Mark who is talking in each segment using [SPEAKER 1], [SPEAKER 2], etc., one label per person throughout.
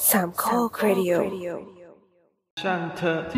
[SPEAKER 1] สามข้อครดิโอ
[SPEAKER 2] ช่างเถอะ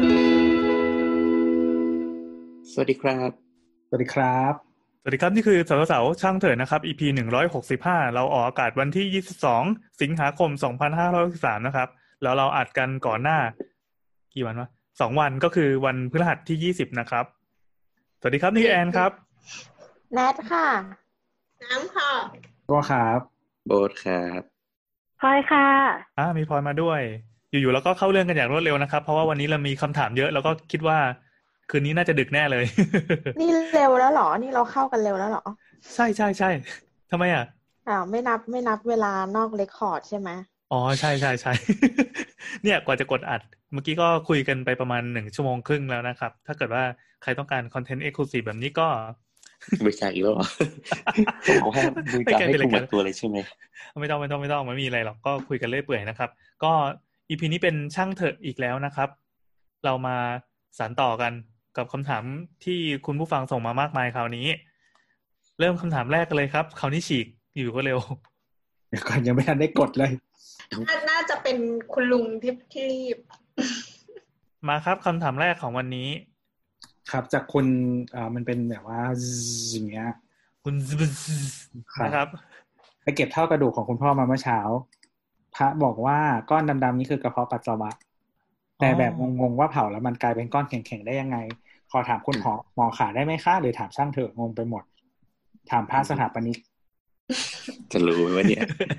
[SPEAKER 3] สวัสดีครับ
[SPEAKER 4] สวัสดีครับ
[SPEAKER 2] สวัสดีครับนี่คือสาวๆช่างเถอะนะครับ EP 165เราออกอากาศวันที่22สิงหาคม2563นะครับแล้วเราอัดกันก่อนหน้ากี่วันวะ2วันก็คือวันพฤหัสที่20นะครับสวัสดีครับนี่แอนครับ
[SPEAKER 5] แนทค่ะ
[SPEAKER 6] น้ำค่ะ
[SPEAKER 4] ก็ครับ
[SPEAKER 3] โบ๊ทครับ
[SPEAKER 5] พลอยค่ะ
[SPEAKER 2] มีพลอยมาด้วยอยู่ๆแล้วก็เข้าเรื่องกันอย่างรวดเร็วนะครับเพราะว่าวันนี้เรามีคำถามเยอะแล้วก็คิดว่าคืนนี้น่าจะดึกแน่เลย
[SPEAKER 5] นี่เร็วแล้วเหรอนี่เราเข้ากันเร็วแล้วเหรอ
[SPEAKER 2] ใช่ทำไมอ่ะ
[SPEAKER 5] ไม่นับเวลานอกเรคคอร์ดใช่ไหม
[SPEAKER 2] อ๋อใช่ เนี่ยกว่าจะกดอัดเมื่อกี้ก็คุยกันไปประมาณ1 ชั่วโมงครึ่งแล้วนะครับถ้าเกิดว่าใครต้องการคอนเทนต์เอ็กซ์คลูซีฟแบบนี้ก็
[SPEAKER 3] ไม่ใช่อีกแล้วหรอผมให้ดูจะให้คุยตัวเลยใช่ไหม
[SPEAKER 2] ไม่ต้องไม่มีอะไรหรอกก็คุยกันเรื่อยเปื่อยนะครับก็อีพีนี้เป็นช่างเถอะอีกแล้วนะครับเรามาสานต่อกันกับคำถามที่คุณผู้ฟังส่งมามากมายคราวนี้เริ่มคำถามแรกกันเลยครับคราวนี้ฉีกอยู่ก็เร็ว
[SPEAKER 4] เดี๋ยวก่อนยังไม่ทันได้กดเลย
[SPEAKER 6] น่าจะเป็นคุณลุงที่รีบ
[SPEAKER 2] มาครับคำถามแรกของวันนี้
[SPEAKER 4] ครับจากคุณมันเป็นแบบว่าอย่างเงี้ย
[SPEAKER 2] คุณนะครับ
[SPEAKER 4] ไปเก็บเท่ากระดูกของคุณพ่อมาเมื่อเช้าพระบอกว่าก้อนดำๆนี่คือกระเพาะปัสสาวะแต่แบบงงๆว่าเผาแล้วมันกลายเป็นก้อนแข็งๆได้ยังไงขอถามคุณหมอขาได้ไหมคะหรือถามช่างเถอะงงไปหมดถามพระสถาปนิก
[SPEAKER 3] จะรู้ไหมเนี่ย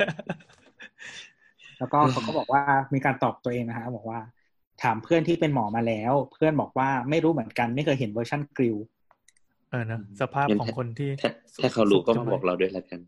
[SPEAKER 4] แล้วก็เขาก็บอกว่ามีการตอบตัวเองนะฮะบอกว่าถามเพื่อนที่เป็นหมอมาแล้วเพื่อนบอกว่าไม่รู้เหมือนกันไม่เคยเห็นเวอร์ชั่นกริล
[SPEAKER 2] นะสภาพของคนที่
[SPEAKER 3] ถ้าเขารู้ก็มาบอกเราด้วยละกัน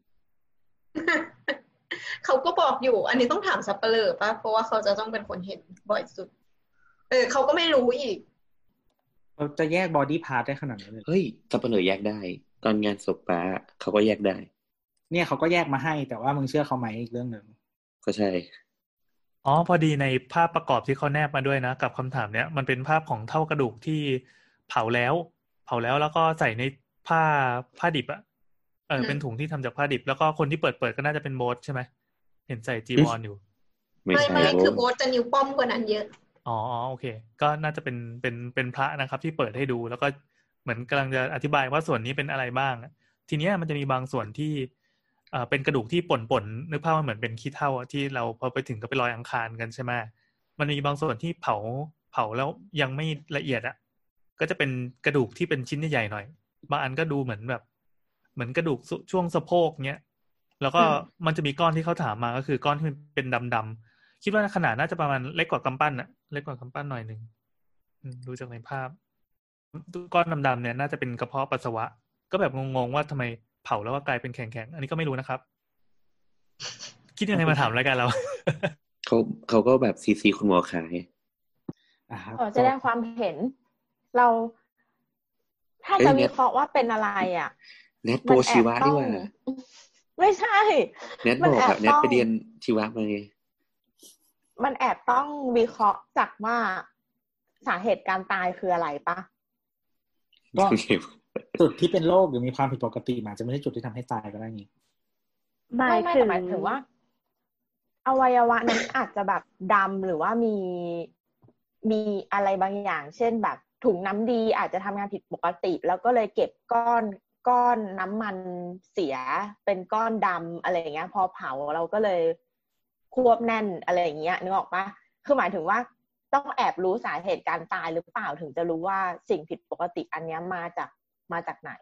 [SPEAKER 6] เขาก็บอกอยู่อันนี้ต้องถามสัปเหร่อป่ะเพราะว่าเขาจะต้องเป็นคนเห็นบ่อยสุดเขาก็ไม่รู้อีก
[SPEAKER 4] เราจะแยกบอดี้พาร์ทได้ขนาดนั้นเลย
[SPEAKER 3] เฮ้ยสัปเหร่อแยกได้ตอนงานศพป้าเขาก็แยกได้
[SPEAKER 4] เนี่ยเขาก็แยกมาให้แต่ว่ามึงเชื่อเขาไหมอีกเรื่องนึง
[SPEAKER 3] ก็ใช่
[SPEAKER 2] พอดีในภาพประกอบที่เขาแนบมาด้วยนะกับคำถามเนี้ยมันเป็นภาพของเท่ากระดูกที่เผาแล้วแล้วก็ใส่ในผ้าดิบอ่ะเป็นถุงที่ทำจากผ้าดิบแล้วก็คนที่เปิดก็น่าจะเป็นโบ๊ทใช่ไหมเห็นใส่จีวรอยู่
[SPEAKER 6] ไม่คือโบ๊ทจะนิ้วป้อมกว่านั้นเยอะ
[SPEAKER 2] โอเคก็น่าจะเป็นพระนะครับที่เปิดให้ดูแล้วก็เหมือนกำลังจะอธิบายว่าส่วนนี้เป็นอะไรบ้างทีเนี้ยมันจะมีบางส่วนที่เป็นกระดูกที่ป่นนึกภาพมันเหมือนเป็นขี้เถ้าที่เราพอไปถึงก็ไปลอยอังคารกันใช่ไหมมันมีบางส่วนที่เผาแล้วยังไม่ละเอียดก็จะเป็นกระดูกที่เป็นชิ้นใหญ่ๆหน่อยบางอันก็ดูเหมือนกระดูกช่วงสะโพกเนี้ยแล้วก็มันจะมีก้อนที่เขาถามมาก็คือก้อนที่มันเป็นดำๆคิดว่าขนาดน่าจะประมาณเล็กกว่ากำปั้นเล็กกว่ากำปั้นหน่อยนึงดูจากในภาพก้อนดำๆเนี่ยน่าจะเป็นกระเพาะปัสสาวะก็แบบงงๆว่าทำไมเผาแล้วก็กลายเป็นแข็งๆอันนี้ก็ไม่รู้นะครับคิดยังไงมาถามรายการเรา
[SPEAKER 3] เขาก็แบบซีคุณหมอขาย
[SPEAKER 5] แสดงความเห็นเราถ้าจะวิเคราะห์ว่าเป็นอะไร
[SPEAKER 3] แนทโปรชีวะด้วย
[SPEAKER 5] ไม่ใช่
[SPEAKER 3] แนทบอกแนทไปเรียนชีวะมาไง
[SPEAKER 5] มันแอบต้องวิเคราะห์จากว่าสาเหตุการตายคืออะไรปะ
[SPEAKER 4] ก็จุดที่เป็นโรคหรือมีความผิดปกติมันจะไม่ใช่จุดที่ทำให้ตายก็ได้นี่
[SPEAKER 5] ไม่หมายถึงว่าอวัยวะนั้นอาจจะแบบดำหรือว่ามีอะไรบางอย่างเช่นแบบถุงน้ำดีอาจจะทำงานผิดปกติแล้วก็เลยเก็บก้อนน้ำมันเสียเป็นก้อนดำอะไรอย่างเงี้ยพอเผาเราก็เลยควบแน่นอะไรอย่างเงี้ยนึกออกปะคือหมายถึงว่าต้องแอบรู้สาเหตุการตายหรือเปล่าถึงจะรู้ว่าสิ่งผิดปกติอันนี้มาจากไหน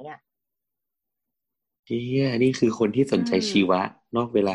[SPEAKER 3] นี่คือคนที่สนใจชีวะนอกเวลา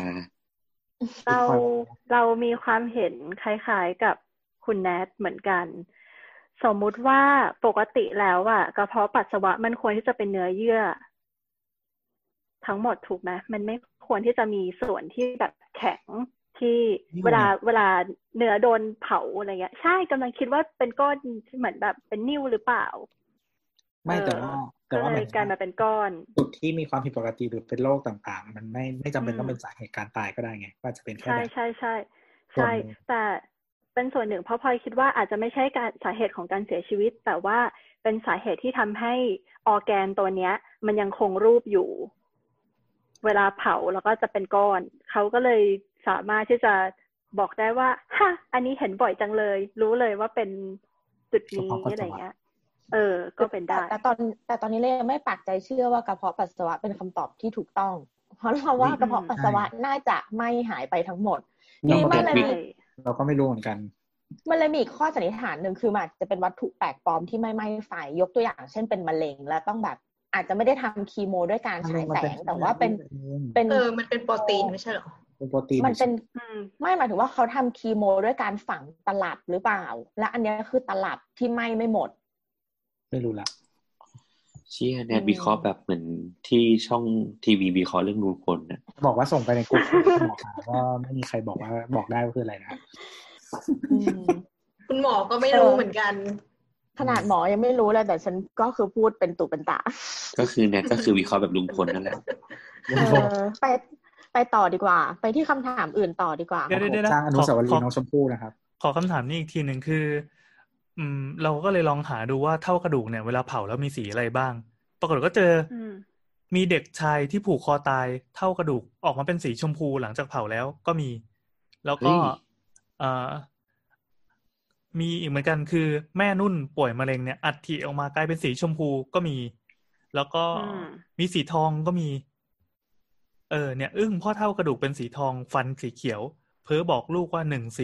[SPEAKER 7] เรามีความเห็นคล้ายๆกับคุณแนทเหมือนกันสมมุติว่าปกติแล้วกระเพาะปัสสาวะมันควรที่จะเป็นเนื้อเยื่อทั้งหมดถูกไหมมันไม่ควรที่จะมีส่วนที่แบบแข็งที่เวลาเนื้อโดนเผาอะไรเงี้ยใช่กำลังคิดว่าเป็นก้อนเหมือนแบบเป็นนิ่วหรือเปล่า
[SPEAKER 4] ไม่แต่ว่า
[SPEAKER 7] กลายมาเป็นก้อน
[SPEAKER 4] จุดที่มีความผิดปกติหรือเป็นโรคต่างๆมันไม่จำเป็นต้องเป็นสาเหตุการตายก็ได้ไงว่าจะเป็นแค่
[SPEAKER 7] ใช่แต่เป็นส่วนหนึ่งเพราะพลอยคิดว่าอาจจะไม่ใช่การสาเหตุของการเสียชีวิตแต่ว่าเป็นสาเหตุที่ทำให้ออร์แกนตัวเนี้ยมันยังคงรูปอยู่เวลาเผาแล้วก็จะเป็นก้อนเขาก็เลยสามารถที่จะบอกได้ว่าฮะอันนี้เห็นบ่อยจังเลยรู้เลยว่าเป็นจุดนี้อะไรเงี้ยก็เป็นได้
[SPEAKER 5] แต่ตอนนี้เลยไม่ปักใจเชื่อว่ากระเพาะปัสสาวะเป็นคำตอบที่ถูกต้องเพราะเราว่ากระเพาะปัสสาวะน่าจะไม่หายไปทั้งหมดนี่มันเลย
[SPEAKER 4] เราก็ไม่รู้เหมือนกัน
[SPEAKER 5] มันเลยมีข้อสันนิษฐานหนึ่งคือมันจะเป็นวัตถุแปลกปลอมที่ไม่ไหม้ไฟยกตัวอย่างเช่นเป็นมะเร็งแล้วต้องแบบอาจจะไม่ได้ทำคีโมด้วยการฉายแสงแต่ว่าเป็น
[SPEAKER 6] มันเป็นโปรตีนไม่ใช่หรอ
[SPEAKER 4] เป็นโปรตีน
[SPEAKER 5] มันเป็นไม่หมายถึงว่าเขาทำคีโมด้วยการฝังตลับหรือเปล่าและอันนี้คือตลับที่ไหม้ไม่หมด
[SPEAKER 4] ไม่รู้ละ
[SPEAKER 3] เชี่ยแนทวิเคราะห์แบบเหมือนที่ช่องทีวีวิเคราะห์เรื่องนูนคนนะ
[SPEAKER 4] บอกว่าส่งไปในกลุ่มหมอค่ะว่าไม่มีใครบอกได้ว่าคืออะไรนะ
[SPEAKER 6] คุณหมอก็ไม่รู้เหมือนกัน
[SPEAKER 5] ขนาดหมอยังไม่รู้เลยแต่ฉันก็คือพูดเป็นตุเป็นตา
[SPEAKER 3] ก็คือแนทก็คือวิเคราะห์แบบลุงพลนั่นแหละ
[SPEAKER 5] ไปต่อดีกว่าไปที่คำถามอื่นต่อดีกว่า
[SPEAKER 2] เดี๋ยว
[SPEAKER 4] สร้างอนุสาวรีย์น้องชมพู่นะครับ
[SPEAKER 2] ขอคำถามนี้อีกทีหนึ่งคือเราก็เลยลองหาดูว่าเท่ากระดูกเนี่ยเวลาเผาแล้วมีสีอะไรบ้างปรากฏก็เจอมีเด็กชายที่ผูกคอตายเท่ากระดูกออกมาเป็นสีชมพูหลังจากเผาแล้วก็มีแล้วก็มีอีกเหมือนกันคือแม่นุ่นป่วยมะเร็งเนี่ยอัฐิออกมากลายเป็นสีชมพูก็มีแล้วก็มีสีทองก็มีเนี่ยพ่อเท่ากระดูกเป็นสีทองฟันสีเขียวเพ้อบอกลูกว่า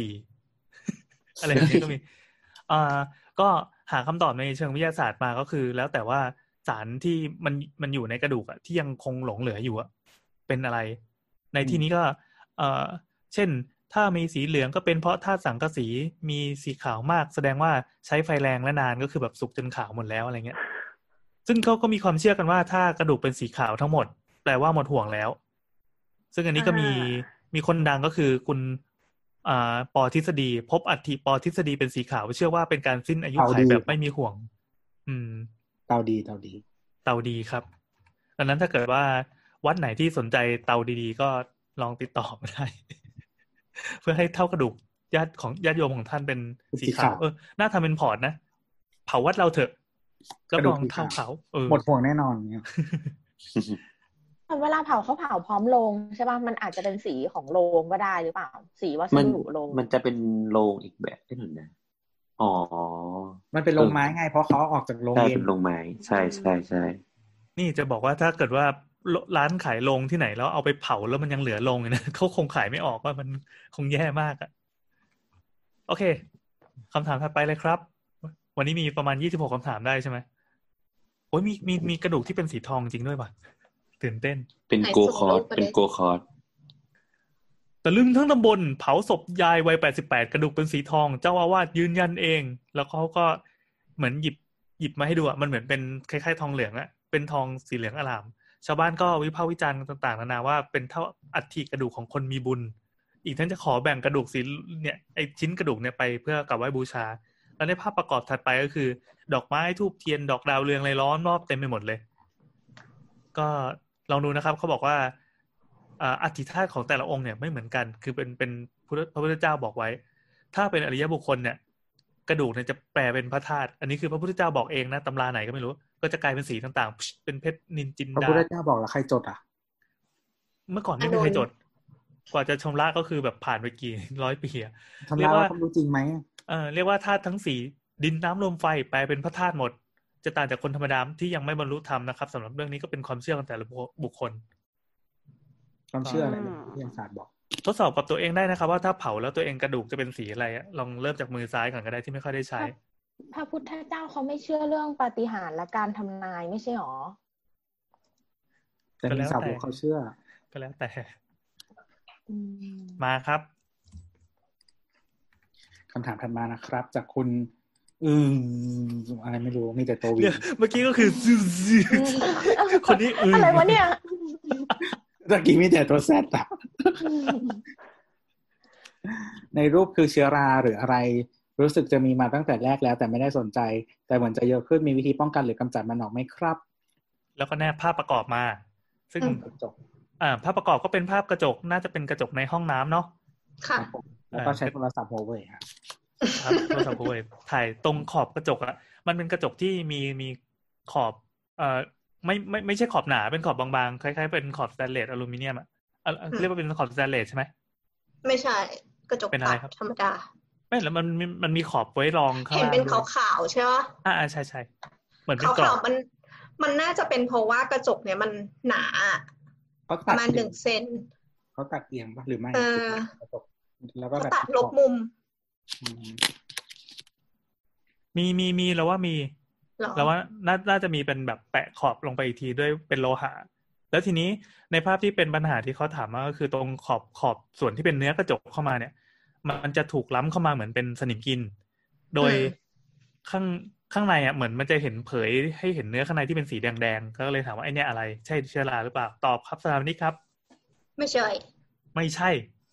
[SPEAKER 2] 14 อะไรแบบนี้ก็มีก็หาคำตอบในเชิงวิทยาศาสตร์มาก็คือแล้วแต่ว่าสารที่มันอยู่ในกระดูกอะที่ยังคงหลงเหลืออยู่อะเป็นอะไรในที่นี้ก็เช่นถ้ามีสีเหลืองก็เป็นเพราะธาตุสังกะสีมีสีขาวมากแสดงว่าใช้ไฟแรงและนานก็คือแบบสุกจนขาวหมดแล้วอะไรเงี้ยซึ่งเขาก็มีความเชื่อกันว่าถ้ากระดูกเป็นสีขาวทั้งหมดแปลว่าหมดห่วงแล้วซึ่งอันนี้ก็มีคนดังก็คือคุณปอทฤษฎีพบอัฐิปอทฤษฎีเป็นสีขาวเชื่อว่าเป็นการสิ้นอายุขัยแบบไม่มีห่วง
[SPEAKER 4] เตาดี
[SPEAKER 2] ครับดังนั้นถ้าเกิดว่าวัดไหนที่สนใจเตาดีๆก็ลองติดต่อมาได้ เพื่อให้เท่ากระดูกญาติโยมของท่านเป็นสีขาวน่าทำเป็นพอร์ตนะเผาวัดเราเถอะก็ลองเท่าเขา
[SPEAKER 4] หมดห่วงแน่นอนเนี่ย
[SPEAKER 5] เวลาเผาเขาเผาพร้อมโลงใช่ป่ะมันอาจจะเป็นสีของโลงก็ได้หรือเปล่าสีวัสดุโลง
[SPEAKER 3] มันจะเป็นโลงอีกแบบได้หนึ่งนะ
[SPEAKER 4] มันเป็นโลงไม้ไงเพราะเขาออกจากโลงเย็น
[SPEAKER 3] เป็นโลงไม้ใช่
[SPEAKER 2] นี่จะบอกว่าถ้าเกิดว่าร้านขายโลงที่ไหนแล้วเอาไปเผาแล้วมันยังเหลือโลงอยู่นะเขาคงขายไม่ออกว่ามันคงแย่มากอ่ะโอเคคำถามถัดไปเลยครับวันนี้มีประมาณ26คำถามได้ใช่ไหมโอ้ยมีกระดูกที่เป็นสีทองจริงด้วยป่ะตื่นเต้น
[SPEAKER 3] เป็นโกคอร์ด
[SPEAKER 2] ตะลึงทั้งตำบลเผาศพยายวัย88กระดูกเป็นสีทองเจ้าอาวาสยืนยันเองแล้วเขาก็เหมือนหยิบมาให้ดูอ่ะมันเหมือนเป็นคล้ายๆทองเหลืองอ่ะเป็นทองสีเหลืองอลามชาวบ้านก็วิพากษ์วิจารณ์ต่างๆนานาว่าเป็นเท่าอัฐิกระดูกของคนมีบุญอีกทั้งจะขอแบ่งกระดูกสีเนี่ยไอชิ้นกระดูกเนี่ยไปเพื่อกราบไหว้บูชาแล้วในภาพประกอบถัดไปก็คือดอกไม้ธูปเทียนดอกดาวเรืองอะไรล้อมรอบเต็มไปหมดเลยก็ลองดูนะครับเขาบอกว่าอธิธาตุของแต่ละองค์เนี่ยไม่เหมือนกันคือเป็นพระพุทธเจ้าบอกไว้ถ้าเป็นอริยบุคคลเนี่ยกระดูกเนี่ยจะแปลเป็นพระธาตุอันนี้คือพระพุทธเจ้าบอกเองนะตำราไหนก็ไม่รู้ก็จะกลายเป็นสีต่างๆเป็นเพชรนินจินดา
[SPEAKER 4] พระพุทธเจ้าบอกแล้วใครจดอ่ะ
[SPEAKER 2] เมื่อก่อนไม่มีใครจดกว่าจะชำระก็คือแบบผ่านไปกี่100 ปี
[SPEAKER 4] เรียกว่ารู้จริงไหม
[SPEAKER 2] เรียกว่าธาตุทั้งสี่ดินน้ำลมไฟแปลเป็นพระธาตุหมดจะต่างจากคนธรรมดาที่ยังไม่บรรลุธรรมนะครับสำหรับเรื่องนี้ก็เป็นความเชื่อของแต่ละบุคคล
[SPEAKER 4] ความเชื่ออะไรที่ยังศาสตร์บอก
[SPEAKER 2] ทดสอบกับตัวเองได้นะครับว่าถ้าเผาแล้วตัวเองกระดูกจะเป็นสีอะไรลองเริ่มจากมือซ้ายก่อนก็ได้ที่ไม่ค่อยได้ใช้
[SPEAKER 5] พระพุทธเจ้าเขาไม่เชื่อเรื่องปาฏิหาริย์และการทำนายไม่ใช่หรอ
[SPEAKER 4] แต่มีสาวกเขาเชื่อ
[SPEAKER 2] ก็แล้วแต่มาครับ
[SPEAKER 4] คำถามถัดมานะครับจากคุณอะไรไม่รู้มีแต่ตัววี
[SPEAKER 2] เมื่อกี้ก็คือคนนี้
[SPEAKER 5] อะไรวะเนี่ย
[SPEAKER 4] ตะกี้มีแต่ตัวแซดอะในรูปคือเชื้อราหรืออะไรรู้สึกจะมีมาตั้งแต่แรกแล้วแต่ไม่ได้สนใจแต่เหมือนจะเยอะขึ้นมีวิธีป้องกันหรือกำจัดมันออกไหมครับ
[SPEAKER 2] แล้วก็แนบภาพประกอบมาซึ่ง
[SPEAKER 4] กระจก
[SPEAKER 2] ภาพประกอบก็เป็นภาพกระจกน่าจะเป็นกระจกในห้องน้ำเนาะ
[SPEAKER 6] ค่ะ
[SPEAKER 4] แล้วก็ใช้โทรศัพท์โฮเว่ย
[SPEAKER 2] ครับโทรศัพท์โฮเว่ยถ่ายตรงขอบกระจกอะมันเป็นกระจกที่มีขอบไม่ใช่ขอบหนาเป็นขอบบางๆคล้ายๆเป็นขอบสแตนเลสอลูมิเนียมอะเรียกว่าเป็นขอบสแตนเลสใช่ไหม
[SPEAKER 6] ไม่ใช่กระจก
[SPEAKER 2] เป็นอะ
[SPEAKER 6] ตั
[SPEAKER 2] ไร
[SPEAKER 6] ด
[SPEAKER 2] ครับ
[SPEAKER 6] ธรรมดา
[SPEAKER 2] ไม่แล้วมันมีขอบไว้รองข้าง
[SPEAKER 6] เห็น
[SPEAKER 2] ล่าง
[SPEAKER 6] เป็น
[SPEAKER 2] ด้วย
[SPEAKER 6] ขาวๆใช่ปะ
[SPEAKER 2] ใช่เหมือนเป็นกรอ
[SPEAKER 6] ขาว
[SPEAKER 2] บ
[SPEAKER 6] ๆมันน่าจะเป็นเพราะว่ากระจกเนี่ยมันหนา
[SPEAKER 4] เขา
[SPEAKER 6] ป
[SPEAKER 4] ตัด
[SPEAKER 6] ระมาณ
[SPEAKER 4] เอียง
[SPEAKER 6] 1 เซน
[SPEAKER 4] เขาตัดเอียงปะหรือไม่ กระจกแล้วก็
[SPEAKER 6] เขา
[SPEAKER 4] แบบ
[SPEAKER 6] ตัดลบมุม
[SPEAKER 4] อืม
[SPEAKER 2] มีแล้วว่ามี
[SPEAKER 6] เหรอ
[SPEAKER 2] แล้วว่าน่าจะมีเป็นแบบแปะขอบลงไปอีกทีด้วยเป็นโลหะแล้วทีนี้ในภาพที่เป็นปัญหาที่เขาถามมาก็คือตรงขอบส่วนที่เป็นเนื้อกระจกเข้ามาเนี่ยมันจะถูกล้ำเข้ามาเหมือนเป็นสนิมกิน โดยข้างในเหมือนมันจะเห็นเผยให้เห็นเนื้อข้างในที่เป็นสีแดงๆก็เลยถามว่าไอ้เนี่ยอะไรใช่เชื้อราหรือเปล่าตอบครับสถาปนิกครับ
[SPEAKER 6] ไม่ใช่
[SPEAKER 2] ไม่ใช่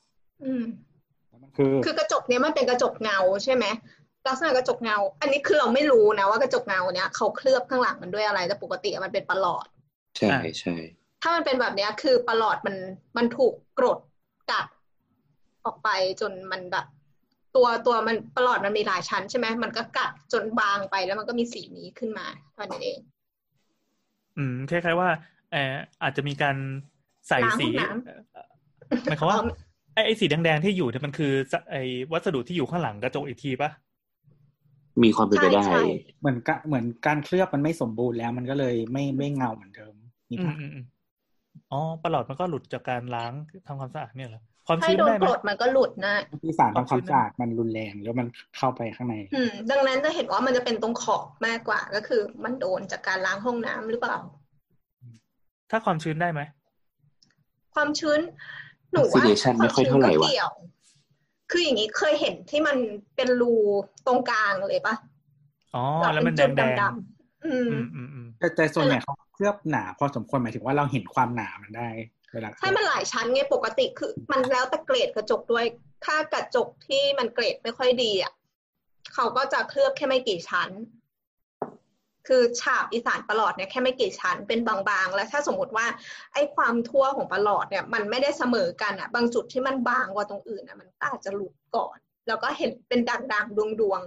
[SPEAKER 6] คือกระจกเนี้ยมันเป็นกระจกเงาใช่ไหมลักษณะกระจกเงา อันนี้คือเราไม่รู้นะว่ากระจกเงาเนี้ยเขาเคลือบข้างหลังมันด้วยอะไรแต่ปกติมันเป็นประหลอด
[SPEAKER 3] ใช่ใช่
[SPEAKER 6] ถ้ามันเป็นแบบเนี้ยคือประหลอดมันถูกกรดกัดออกไปจนมันแบบตัวมันประหลอดมันมีหลายชั้นใช่ไหมมันก็กัดจนบางไปแล้วมันก็มีสีนี้ขึ้นมาเท่านั้นเอง
[SPEAKER 2] คล้ายๆว่าอาจจะมีการใส่สีหมายความว่าไอ้สีแดงๆที่อยู่เนี่ยมันคือไอ้วัสดุที่อยู่ข้างหลังกระจกอีกทีป่ะ
[SPEAKER 3] มีความเป็นไปได้
[SPEAKER 4] เหมือนการเคลือบมันไม่สมบูรณ์แล้วมันก็เลยไม่เงาเหมือนเดิม
[SPEAKER 2] อ๋อประหลอดมันก็หลุดจากการล้างทำความสะอาดเนี่ยเหรอความชื้น
[SPEAKER 6] ได้ไหมกรดมันก็หลุดนะ
[SPEAKER 4] ที่สารทำความสะอาดมันรุนแรงแล้วมันเข้าไปข้างใน
[SPEAKER 6] ดังนั้นจะเห็นว่ามันจะเป็นตรงขอบมากกว่าก็คือมันโดนจากการล้างห้องน้ำหรือเปล่า
[SPEAKER 2] ถ้าความชื้นได้ไหม
[SPEAKER 6] ความชื้นหนูว่า
[SPEAKER 3] ไม่ค่อยเท่าไหร่ว่ะ
[SPEAKER 6] คืออย่างนี้เคยเห็นที่มันเป็นรูตรงกลางเลยปะ
[SPEAKER 2] อ๋อแล้วมันแดง
[SPEAKER 6] ๆ
[SPEAKER 4] แต่ส่วนใหญ่เขาเคลือบหนาพอสมควรหมายถึงว่าเราเห็นความหนามันได้เวลา
[SPEAKER 6] ใช่มันหลายชั้นไงปกติคือมันแล้วแต่เกรดกระจกด้วยถ้ากระจกที่มันเกรดไม่ค่อยดีอ่ะเขาก็จะเคลือบแค่ไม่กี่ชั้นคือฉาบอีสานประหลอดเนี่ยแค่ไม่กี่ชั้นเป็นบางๆแล้วถ้าสมมติว่าไอ้ความทั่วของประหลอดเนี่ยมันไม่ได้เสมอกันอ่ะบางจุดที่มันบางกว่าตรงอื่นอ่ะมันอาจจะหลุดก่อนแล้วก็เห็นเป็นด่างๆดวง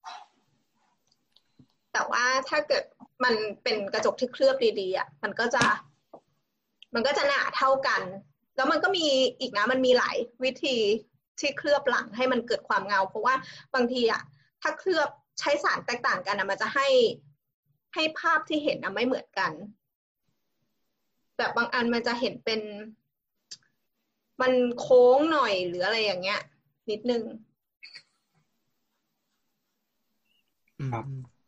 [SPEAKER 6] ๆแต่ว่าถ้าเกิดมันเป็นกระจกที่เคลือบดีๆอ่ะมันก็จะหนาเท่ากันแล้วมันก็มีอีกนะมันมีหลายวิธีที่เคลือบหลังให้มันเกิดความเงาเพราะว่าบางทีอ่ะถ้าเคลือบใช้สารแตกต่างกันอ่ะมันจะให้ภาพที่เห็นไม่เหมือนกันแบบบางอันมันจะเห็นเป็นมันโค้งหน่อยหรืออะไรอย่างเงี้ยนิดนึง
[SPEAKER 2] ครับ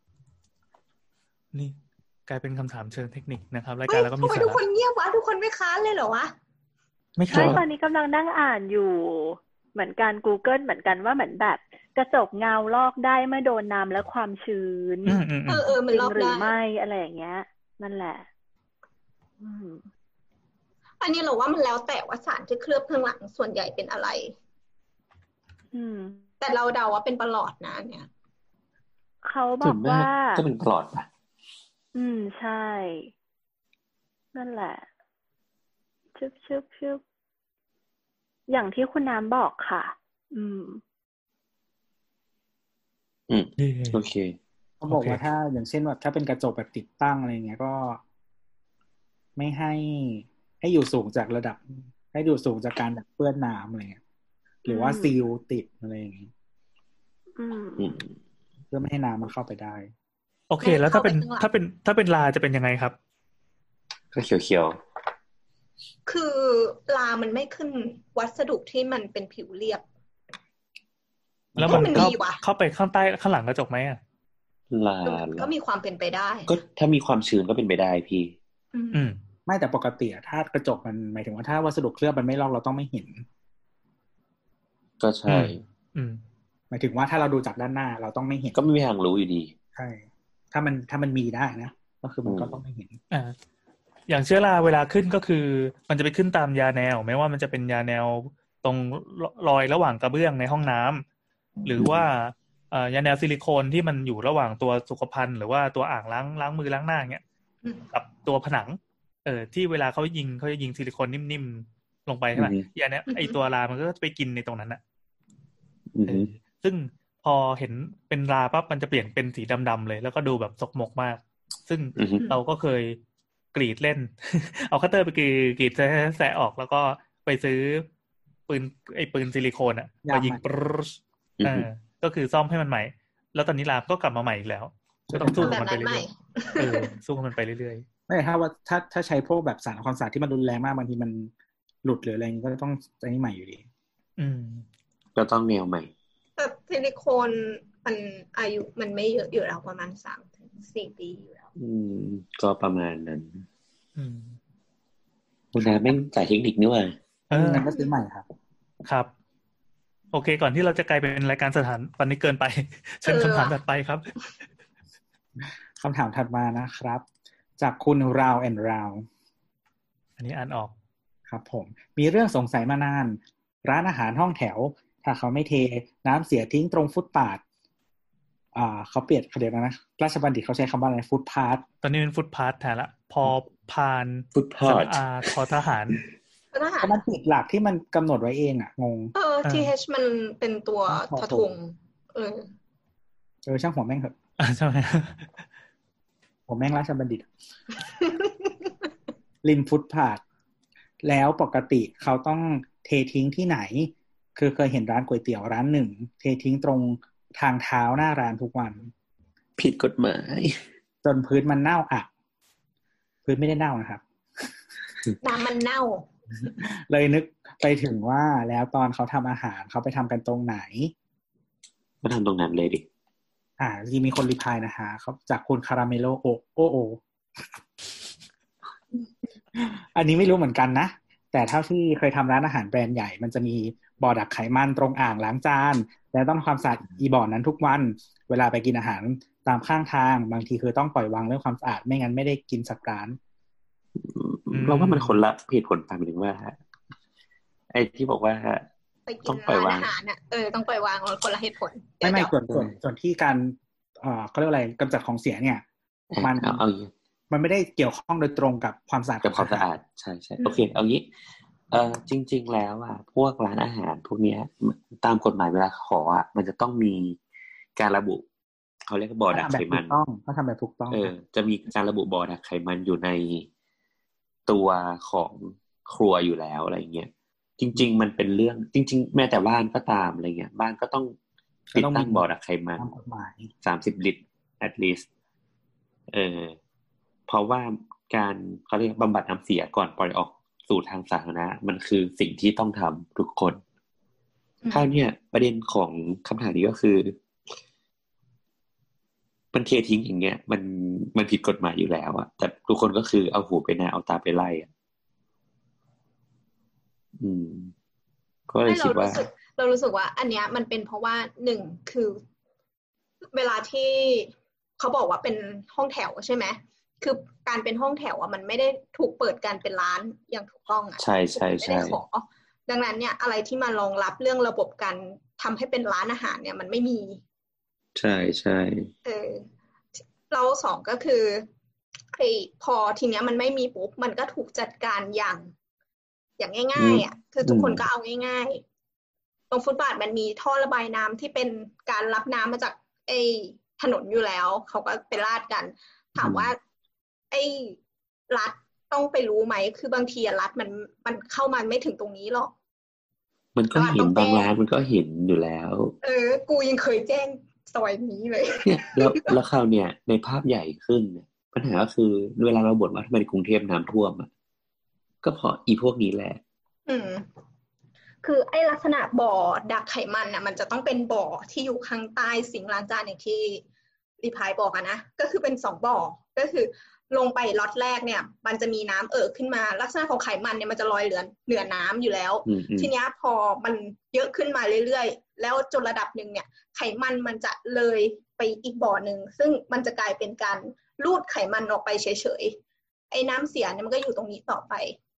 [SPEAKER 2] นี่กลายเป็นคำถามเชิงเทคนิคนะครับรายการแล้วก็มีสาระ
[SPEAKER 6] ทุกคนเงียบวะทุกคนไม่ค้านเลยเหรอวะ
[SPEAKER 2] ไม่ค้าน
[SPEAKER 7] ตอนนี้กำลังนั่งอ่านอยู่เหมือนกัน Google เหมือนกันว่าเหมือนแบบกระจกเงาลอกได้เมื่อโดนน้ำและความชื้น
[SPEAKER 6] มันลอกได้
[SPEAKER 7] หรือไม่อะไรอย่างเงี้ยนั่นแหละ
[SPEAKER 6] อันนี้เราว่ามันแล้วแต่ว่าสารที่เคลือบข้างหลังส่วนใหญ่เป็นอะไรแต่เราเดาว่าเป็นประหลอดนะเนี่ย
[SPEAKER 7] เขาบอกว่า
[SPEAKER 3] ก็เป็นประหลอดป่ะ
[SPEAKER 7] ใช่นั่นแหละชึบอย่างที่คุณน้ำบอกค่ะ
[SPEAKER 3] โอเค
[SPEAKER 4] เขาบอกว่าถ้าอย่างเช่นว่าถ้าเป็นกระจกแบบติดตั้งอะไรเงี้ยก็ไม่ให้อยู่สูงจากระดับให้อยู่สูงจากการเปื้อนน้ำอะไรเงี้ยหรือว่าซีลติดอะไรอย่างเงี้ยเพื่อไม่ให้น้ำมันเข้าไปได้
[SPEAKER 2] โอเคแล้วถ้าเป็นลาจะเป็นยังไงครับ
[SPEAKER 3] ก็เขียว
[SPEAKER 6] คือลามันไม่ขึ้นวัสดุที่มันเป็นผิวเรียบ
[SPEAKER 2] แล้วมันเข้าไปข้างใต้ข้างหลังกระจกไหมอ่ะ
[SPEAKER 3] ลา
[SPEAKER 6] ก็มีความเป็นไปได้
[SPEAKER 3] ก็ถ้ามีความชื้นก็เป็นไปได้พี่
[SPEAKER 4] ไม่แต่ปกติถ้ากระจกมันหมายถึงว่าถ้าวัสดุเคลือบมันไม่ลอกเราต้องไม่เห็น
[SPEAKER 3] ก็ใช่
[SPEAKER 4] หมายถึงว่าถ้าเราดูจากด้านหน้าเราต้องไม่เห็น
[SPEAKER 3] ก็ไม่มีทางรู้อยู่ดี
[SPEAKER 4] ใช่ถ้ามันมีได้นะก็คือมันก็ต้องไม่เห็น
[SPEAKER 2] อย่างเชื้อราเวลาขึ้นก็คือมันจะไปขึ้นตามยาแนวไม่ว่ามันจะเป็นยาแนวตรงรอยระหว่างกระเบื้องในห้องน้ำหรือว่ายาแนวซิลิโคนที่มันอยู่ระหว่างตัวสุขภัณฑ์หรือว่าตัวอ่างล้างมือล้างหน้าเงี้ยกับตัวผนังที่เวลาเขาจะยิงซิลิโคนนิ่มๆลงไปใช่ไหมยาเนี้ยไอตัวรามันก็จะไปกินในตรงนั้นอ่ะซึ่งพอเห็นเป็นราปั๊บมันจะเปลี่ยนเป็นสีดำๆเลยแล้วก็ดูแบบสกมกมากซึ่งเราก็เคยกรีดเล่น เอาคัตเตอร์ไปกรีดแสะออกแล้วก็ไปซื้อปืนซิลิโคนอ่ะมายิงก็คือซ่อมให้มันใหม่แล้วตอนนี้ลามก็กลับมาใหม่อีกแล้วก็ต้องสู้กับมันไปเรื่อยๆสู้กับมันไปเรื่อย
[SPEAKER 4] ๆไม่ถ้าใช้พวกแบบสารความสะอาดที่มันรุนแรงมากบางทีมันหลุดหรืออะไรก็ต้องใช้ใหม่อยู่ดี
[SPEAKER 3] ก็ต้องแนวใหม่
[SPEAKER 6] แบบซิลิโคนมันอายุมันไม่เยอะอยู่แล้วประมาณ 3-4 ปีอยู่แล้ว
[SPEAKER 3] ก็ประมาณนั้นคุณนาแม่งจ่ายเทคนิคนี่ว่ะ
[SPEAKER 4] งั้นก็ซื้อใหม่
[SPEAKER 2] ครับโอเคก่อนที่เราจะกลายเป็นรายการสถานตอนนี้เกินไปเชิญคำถามถัดไปครับ
[SPEAKER 4] คำถามถัดมานะครับจากคุณราวแอนด์ราว
[SPEAKER 2] อันนี้อ่านออก
[SPEAKER 4] ครับผมมีเรื่องสงสัยมานานร้านอาหารห้องแถวถ้าเขาไม่เทน้ำเสียทิ้งตรงฟุตปาดเขาเปลี่ยนเขาเรียกนะราชบัณฑิตเขาใช้คำว่าอะไรฟุตพาธ
[SPEAKER 2] ตอนนี้เป็นฟุตพาธแทนละพอพาน
[SPEAKER 3] ฟุตพาธ
[SPEAKER 2] ทอทหาร
[SPEAKER 4] มันผิดหลักที่มันกำหนดไว้เองอ่ะงง
[SPEAKER 6] th มันเป็นตัวทอทุง
[SPEAKER 4] ช่างหัวแม่งเหอะ
[SPEAKER 2] ใช่ไหม
[SPEAKER 4] ผมแม่งราชบัณฑิตริมฟุตพาธแล้วปกติเขาต้องเททิ้งที่ไหนคือเคยเห็นร้านก๋วยเตี๋ยวร้านหนึ่งเททิ้งตรงทางเท้าหน้าร้านทุกวัน
[SPEAKER 3] ผิดกฎหมาย
[SPEAKER 4] จนพื้นมันเน่าอับพื้นไม่ได้เน่านะครับ
[SPEAKER 6] น้ำมันเน่า
[SPEAKER 4] เลยนึกไปถึงว่าแล้วตอนเขาทำอาหารเขาไปทำกันตรงไหน
[SPEAKER 3] ก็ทำตรงนั้นเลยดิ
[SPEAKER 4] ที่มีคนรีพลายนะคะเขาจากคุณคาราเมโลโออันนี้ไม่รู้เหมือนกันนะแต่เท่าที่เคยทำร้านอาหารแบรนด์ใหญ่มันจะมีบ่อดักไขมันตรงอ่างล้างจานและต้องความสะอาดบ่อนั้นทุกวันเวลาไปกินอาหารตามข้างทางบางทีคือต้องปล่อยวางเรื่องความสะอาดไม่งั้นไม่ได้กินสักร้าน
[SPEAKER 3] เราว่ามันคนละเหตุผลไปหมายถึงว่าไอ้ที่บอกว่า
[SPEAKER 6] ต้องปล่อยวางอาหารน่ะต้องปล่อยวางคนละเหตุผล
[SPEAKER 4] ไม่ส่วนที่การเขาเรียกอะไรกำจัดของเสียเนี่ยมันไม่ได้เกี่ยวข้องโดยตรงกับความสะอาด
[SPEAKER 3] กับความสะอาดใช่ๆโอเคเอางี้จริงๆแล้วพวกร้านอาหารพวกนี้ตามกฎหมายเวลาขอมันจะต้องมีการระบุเขาเรียกว่าบ่อดักไขมัน
[SPEAKER 4] เขาทำแบบถูกต้อง
[SPEAKER 3] จะมีการระบุบ่อดักไขมันอยู่ในตัวของครัวอยู่แล้วอะไรเงี้ยจริงๆมันเป็นเรื่องจริงๆแม้แต่บ้านก็ตามอะไรเงี้ยบ้านก็ต้องติดตั้งบ่อดักไขมัน30 ลิตร at least เพราะว่าการเขาเรียกบำบัดน้ำเสียก่อนปล่อยออกสู่ทางสาธารณะมันคือสิ่งที่ต้องทำทุกคนคราวนี้ประเด็นของคำถามนี้ก็คือมันเททิ้งอย่างเงี้ยมันผิดกฎหมายอยู่แล้วแต่ทุกคนก็คือเอาหูไปนาเอาตาไปไล่ก็เลยคิดว่า
[SPEAKER 6] เรารู้สึกว่าอันเนี้ยมันเป็นเพราะว่าหนึ่งคือเวลาที่เขาบอกว่าเป็นห้องแถวใช่ไหมคือการเป็นห้องแถวมันไม่ได้ถูกเปิดการเป็นร้านอย่างถูกต้อง
[SPEAKER 3] ใช่ใช่
[SPEAKER 6] ใช่ดังนั้นเนี่ยอะไรที่มารองรับเรื่องระบบการทำให้เป็นร้านอาหารเนี่ยมันไม่มี
[SPEAKER 3] ใช่ใช่
[SPEAKER 6] เราสองก็คือพอทีเนี้ยมันไม่มีปุ๊บมันก็ถูกจัดการอย่างง่ายๆคือทุกคนก็เอาง่ายๆตรงฟุตบาทมันมีท่อระบายน้ำที่เป็นการรับน้ำมาจากถนนอยู่แล้วเขาก็ไปลาดกันถามว่ารัฐต้องไปรู้ไหมคือบางทีรัฐมันเข้ามาไม่ถึงตรงนี้หรอก
[SPEAKER 3] มันก็เห็นบางร้านมันก็เห็นอยู่แล้ว
[SPEAKER 6] กูยังเคยแจ้งซอยนี้เลย
[SPEAKER 3] เนี่ยแล้วคราวเนี่ยในภาพใหญ่ขึ้นปัญหาก็คือเวลาเราบ่นว่าทำไมกรุงเทพน้ำท่วมก็เพราะพวกนี้แหละ
[SPEAKER 6] คือลักษณะบ่อดักไขมันมันจะต้องเป็นบ่อที่อยู่ข้างใต้สิงค์ล้างจานอย่างที่รีพายบอกนะก็คือเป็น2บ่อก็คือลงไปล็อตแรกเนี่ยมันจะมีน้ำขึ้นมาลักษณะของไขมันเนี่ยมันจะลอยเหนือน้ำอยู่แล้วทีนี้พอมันเยอะขึ้นมาเรื่อยๆแล้วจนระดับหนึ่งเนี่ยไขมันมันจะเลยไปอีกบ่อหนึ่งซึ่งมันจะกลายเป็นการลูดไขมันออกไปเฉยๆน้ำเสียเนี่ยมันก็อยู่ตรงนี้ต่อไป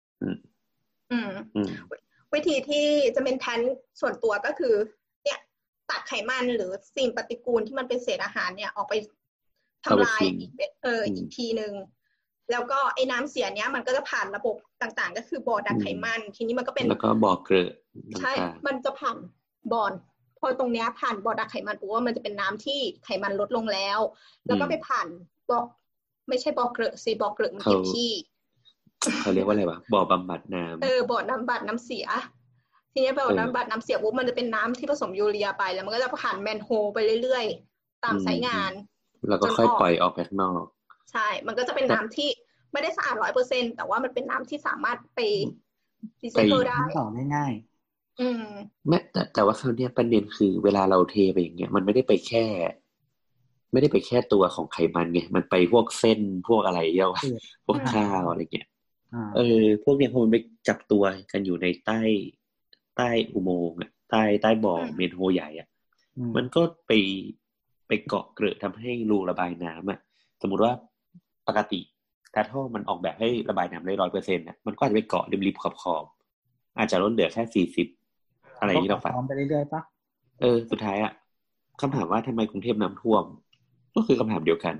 [SPEAKER 6] วิธีที่จะเป็นแทนส่วนตัวก็คือเนี่ยตัดไขมันหรือสิ่งปฏิกูลที่มันเป็นเศษอาหารเนี่ยออกไปทำลายอีกทีนึงแล้วก็น้ำเสียเนี้ยมันก็จะผ่านระบบต่างๆก็คือบ่อดักไขมันทีนี้มันก็เป็น
[SPEAKER 3] แล้วก็บ่อเกลือ
[SPEAKER 6] ใช่มันจะผ่านบ่อพอตรงเนี้ยผ่านบ่อดักไขมันปุ๊บว่ามันจะเป็นน้ำที่ไขมันลดลงแล้วก็ไปผ่านบ่อไม่ใช่บ่อเกลือสิบ่อเกลือมันเป็นที่
[SPEAKER 3] เขาเรียกว่าอะไรวะบ่อบำบัดน้ำ
[SPEAKER 6] บ่อบำบัดน้ำเสียททีนี้แบบน้ำเสียปุ๊บมันจะเป็นน้ำที่ผสมยูเรียไปแล้วมันก็จะผ่านแมนโฮลไปเรื่อยๆตามไซต์งาน
[SPEAKER 3] แล้วก็ค่อยปล่อยออกไปข้างนอก
[SPEAKER 6] ใช่มันก็จะเป็นน้ำที่ไม่ได้สะอาด 100% แต่ว่ามันเป็นน้ำที่สามารถไปรีไซเคิลได้
[SPEAKER 4] ต่อง่าย
[SPEAKER 3] แม้แต่ว่าคราวนี้ประเด็นคือเวลาเราเทไปอย่างเงี้ยมันไม่ได้ไปแค่ตัวของไขมันไงมันไปพวกเส้นพวกอะไรเยอะพวกข้าวอะไรเงี้ยพวกเนี้ยพอมันไปจับตัวกันอยู่ในใต้อุโมงค์ใต้บ่อเมนโฮใหญ่มันก็ไปเกาะเกลือทำให้รูระบายน้ำสมมติว่าปกติถ้าท่อมันออกแบบให้ระบายน้ำได้ 100% มันก็อาจจะไปเกาะริมขอบอาจจะลดเหลือแค่40อะไรนี้เราฝัน
[SPEAKER 4] ไปเรื่อยๆปะ
[SPEAKER 3] สุดท้ายคำถามว่าทำไมกรุงเทพน้ำท่วมก็คือคำถามเดียวกัน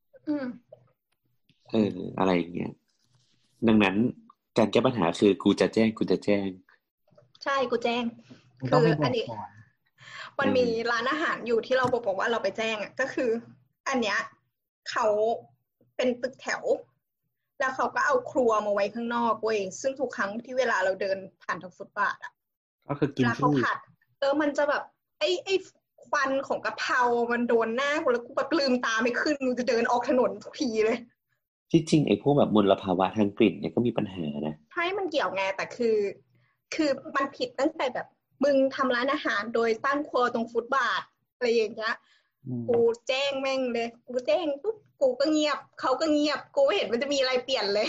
[SPEAKER 3] อะไรอย่างเงี้ยดังนั้นการแก้ปัญหาคือกูจะแจ้ง
[SPEAKER 6] ใช่กูแจ้งคืออันนี้มันมีร้านอาหารอยู่ที่เราบอกว่าเราไปแจ้งก็คืออันเนี้ยเขาเป็นตึกแถวแล้วเขาก็เอาครัวมาไว้ข้างนอกเว้ยซึ่งทุกครั้งที่เวลาเราเดินผ่านทางฟุตบาท
[SPEAKER 4] ก็คือกิน
[SPEAKER 6] ที่ผัดมันจะแบบไอ้ควันของกะเพรามันโดนหน้ากูแล้วกูแบบลืมตาไม่ขึ้นกูจะเดินออกถนนทุกทีเลย
[SPEAKER 3] จริงๆไอ้พวกแบบมลภาวะทางกลิ่นเนี่ยก็มีปัญหานะ
[SPEAKER 6] ใช่มันเกี่ยวไงแต่คือมันผิดตั้งแต่แบบมึงทำร้านอาหารโดยตั้งครัวตรงฟุตบาทอะไรอย่างเงี้ยกูแจ้งแม่งเลยกูแจ้งปุ๊บกูก็เงียบเขาก็เงียบกูไม่เห็นมันจะมีอะไรเปลี่ยนเลย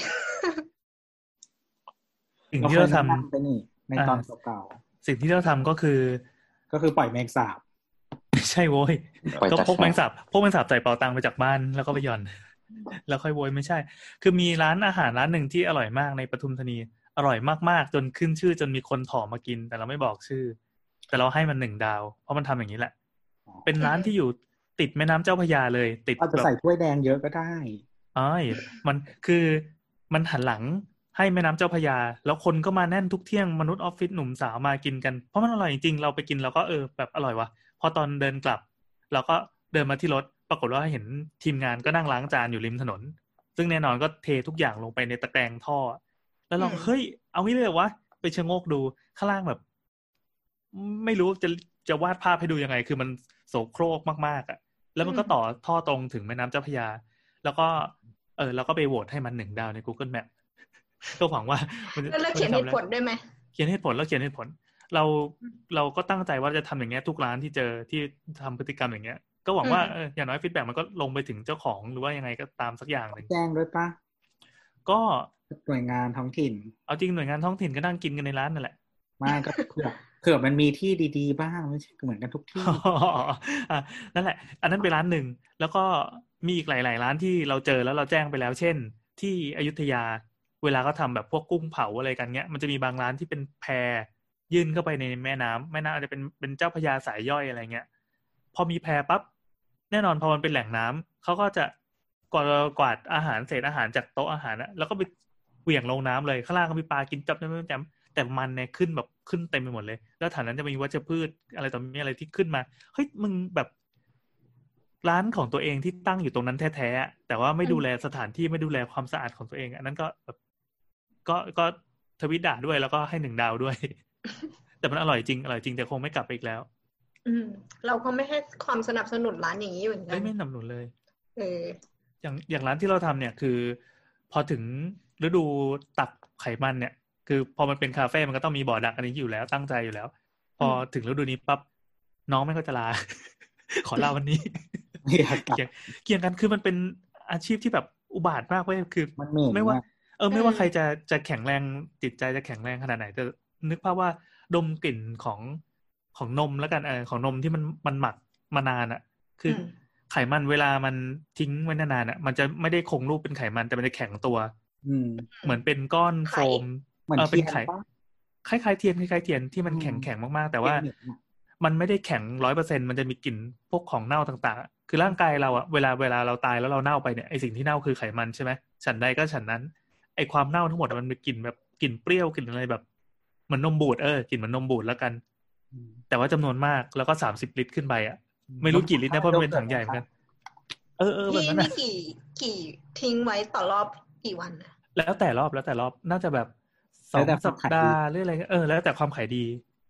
[SPEAKER 2] สิ่งที่เราทำ
[SPEAKER 4] ไปนี่ในตอนเก่า
[SPEAKER 2] สิ่งที่เราทำก็คือ
[SPEAKER 4] ปล่อยแมงสาบ
[SPEAKER 2] ไม่ใช่โว้ยก็พกแมงสาบใส่เป๋าตังไปจากบ้านแล้วก็ไปหย่อนแล้วค่อยโวยไม่ใช่คือมีร้านอาหารร้านหนึ่งที่อร่อยมากในปทุมธานีอร่อยมากๆจนขึ้นชื่อจนมีคนถอมากินแต่เราไม่บอกชื่อแต่เราให้มัน1 ดาวเพราะมันทำอย่างนี้แหละเป็นร้านที่อยู่ติดแม่น้ำเจ้าพระยาเลยติด
[SPEAKER 4] อาจจะใส่ถ้วยแดงเยอะก็ได้
[SPEAKER 2] มันคือมันหันหลังให้แม่น้ำเจ้าพระยาแล้วคนก็มาแน่นทุกเที่ยงมนุษย์ออฟฟิศหนุ่มสาวมากินกันเพราะมันอร่อยจริงๆเราไปกินเราก็แบบอร่อยวะพอตอนเดินกลับเราก็เดินมาที่รถปรากฏว่าเห็นทีมงานก็นั่งล้างจานอยู่ริมถนนซึ่งแน่นอนก็เททุกอย่างลงไปในตะแกรงท่อแล้วเราเฮ้ยเอางี้เลยวะไปชะโงกดูข้างล่างแบบไม่รู้จะวาดภาพให้ดูยังไงคือมันโสโครกมากๆแล้วมันก็ต่อท่อตรงถึงแม่น้ำเจ้าพระยาแล้วก็เราก็ไปโหวตให้มัน1 ดาวใน Google Map ก็หวังว่า
[SPEAKER 6] แล้วเขียนเหตุผลด้วยไหม
[SPEAKER 2] เขียนเหตุผลเราก็ตั้งใจว่าจะทำอย่างเงี้ยทุกร้านที่เจอที่ทำพฤติกรรมอย่างเงี้ยก็หวังว่าอย่างน้อยฟีดแบ็กมันก็ลงไปถึงเจ้าของหรือว่ายังไงก็ตามสักอย่างนึง
[SPEAKER 4] แจ้งด้วยปะ
[SPEAKER 2] ก็
[SPEAKER 4] หน่วยงานท้องถิ่น
[SPEAKER 2] เอาจริงหน่วยงานท้องถิ่นก็นั่งกินกันในร้านนั่นแหละ
[SPEAKER 4] ไม่ก็เผื่อมันมีที่ดีๆบ้างไม่ใช่เหมือนกันทุกที่
[SPEAKER 2] นั่นแหละอันนั้นเป็นร้านหนึ่งแล้วก็มีอีกหลายๆร้านที่เราเจอแล้วเราแจ้งไปแล้วเช่นที่อยุธยาเวลาเขาทำแบบพวกกุ้งเผาอะไรกันเงี้ยมันจะมีบางร้านที่เป็นแพยื่นเข้าไปในแม่น้ำอาจจะเป็นเจ้าพระยาสายย่อยอะไรเงี้ยพอมีแพปั๊บแน่นอนพอมันเป็นแหล่งน้ำเขาก็จะกวาดอาหารเศษอาหารจากโต๊ะอาหารแล้วก็ไปเหวี่ยงลงน้ำเลยข้างล่างก็มีปลากินจับแต่มันเนี่ยขึ้นเต็มไปหมดเลยแล้วฐานนั้นจะมีวัชพืชอะไรต่อมีอะไรที่ขึ้นมาเฮ้ยมึงแบบร้านของตัวเองที่ตั้งอยู่ตรงนั้นแท้ๆแต่ว่าไม่ดูแลสถานที่ไม่ดูแลความสะอาดของตัวเองอันนั้นก็แบบก็ทวิตด่าด้วยแล้วก็ให้1 ดาวด้วยแต่มันอร่อยจริงแต่คงไม่กลับไปอีกแล้ว
[SPEAKER 6] เราก็ไม่ให้ความสนับสนุนร้านอย่างนี้เหมือนกัน
[SPEAKER 2] ไม่สนับสนุนเลยอย่างร้านที่เราทำเนี่ยคือพอถึงฤดูตักไขมันเนี่ยคือพอมันเป็นคาเฟ่มันก็ต้องมีบ่อดักอันนี้อยู่แล้วตั้งใจอยู่แล้วพอถึงฤดูนี้ปั๊บน้องไม่ก็จะลา ขอลาวันนี้ เกี่ยงกันคือมันเป็นอาชีพที่แบบอุบาทมากเว้ยคือไม่ว่าไม่ว่าใครจะแข็งแรงจิตใจจะแข็งแรงขนาดไหนแต่นึกภาพว่าดมกลิ่นของนมแล้วกันของนมที่มันหมักมานานคือไขมันเวลามันทิ้งไว้นานๆมันจะไม่ได้คงรูปเป็นไขมันแต่มันจะแข็งตัวเหมือนเป็นก้อนโฟมเป็นไข่คล้ายๆเทียนที่มันแข็งมากๆแต่ว่ามันไม่ได้แข็ง 100% มันจะมีกลิ่นพวกของเน่าต่างๆคือร่างกายเราเวลาเราตายแล้วเราเน่าไปเนี่ยไอสิ่งที่เน่าคือไขมันใช่ไหมฉันใดก็ฉันนั้นไอความเน่าทั้งหมดมันมีกลิ่นแบบกลิ่นเปรี้ยวกลิ่นอะไรแบบเหมือนนมบูดกลิ่นเหมือนนมบูดแล้วกันแต่ว่าจำนวนมากแล้วก็30 ลิตรขึ้นไปไม่รู้กี่ลิตรนะเพราะมันเป็นถังใหญ่เหมือนกันแบบนั้น
[SPEAKER 6] นะกี่ทิ้งไว้ต่อรอบกี่วัน
[SPEAKER 2] แล้วแต่รอบน่าจะแบบ2 สัปดาห์หรืออะไรแล้วแต่ความขายดี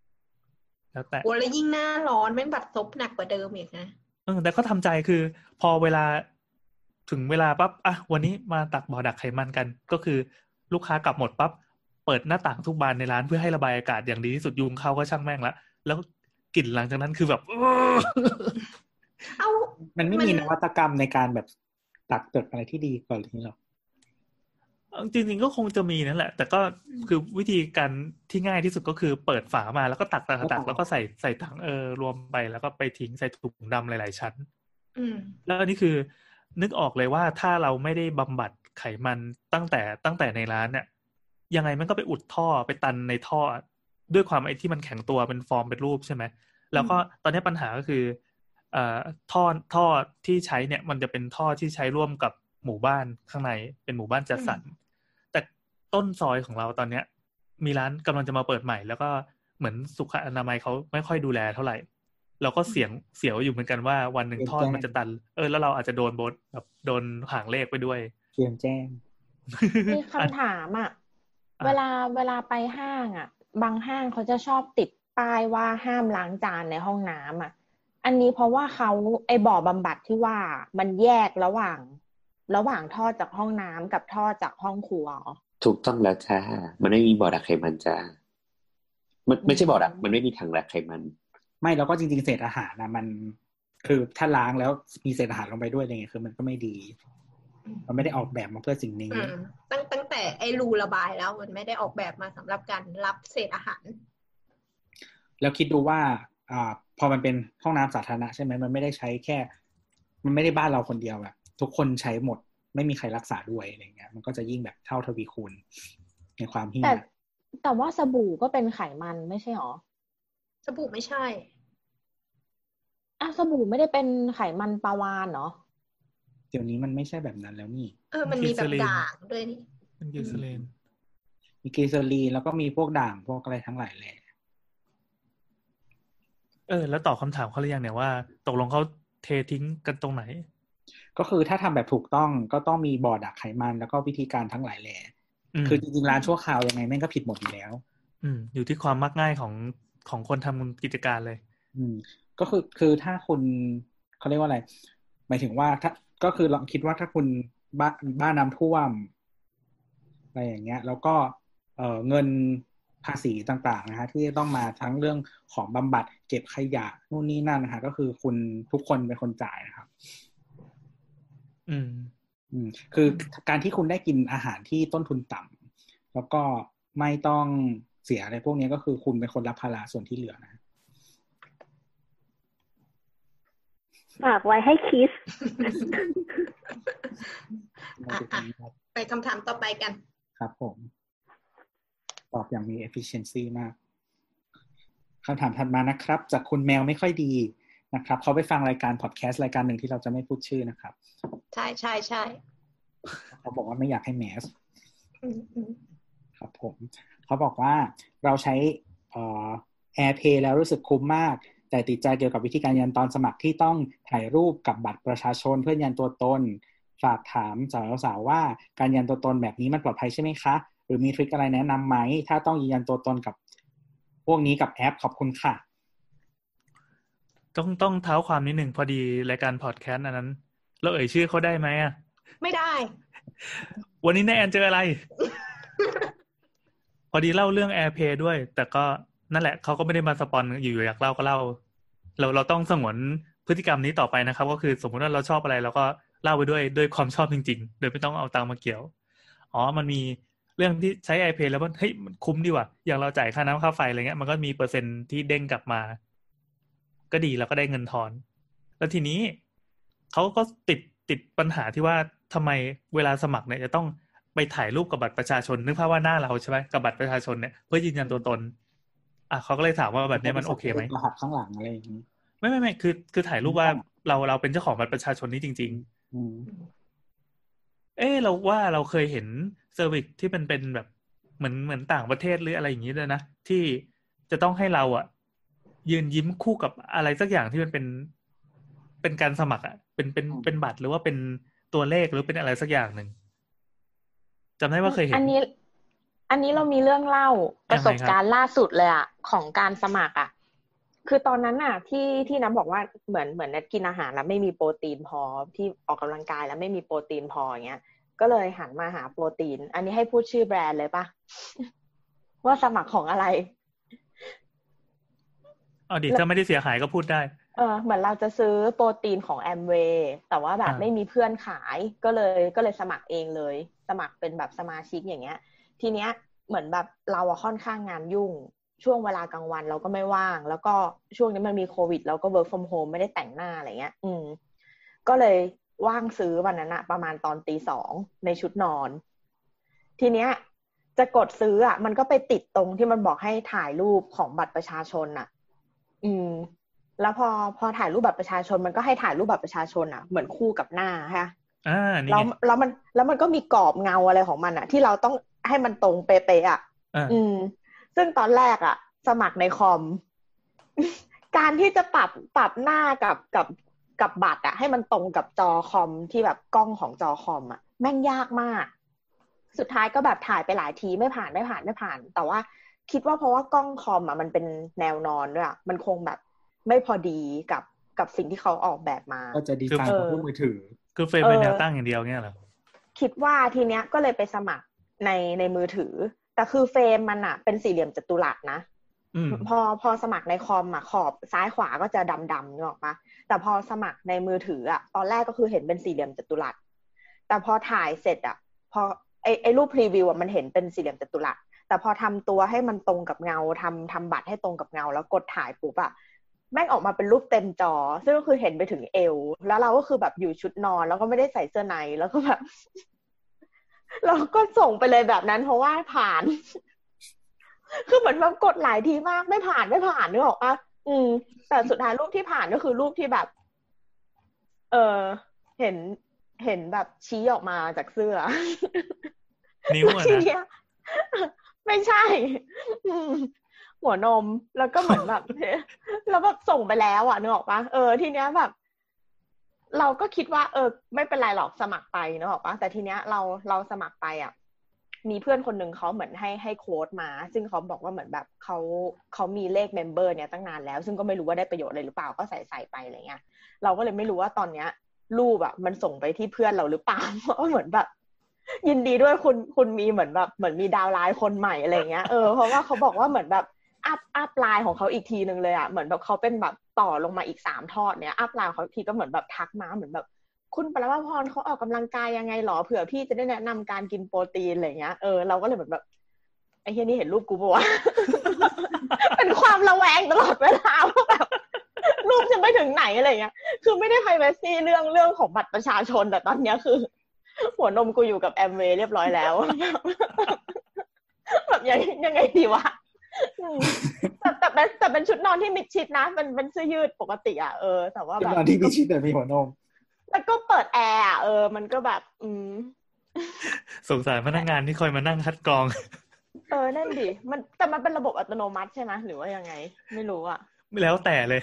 [SPEAKER 2] แล้วแต่
[SPEAKER 6] แล้วยิ่งหน้าร้อนแม่งบัดซบหนักกว่าเดิมอีกนะ
[SPEAKER 2] แต่ก็ทำใจคือพอเวลาถึงเวลาปั๊บอ่ะวันนี้มาตักบ่อดักไขมันกันก็คือลูกค้ากลับหมดปั๊บเปิดหน้าต่างทุกบานในร้านเพื่อให้ระบายอากาศอย่างดีที่สุดยุงเข้าก็ช่างแม่งละแล้วกลิ่นหลังจากนั้นคือแบบ
[SPEAKER 4] มันไม่มีนวัตกรรมในการแบบตักเติบอะไรที่ดีกว่านี้หรอ
[SPEAKER 2] จริงๆก็คงจะมีนั่นแหละแต่ก็คือวิธีการที่ง่ายที่สุดก็คือเปิดฝามาแล้วก็ตักแล้วก็ใส่ถังรวมไปแล้วก็ไปทิ้งใส่ถุงดำหลายๆชั้นแล้วอันนี้คือนึกออกเลยว่าถ้าเราไม่ได้บำบัดไขมันตั้งแต่ในร้านเนี่ยยังไงมันก็ไปอุดท่อไปตันในท่อด้วยความไอ้ที่มันแข็งตัวเป็นฟอร์มเป็นรูปใช่ไหมแล้วก็ตอนนี้ปัญหาก็คือท่อที่ใช้เนี่ยมันจะเป็นท่อที่ใช้ร่วมกับหมู่บ้านข้างในเป็นหมู่บ้านจัดสรรแต่ต้นซอยของเราตอนเนี้ยมีร้านกำลังจะมาเปิดใหม่แล้วก็เหมือนสุขอนามัยเขาไม่ค่อยดูแลเท่าไหร่เราก็เสียวอยู่เหมือนกันว่าวันหนึ่งท่อมันจะตันแล้วเราอาจจะโดนแบบโดนหางเลขไปด้วย
[SPEAKER 4] เตรียมแจ้ง
[SPEAKER 5] มีคำถามเวลาไปห้างบางห้างเขาจะชอบติดป้ายว่าห้ามล้างจานในห้องน้ำอันนี้เพราะว่าเขาไอ้บ่อบำบัดที่ว่ามันแยกระหว่างท่อจากห้องน้ำกับท่อจากห้องครัว
[SPEAKER 3] ถูกต้องแล้วจ้ามันไม่มีบ่อดักไขมันจ้ามันไม่ใช่บ่อดักมันไม่มีถังดักไขมัน
[SPEAKER 4] ไม่แล้วก็จริงๆเศษอาหารมันคือถ้าล้างแล้วมีเศษอาหารลงไปด้วยอะไรเงี้ยคือมันก็ไม่ดีมันไม่ได้ออกแบบมาเพื่อสิ่งนี้
[SPEAKER 6] ตั้งแต่ไอ้รูระบายแล้วมันไม่ได้ออกแบบมาสำหรับการรับเศษอาหาร
[SPEAKER 4] แล้วคิดดูว่าพอมันเป็นห้องน้ำสาธารณะใช่ไหมมันไม่ได้ใช้แค่มันไม่ได้บ้านเราคนเดียวทุกคนใช้หมดไม่มีใครรักษาด้วยอะไรเงี้ยมันก็จะยิ่งแบบเท่าทวีคูณในความที่
[SPEAKER 5] แต่ว่าสบู่ก็เป็นไขมันไม่ใช่หรอ
[SPEAKER 6] สบู่ไม่ใช่
[SPEAKER 5] สบู่ไม่ได้เป็นไขมันปลาวาฬเหรอ
[SPEAKER 4] เดี๋ยวนี้มันไม่ใช่แบบนั้นแล้วนี่
[SPEAKER 6] มันมีแบบด่างด้วยนี่
[SPEAKER 2] เป็นกิเซลีน
[SPEAKER 4] มีกิเซลีนแล้วก็มีพวกด่างพวกอะไรทั้งหลายแหละ
[SPEAKER 2] แล้วตอบคำถามเขาหรือยังเนี่ยว่าตกลงเขาเททิ้งกันตรงไหน
[SPEAKER 4] ก็คือถ้าทำแบบถูกต้องก็ต้องมีบ่อดักไขมันแล้วก็วิธีการทั้งหลายแหละคือจริงๆร้านชั่วคราวยังไงแม่งก็ผิดหมดอยู่แล้ว
[SPEAKER 2] อยู่ที่ความมักง่ายของคนทำกิจการเลย
[SPEAKER 4] ก็คือถ้าคุณเขาเรียกว่าอะไรหมายถึงว่าถ้าก็คือลองคิดว่าถ้าคุณบ้านน้ำท่วมอะไรอย่างเงี้ยแล้วก็เงินภาษีต่างๆนะฮะที่ต้องมาทั้งเรื่องของบำบัดเก็บขยะนู่นนี่นั่นนะฮะก็คือคุณทุกคนเป็นคนจ่ายนะครับคือการที่คุณได้กินอาหารที่ต้นทุนต่ำแล้วก็ไม่ต้องเสียอะไรพวกนี้ก็คือคุณเป็นคนรับภาระส่วนที่เหลือนะ
[SPEAKER 7] ฝากไว้ให้คิด
[SPEAKER 6] ไปคำถามต่อไปกัน
[SPEAKER 4] ครับผมตอบอย่างมี efficiency มากคำถามถัดมานะครับจากคุณแมวไม่ค่อยดีนะครับเขาไปฟังรายการพอดแคสต์รายการหนึ่งที่เราจะไม่พูดชื่อนะครับ
[SPEAKER 6] ใช่ใช่ใช่
[SPEAKER 4] เขาบอกว่าไม่อยากให้แมสครับผมเขาบอกว่าเราใช้AirPay แล้วรู้สึกคุ้มมากแต่ติดใจเกี่ยวกับวิธีการยืนยันตอนสมัครที่ต้องถ่ายรูปกับบัตรประชาชนเพื่อยืนยันตัวตนฝากถามสาวๆว่าการยืนยันตัวตนแบบนี้มันปลอดภัยใช่ไหมคะหรือมีทริคอะไรแนะนำไหมถ้าต้องยืนยันตัวตนกับพวกนี้กับแอปขอบคุณค่ะ
[SPEAKER 2] ต้องเท้าความนิดหนึ่งพอดีรายการพอดแคสต์อันนั้นเราเอ่ยชื่อเขาได้ไหม
[SPEAKER 6] ไม่ได้
[SPEAKER 2] วันนี้แน่แอนเจออะไร พอดีเล่าเรื่อง AirPay ด้วยแต่ก็นั่นแหละเขาก็ไม่ได้มาสปอนอยู่อยากเล่าก็เล่าเราต้องสงวนพฤติกรรมนี้ต่อไปนะครับก็คือสมมุติว่าเราชอบอะไรเราก็เล่าไปด้วยความชอบจริงๆโดยไม่ต้องเอาตังค์มาเกี่ยวมันมีเรื่องที่ใช้ AirPay แล้วเฮ้ยมันคุ้มดีว่ะอย่างเราจ่ายค่าน้ำค่าไฟอะไรเงี้ยมันก็มีเปอร์เซ็นต์ที่เด้งกลับมาก็ดีแล้วก็ได้เงินทอนแล้วทีนี้เขาก็ติดปัญหาที่ว่าทำไมเวลาสมัครเนี่ยจะต้องไปถ่ายรูปกับบัตรประชาชนนึกภาพว่าหน้าเราใช่ไหมกับบัตรประชาชนเนี่ยเพื่อยืนยันตัวตนเขาก็เลยถามว่าแบบนี้มันโอเคไหม
[SPEAKER 4] รหัสข้างหลังอะไรอย่างนี้
[SPEAKER 2] ไม่คือถ่ายรูปว่าเราเป็นเจ้าของบัตรประชาชนนี้จริงๆเราว่าเราเคยเห็นเซอร์วิสที่เป็นแบบเหมือนต่างประเทศหรืออะไรอย่างนี้ด้วยนะที่จะต้องให้เรายืนยิ้มคู่กับอะไรสักอย่างที่มันเป็นการสมัครเป็นบัตรหรือว่าเป็นตัวเลขหรือเป็นอะไรสักอย่างหนึ่งจำได้ว่าเคยเห็น
[SPEAKER 5] อันนี้เรามีเรื่องเล่าประสบการณ์ล่าสุดเลยของการสมัครคือตอนนั้นน่ะที่น้ำบอกว่าเหมือนนัดกินอาหารแล้วไม่มีโปรตีนพอที่ออกกำลังกายแล้วไม่มีโปรตีนพออย่างเงี้ยก็เลยหันมาหาโปรตีนอันนี้ให้พูดชื่อแบรนด์เลยปะ ว่าสมัครของอะไร
[SPEAKER 2] เอาดิถ้าไม่ได้เสียหายก็พูดได้
[SPEAKER 5] เหมือนเราจะซื้อโปรตีนของ Amway แต่ว่าแบบไม่มีเพื่อนขายก็เลยสมัครเองเลยสมัครเป็นแบบสมาชิกอย่างเงี้ยทีเนี้ยเหมือนแบบเราค่อนข้างงานยุ่งช่วงเวลากลางวันเราก็ไม่ว่างแล้วก็ช่วงนี้มันมีโควิดเราก็ work from home ไม่ได้แต่งหน้าอะไรเงี้ยก็เลยว่างซื้อวันนั้นอะประมาณตอน 2:00 ในชุดนอนทีเนี้ยจะกดซื้ออะมันก็ไปติดตรงที่มันบอกให้ถ่ายรูปของบัตรประชาชนอะแล้วพอถ่ายรูปบัตรประชาชนมันก็ให้ถ่ายรูปบัตรประชาชนอะเหมือนคู่กับหน้าฮะแล้วมันก็มีกรอบเงาอะไรของมันอะที่เราต้องให้มันตรงเป๊ะๆอะซึ่งตอนแรกอะสมัครในคอม การที่จะปรับหน้ากับบัตรอะให้มันตรงกับจอคอมที่แบบกล้องของจอคอมอะแม่งยากมากสุดท้ายก็แบบถ่ายไปหลายทีไม่ผ่านแต่ว่าคิดว่าเพราะว่ากล้องคอมอะมันเป็นแนวนอนด้วยอะมันคงแบบไม่พอดีกับสิ่งที่เขาออกแบบมา
[SPEAKER 4] ก็จะดีไซน์กับมือถือ
[SPEAKER 2] คือเฟรมเป็นแนวตั้งอย่างเดียวเงี้ยเหรอ
[SPEAKER 5] คิดว่าทีเนี้ยก็เลยไปสมัครในมือถือแต่คือเฟรมมันอะเป็นสี่เหลี่ยมจัตุรัสนะพอสมัครในคอมอะขอบซ้ายขวาก็จะดำๆนึกออกปะแต่พอสมัครในมือถืออะตอนแรกก็คือเห็นเป็นสี่เหลี่ยมจัตุรัสแต่พอถ่ายเสร็จอะพอไอ้รูปพรีวิวอะมันเห็นเป็นสี่เหลี่ยมจัตุรัสแต่พอทำตัวให้มันตรงกับเงาทำบัตรให้ตรงกับเงาแล้วกดถ่ายปุ๊บอะแม่งออกมาเป็นรูปเต็มจอซึ่งก็คือเห็นไปถึงเอวแล้วเราก็คือแบบอยู่ชุดนอนแล้วก็ไม่ได้ใส่เสื้อในแล้วก็แบบเราก็ส่งไปเลยแบบนั้นเพราะว่าผ่านคือเหมือนแบบกดหลายทีมากไม่ผ่านนึกออกปะแต่สุดท้ายรูปที่ผ่านก็คือรูปที่แบบเห็นแบบชี้ออกมาจากเสื้อ
[SPEAKER 2] นิ้วอะนะ
[SPEAKER 5] ไม่ใช่หัวนมแล้วก็เหมือนแบบแล้วแบบส่งไปแล้วอ่ะนึกออกปะทีเนี้ยแบบเราก็คิดว่าไม่เป็นไรหรอกสมัครไปนึกออกปะแต่ทีเนี้ยเราสมัครไปอ่ะมีเพื่อนคนนึงเขาเหมือนให้โค้ดมาซึ่งเขาบอกว่าเหมือนแบบเขามีเลขเมมเบอร์เนี่ยตั้งนานแล้วซึ่งก็ไม่รู้ว่าได้ประโยชน์อะไรหรือเปล่าก็ใส่ไปอะไรเงี้ยเราก็เลยไม่รู้ว่าตอนเนี้ยรูปอ่ะมันส่งไปที่เพื่อนเราหรือเปล่าเพราะเหมือนแบบยินดีด้วยคุณมีเหมือนมีดาวไลน์คนใหม่อะไรเงี้ยเพราะว่าเขาบอกว่าเหมือนแบบอัพไลน์ของเขาอีกทีนึงเลยอ่ะเหมือนแบบเขาเป็นแบบต่อลงมาอีก3ทอดเนี่ยอัพไลน์เขาทีก็เหมือนแบบทักมาเหมือนแบบคุณปรมาพรเขาออกกำลังกายยังไงหรอเผื่อพี่จะได้แนะนำการกินโปรตีนอะไรเงี้ยเราก็เลยเหมือนแบบไอ้เหี้ยนี่เห็นรูปกูปะวะ เป็นความระแวงตลอดเวลาว่าแบบรูปจะไปถึงไหนอะไรเงี้ยคือไม่ได้ privacy เรื่องของบัตรประชาชนแต่ตอนเนี้ยคือหัวนมกูอยู่กับแอมเวย์เรียบร้อยแล้วแบบยังไงดีวะแต่เป็นชุดนอนที่มิดชิดนะเป็นเสื้อยืดปกติอ่ะแต่ว่าแบบ
[SPEAKER 4] ชุดนอนที่มิดชิดแต่มีหัวนม
[SPEAKER 5] แล้วก็เปิดแอร์อ่ะมันก็แบบ
[SPEAKER 2] สงสารพนักงานที่คอยมานั่งคัดกรอง
[SPEAKER 5] นั่นดิแต่มันเป็นระบบอัตโนมัติใช่ไหมหรือว่ายังไงไม่รู้อ่ะ
[SPEAKER 2] แล้วแต่เลย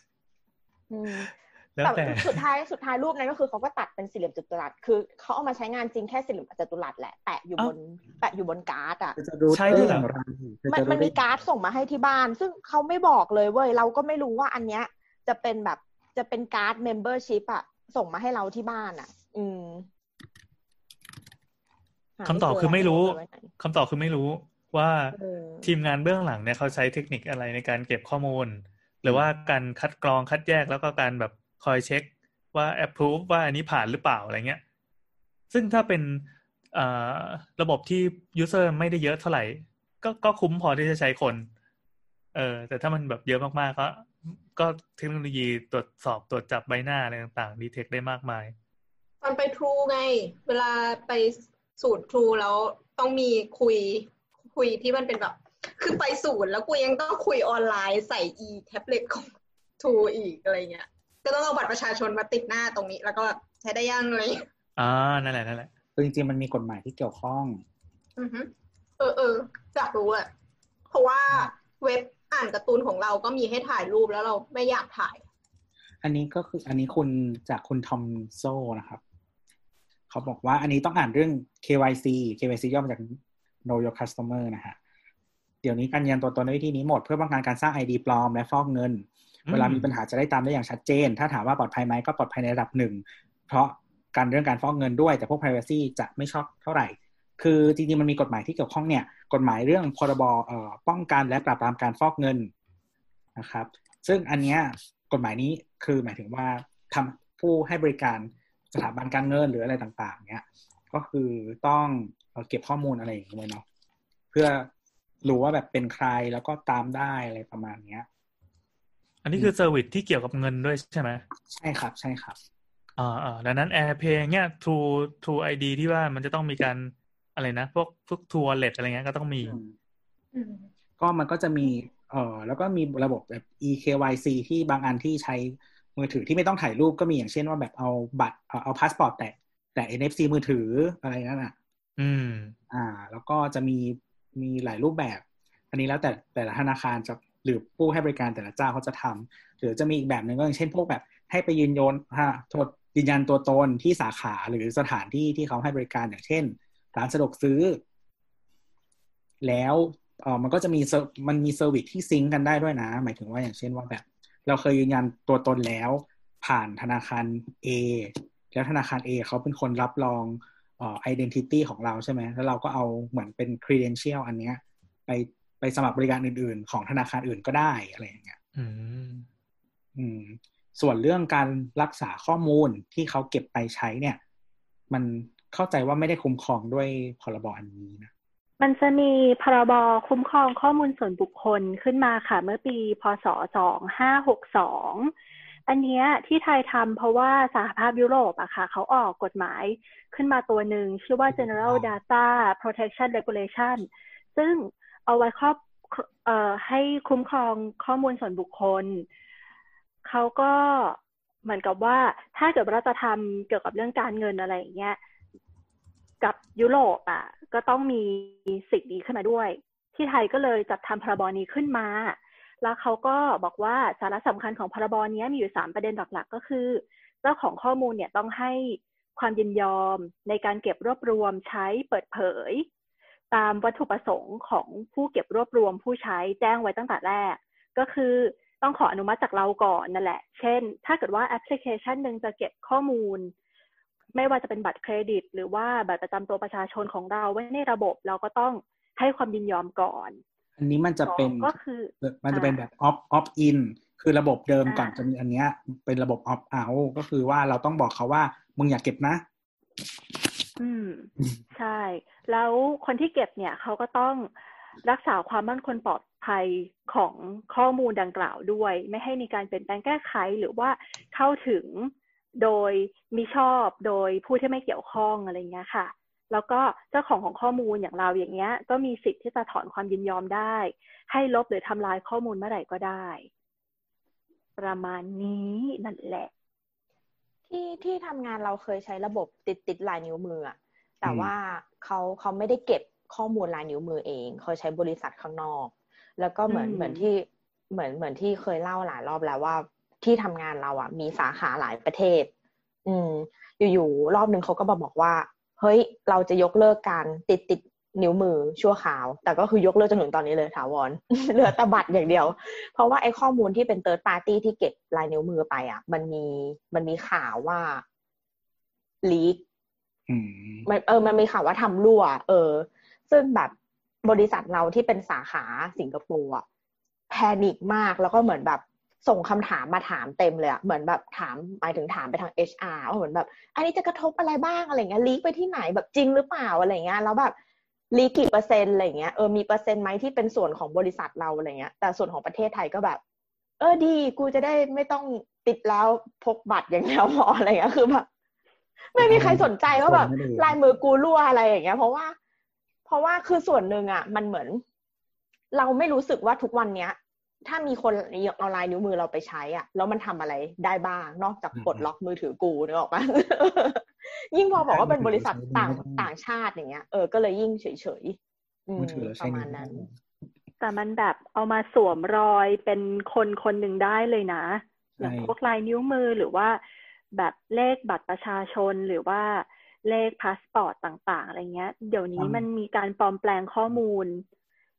[SPEAKER 5] แต่สุดท้ายรูปนั้นก็คือเขาก็ตัดเป็นสี่เหลี่ยมจัตุรัสคือเขาเอามาใช้งานจริงแค่สี่เหลี่ยมจัตุรัสแหละแปะอยู่บนการ์ดอ่ะ
[SPEAKER 2] ใช่ด้วยเหรอ
[SPEAKER 5] มันมีการ์ดส่งมาให้ที่บ้านซึ่งเขาไม่บอกเลยเว้ยเราก็ไม่รู้ว่าอันเนี้ยจะเป็นการ์ดเมมเบอร์ชิพอ่ะส่งมาให้เราที่บ้านอ่ะ
[SPEAKER 2] คำตอบคือไม่รู้ว่าทีมงานเบื้องหลังเนี่ยเขาใช้เทคนิคอะไรในการเก็บข้อมูลหรือว่าการคัดกรองคัดแยกแล้วก็การแบบคอยเช็คว่า approve ว่าอันนี้ผ่านหรือเปล่าอะไรเงี้ยซึ่งถ้าเป็นระบบที่ user ไม่ได้เยอะเท่าไหร่ก็คุ้มพอที่จะใช้คนแต่ถ้ามันแบบเยอะมากๆก็เทคโนโลยีตรวจจับใบหน้าอะไรต่างๆ detect ได้มากมาย
[SPEAKER 6] ตอนไป True ไงเวลาไปศูนย์ True แล้วต้องมีคุยที่มันเป็นแบบคือไปศูนย์แล้วกูยังต้องคุยออนไลน์ใส่ e-tablet ของ True อีกอะไรเงี้ยก็ต้องเอาบัตรประชาชนมาติดหน้าตรงนี้แล้วก็ใช้ได้ยังเลย
[SPEAKER 2] นั่นแหละ
[SPEAKER 4] คือจริงๆมันมีกฎหมายที่เกี่ยวข้อง
[SPEAKER 6] อยากรู้อะเพราะว่าเว็บอ่านการ์ตูนของเราก็มีให้ถ่ายรูปแล้วเราไม่อยากถ่าย
[SPEAKER 4] อันนี้คุณจากคุณทอมโซ่นะครับเขาบอกว่าอันนี้ต้องอ่านเรื่อง KYC ย่อมาจาก Know Your Customer นะฮะเดี๋ยวนี้การยืนยันตัวตนด้วยวิธีนี้หมดเพื่อป้องกันการสร้าง ID ปลอมและฟอกเงินเวลามีปัญหาจะได้ตามได้อย่างชัดเจนถ้าถามว่าปลอดภัยไหมก็ปลอดภัยในระดับหนึ่งเพราะเรื่องการฟอกเงินด้วยแต่พวก privacy จะไม่ชอบเท่าไหร่คือจริงๆมันมีกฎหมายที่เกี่ยวข้องเนี่ยกฎหมายเรื่องพรบป้องกันและปราบปรามการฟอกเงินนะครับซึ่งอันเนี้ยกฎหมายนี้คือหมายถึงว่าทำผู้ให้บริการสถาบันการเงินหรืออะไรต่างๆเนี้ยก็คือต้องเก็บข้อมูลอะไรอย่างเงี้ยเนาะเพื่อรู้ว่าแบบเป็นใครแล้วก็ตามได้อะไรประมาณเนี้ย
[SPEAKER 2] อันนี้คือเซอร์วิสที่เกี่ยวกับเงินด้วยใช่ไหม
[SPEAKER 4] ใช่ครับใช่ครับ
[SPEAKER 2] ดังนั้น AirPay เนี่ย True ID ที่ว่ามันจะต้องมีการอะไรนะพวกTrue Wallet อะไรเงี้ยก็ต้องมี
[SPEAKER 4] ก็มันก็จะมีแล้วก็มีระบบแบบ eKYC ที่บางอันที่ใช้มือถือที่ไม่ต้องถ่ายรูปก็มีอย่างเช่นว่าแบบเอาบัตรเอาพาสปอร์ตแต่ NFC มือถืออะไรนั่นน่ะแล้วก็จะมีหลายรูปแบบอันนี้แล้วแต่ละธนาคารจะหรือผู้ให้บริการแต่ละเจ้าเขาจะทำหรือจะมีอีกแบบนึงก็อย่างเช่นพวกแบบให้ไปยืนยันตัวตนที่สาขาหรือสถานที่ที่เขาให้บริการอย่างเช่นร้านสะดวกซื้อแล้วมันก็จะมีเซอร์วิสที่ซิงค์กันได้ด้วยนะหมายถึงว่าอย่างเช่นว่าแบบเราเคยยืนยันตัวตนแล้วผ่านธนาคาร A แล้วธนาคาร A เขาเป็นคนรับรองidentity ของเราใช่ไหมแล้วเราก็เอาเหมือนเป็น credential อันเนี้ยไปสมัครบริการอื่นๆของธนาคารอื่นก็ได้อะไรอย่างเงี้ยส่วนเรื่องการรักษาข้อมูลที่เขาเก็บไปใช้เนี่ยมันเข้าใจว่าไม่ได้คุ้มครองด้วยพรบอันนี้นะ
[SPEAKER 7] มันจะมีพรบคุ้มครองข้อมูลส่วนบุคคลขึ้นมาค่ะเมื่อปีพ.ศ. 2562อันเนี้ยที่ไทยทำเพราะว่าสหภาพยุโรปอะค่ะเขาออกกฎหมายขึ้นมาตัวหนึ่งชื่อว่า General Data Protection Regulation ซึ่งเอาไว้ให้คุ้มครองข้อมูลส่วนบุคคลเขาก็เหมือนกับว่าถ้าเกิดเราจะทำเกี่ยวกับเรื่องการเงินอะไรอย่างเงี้ยกับยุโรปอ่ะก็ต้องมีสิ่งนี้ขึ้นมาด้วยที่ไทยก็เลยจัดทำพรบนี้ขึ้นมาแล้วเขาก็บอกว่าสาระสำคัญของพรบนี้มีอยู่3ประเด็นหลักๆก็คือเจ้าของข้อมูลเนี่ยต้องให้ความยินยอมในการเก็บรวบรวมใช้เปิดเผยตามวัตถุประสงค์ของผู้เก็บรวบรวมผู้ใช้แจ้งไว้ตั้งแต่แรกก็คือต้องขออนุมัติจากเราก่อนนั่นแหละเช่นถ้าเกิดว่าแอปพลิเคชันนึงจะเก็บข้อมูลไม่ว่าจะเป็นบัตรเครดิตหรือว่าบัตรประจำตัวประชาชนของเราไว้ในระบบเราก็ต้องให้ความยินยอมก่อน
[SPEAKER 4] อันนี้มันจะเป็นก็คือมันจะเป็นแบบ opt in คือระบบเดิมก่อนจะมีอันเนี้ยเป็นระบบ opt out ก็คือว่าเราต้องบอกเขาว่ามึงอย่าเก็บนะ
[SPEAKER 7] ใช่แล้วคนที่เก็บเนี่ยเขาก็ต้องรักษาความมั่นคงปลอดภัยของข้อมูลดังกล่าวด้วยไม่ให้มีการเปลี่ยนแปลงแก้ไขหรือว่าเข้าถึงโดยมิชอบโดยผู้ที่ไม่เกี่ยวข้องอะไรเงี้ยค่ะแล้วก็เจ้าของข้อมูลอย่างเราอย่างเงี้ยก็มีสิทธิ์ที่จะถอนความยินยอมได้ให้ลบหรือทำลายข้อมูลเมื่อไหร่ก็ได้ประมาณนี้นั่นแหละ
[SPEAKER 5] ที่ทำงานเราเคยใช้ระบบติดลายนิ้วมืออะแต่ว่าเขาไม่ได้เก็บข้อมูลลายนิ้วมือเองเขาใช้บริษัทข้างนอกแล้วก็เหมือนที่เคยเล่าหลายรอบแล้วว่าที่ทำงานเราอ่ะมีสาขาหลายประเทศอยู่ๆรอบนึงเขาก็บอกว่าเฮ้ยเราจะยกเลิกการติดนิ้วมือชั่วคราวแต่ก็คือยกเลิกจนถึงตอนนี้เลยถาวร เหลือแต่บัตรอย่างเดียวเพราะว่าไอ้ข้อมูลที่เป็น third party ที่เก็บลายนิ้วมือไปอ่ะมันมีข่าวว่าลีกมันมีข่าวว่าทำรั่วซึ่งแบบบริษัทเราที่เป็นสาขาสิงคโปร์แพนิคมากแล้วก็เหมือนแบบส่งคำถามมาถามเต็มเลยอ่ะเหมือนแบบหมายถึงถามไปทาง HR ว่าเหมือนแบบอันนี้จะกระทบอะไรบ้างอะไรเงี้ยลีกไปที่ไหนแบบจริงหรือเปล่าอะไรเงี้ยแล้วแบบลีกกี่เปอร์เซ็นต์อะไรเงี้ยมีเปอร์เซ็นต์ไหมที่เป็นส่วนของบริษัทเราอะไรเงี้ยแต่ส่วนของประเทศไทยก็แบบดีกูจะได้ไม่ต้องติดแล้วพกบัตรอย่างเดียวพออะไรเงี้ยคือแบบไม่มีใครสนใจว่าแบบลายมือกูรั่วอะไรอย่างเงี้ยเพราะว่าคือส่วนหนึ่งอ่ะมันเหมือนเราไม่รู้สึกว่าทุกวันเนี้ยถ้ามีคนเอาลายนิ้วมือเราไปใช้อ่ะแล้วมันทำอะไรได้บ้างนอกจากปลดล็อกมือถือกูนึกออกปะ ยิ่งพอบอกว่าเป็นบริษัทต่างชาติอย่างเงี้ยก็เลยยิ่งเฉยๆประมาณนั้น
[SPEAKER 7] แต่มันแบบเอามาสวมรอยเป็นคนหนึ่งได้เลยนะอย่างพวกลายนิ้วมือหรือว่าแบบเลขบัตรประชาชนหรือว่าเลขพาสปอร์ตต่างๆอะไรเงี้ยเดี๋ยวนี้มันมีการปลอมแปลงข้อมูล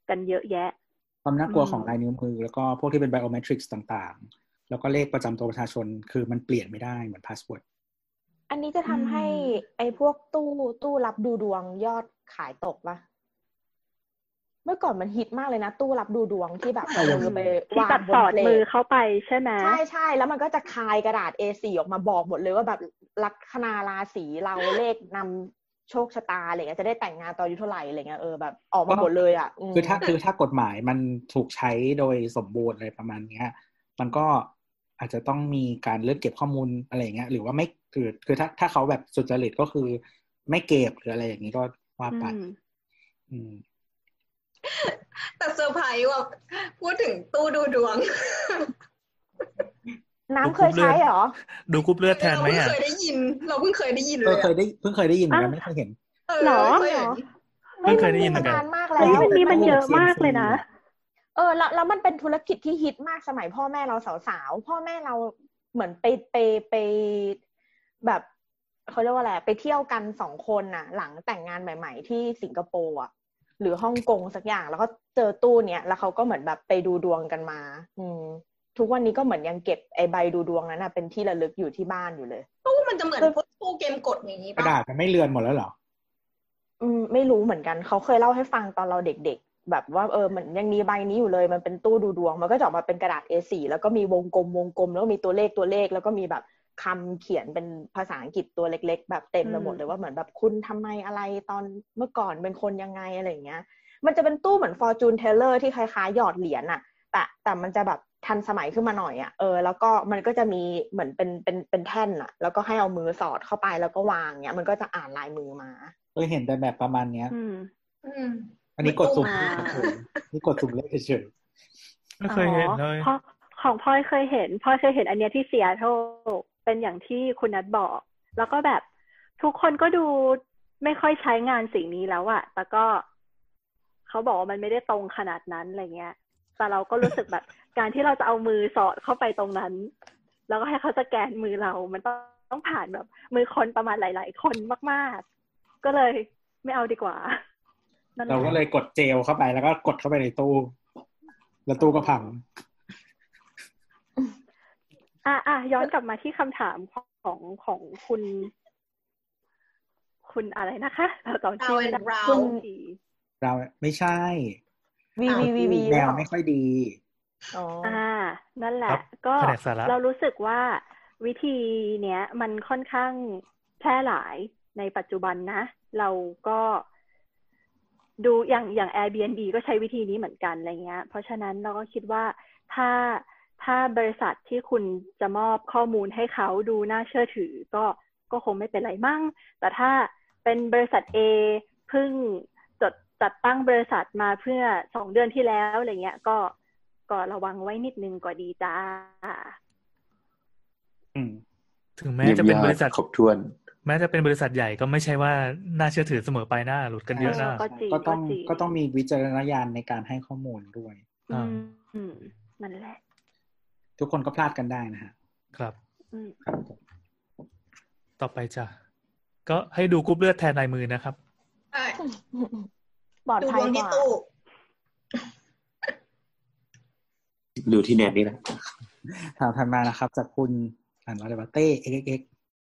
[SPEAKER 7] กันเยอะแยะ
[SPEAKER 4] ความน่ากลัวของลายนิ้วมือแล้วก็พวกที่เป็น biometrics ต่างๆแล้วก็เลขประจำตัวประชาชนคือมันเปลี่ยนไม่ได้เหมือนพาสเวิร์ด
[SPEAKER 5] อันนี้จะทำให้ไอ้พวกตู้รับดูดวงยอดขายตกปะเมื่อก่อนมันฮิตมากเลยนะตู้รับดูดวงที่แบบไป
[SPEAKER 7] วางบนเพลทมือเข้าไปใช่ไหม
[SPEAKER 5] ใช่แล้วมันก็จะคายกระดาษ A4 ออกมาบอกหมดเลยว่าแบบลัคนาราศีเราเลขนำโชคชะตาอะไรเงี้ยจะได้แต่งงานตอนอายุเท่าไหร่อะไรเงี้ยแบบออกมาหมดเลยอ่ะ
[SPEAKER 4] คือถ้ากฎหมายมันถูกใช้โดยสมบูรณ์อะไรประมาณเนี้ยมันก็อาจจะต้องมีการเลือกเก็บข้อมูลอะไรอย่างเงี้ยหรือว่าไม่คือถ้าเขาแบบสุจริตก็คือไม่เก็บหรืออะไรอย่างนี้ก็ว่าไป
[SPEAKER 6] แต่เซอร์ไพรส์ว่าพูดถึงตู้ดูดวง
[SPEAKER 5] น้ำเคยใช้เหรอ
[SPEAKER 2] ดูกรุ๊ปเลือดแทนไหมอ่ะ
[SPEAKER 6] เราเพิ่งเคยได้ยินเลย
[SPEAKER 4] เพิ่งเคยได้ยินเหมือนกันไม่เคยเห็น
[SPEAKER 7] หรอ
[SPEAKER 2] เพิ่งเคยได้ยินเหมือนกัน
[SPEAKER 5] นานมากแล้ว
[SPEAKER 7] นี่มันเยอะมากเลยนะ
[SPEAKER 5] แล้วมันเป็นธุรกิจที่ฮิตมากสมัยพ่อแม่เราสาวๆพ่อแม่เราเหมือนไปแบบเขาเรียกว่าอะไรไปเที่ยวกัน2 คนน่ะหลังแต่งงานใหม่ๆที่สิงคโปร์อ่ะหรือฮ่องกงสักอย่างแล้วก็เจอตู้เนี้ยแล้วเขาก็เหมือนแบบไปดูดวงกันมาทุกวันนี้ก็เหมือนยังเก็บไอ้ใบดูดวงนั้นน่ะเป็นที่ระลึกอยู่ที่บ้านอยู่เลย
[SPEAKER 6] ตู้มันจะเหมือนตู้เกมกดอย่างนี้
[SPEAKER 4] ป่ะกระดาษมันไม่เลือนหมดแล้วเหรอ
[SPEAKER 5] ไม่รู้เหมือนกันเขาเคยเล่าให้ฟังตอนเราเด็กๆแบบว่ามันยังมีใบนี้อยู่เลยมันเป็นตู้ดูดวงมันก็จะออกมาเป็นกระดาษ A4 แล้วก็มีวงกลมแล้วก็มีตัวเลขแล้วก็มีแบบคำเขียนเป็นภาษาอังกฤษตัวเล็กๆแบบเต็มไปหมดเลยว่าเหมือนแบบคุณทำไมอะไรตอนเมื่อก่อนเป็นคนยังไงอะไรอย่างเงี้ยมันจะเป็นตู้เหมือน Fortune Teller ที่คล้ายๆหยอดเหรียญอะแต่มันจะแบบทันสมัยขึ้นมาหน่อยอะแล้วก็มันก็จะมีเหมือนเป็นแท่นอะแล้วก็ให้เอามือสอดเข้าไปแล้วก็วางเงี้ยมันก็จะอ่านลายมือมา
[SPEAKER 4] เห็นแต่แบบประมาณเนี้ยอันนี้กดสุ่มนี่กดสุ่มเลขเฉย
[SPEAKER 2] ๆไม่เคยเห็นเลย
[SPEAKER 7] ของพ่อยเคยเห็นอันเนี้ยที่เซียโตรเป็นอย่างที่คุณนัทบอกแล้วก็แบบทุกคนก็ดูไม่ค่อยใช้งานสิ่งนี้แล้วอะแต่ก็เขาบอกว่ามันไม่ได้ตรงขนาดนั้นอะไรเงี้ยแต่เราก็รู้สึกแบบการที่เราจะเอามือสอดเข้าไปตรงนั้นแล้วก็ให้เขาสแกนมือเรามันต้องผ่านแบบมือคนประมาณหลายๆคนมากๆก็เลยไม่เอาดีกว่า
[SPEAKER 4] เราก็เลยกดเจลเข้าไปแล้วก็กดเข้าไปในตู้แล้วตู้ก็พัง
[SPEAKER 7] ย้อนกลับมาที่คำถามของคุณอะไรนะคะเราจำชื่อไม่ได้
[SPEAKER 4] เราไม่ใช่
[SPEAKER 5] วี
[SPEAKER 4] แนวไม่ค่อยดี
[SPEAKER 7] นั่นแหละก็เรารู้สึกว่าวิธีเนี้ยมันค่อนข้างแพร่หลายในปัจจุบันนะเราก็ดูอย่าง Airbnb ก็ใช้วิธีนี้เหมือนกันอะไรเงี้ยเพราะฉะนั้นเราก็คิดว่าถ้าบริษัทที่คุณจะมอบข้อมูลให้เขาดูน่าเชื่อถือก็คงไม่เป็นไรมั่งแต่ถ้าเป็นบริษัท A เพิ่งจัดตั้งบริษัทมาเพื่อ2 เดือนที่แล้วอะไรเงี้ยก็ระวังไว้นิดนึงก็ดีจ้า
[SPEAKER 2] ถึงแม้จะเป็นบริษัท
[SPEAKER 3] ครบถ้วน
[SPEAKER 2] แม้จะเป็นบริษัทใหญ่ก็ไม่ใช่ว่าน่าเชื่อถือเสมอไปนะหลุดกันเยอะนะ
[SPEAKER 4] ก็ต้องมีวิจารณญาณในการให้ข้อมูลด้วย
[SPEAKER 7] นั่นแหละ
[SPEAKER 4] ทุกคนก็พลาดกันได้นะฮะ
[SPEAKER 2] ครับต่อไปจ้ะก็ให้ดูกรุ๊ปเลือดแทนลายมือนะครับ
[SPEAKER 5] ปลอดภัยกว่า
[SPEAKER 3] ดูที่แนทนี่แหละ
[SPEAKER 4] ถามทันมานะครับจากคุณอ่านว่าอะไรวะเต้ xx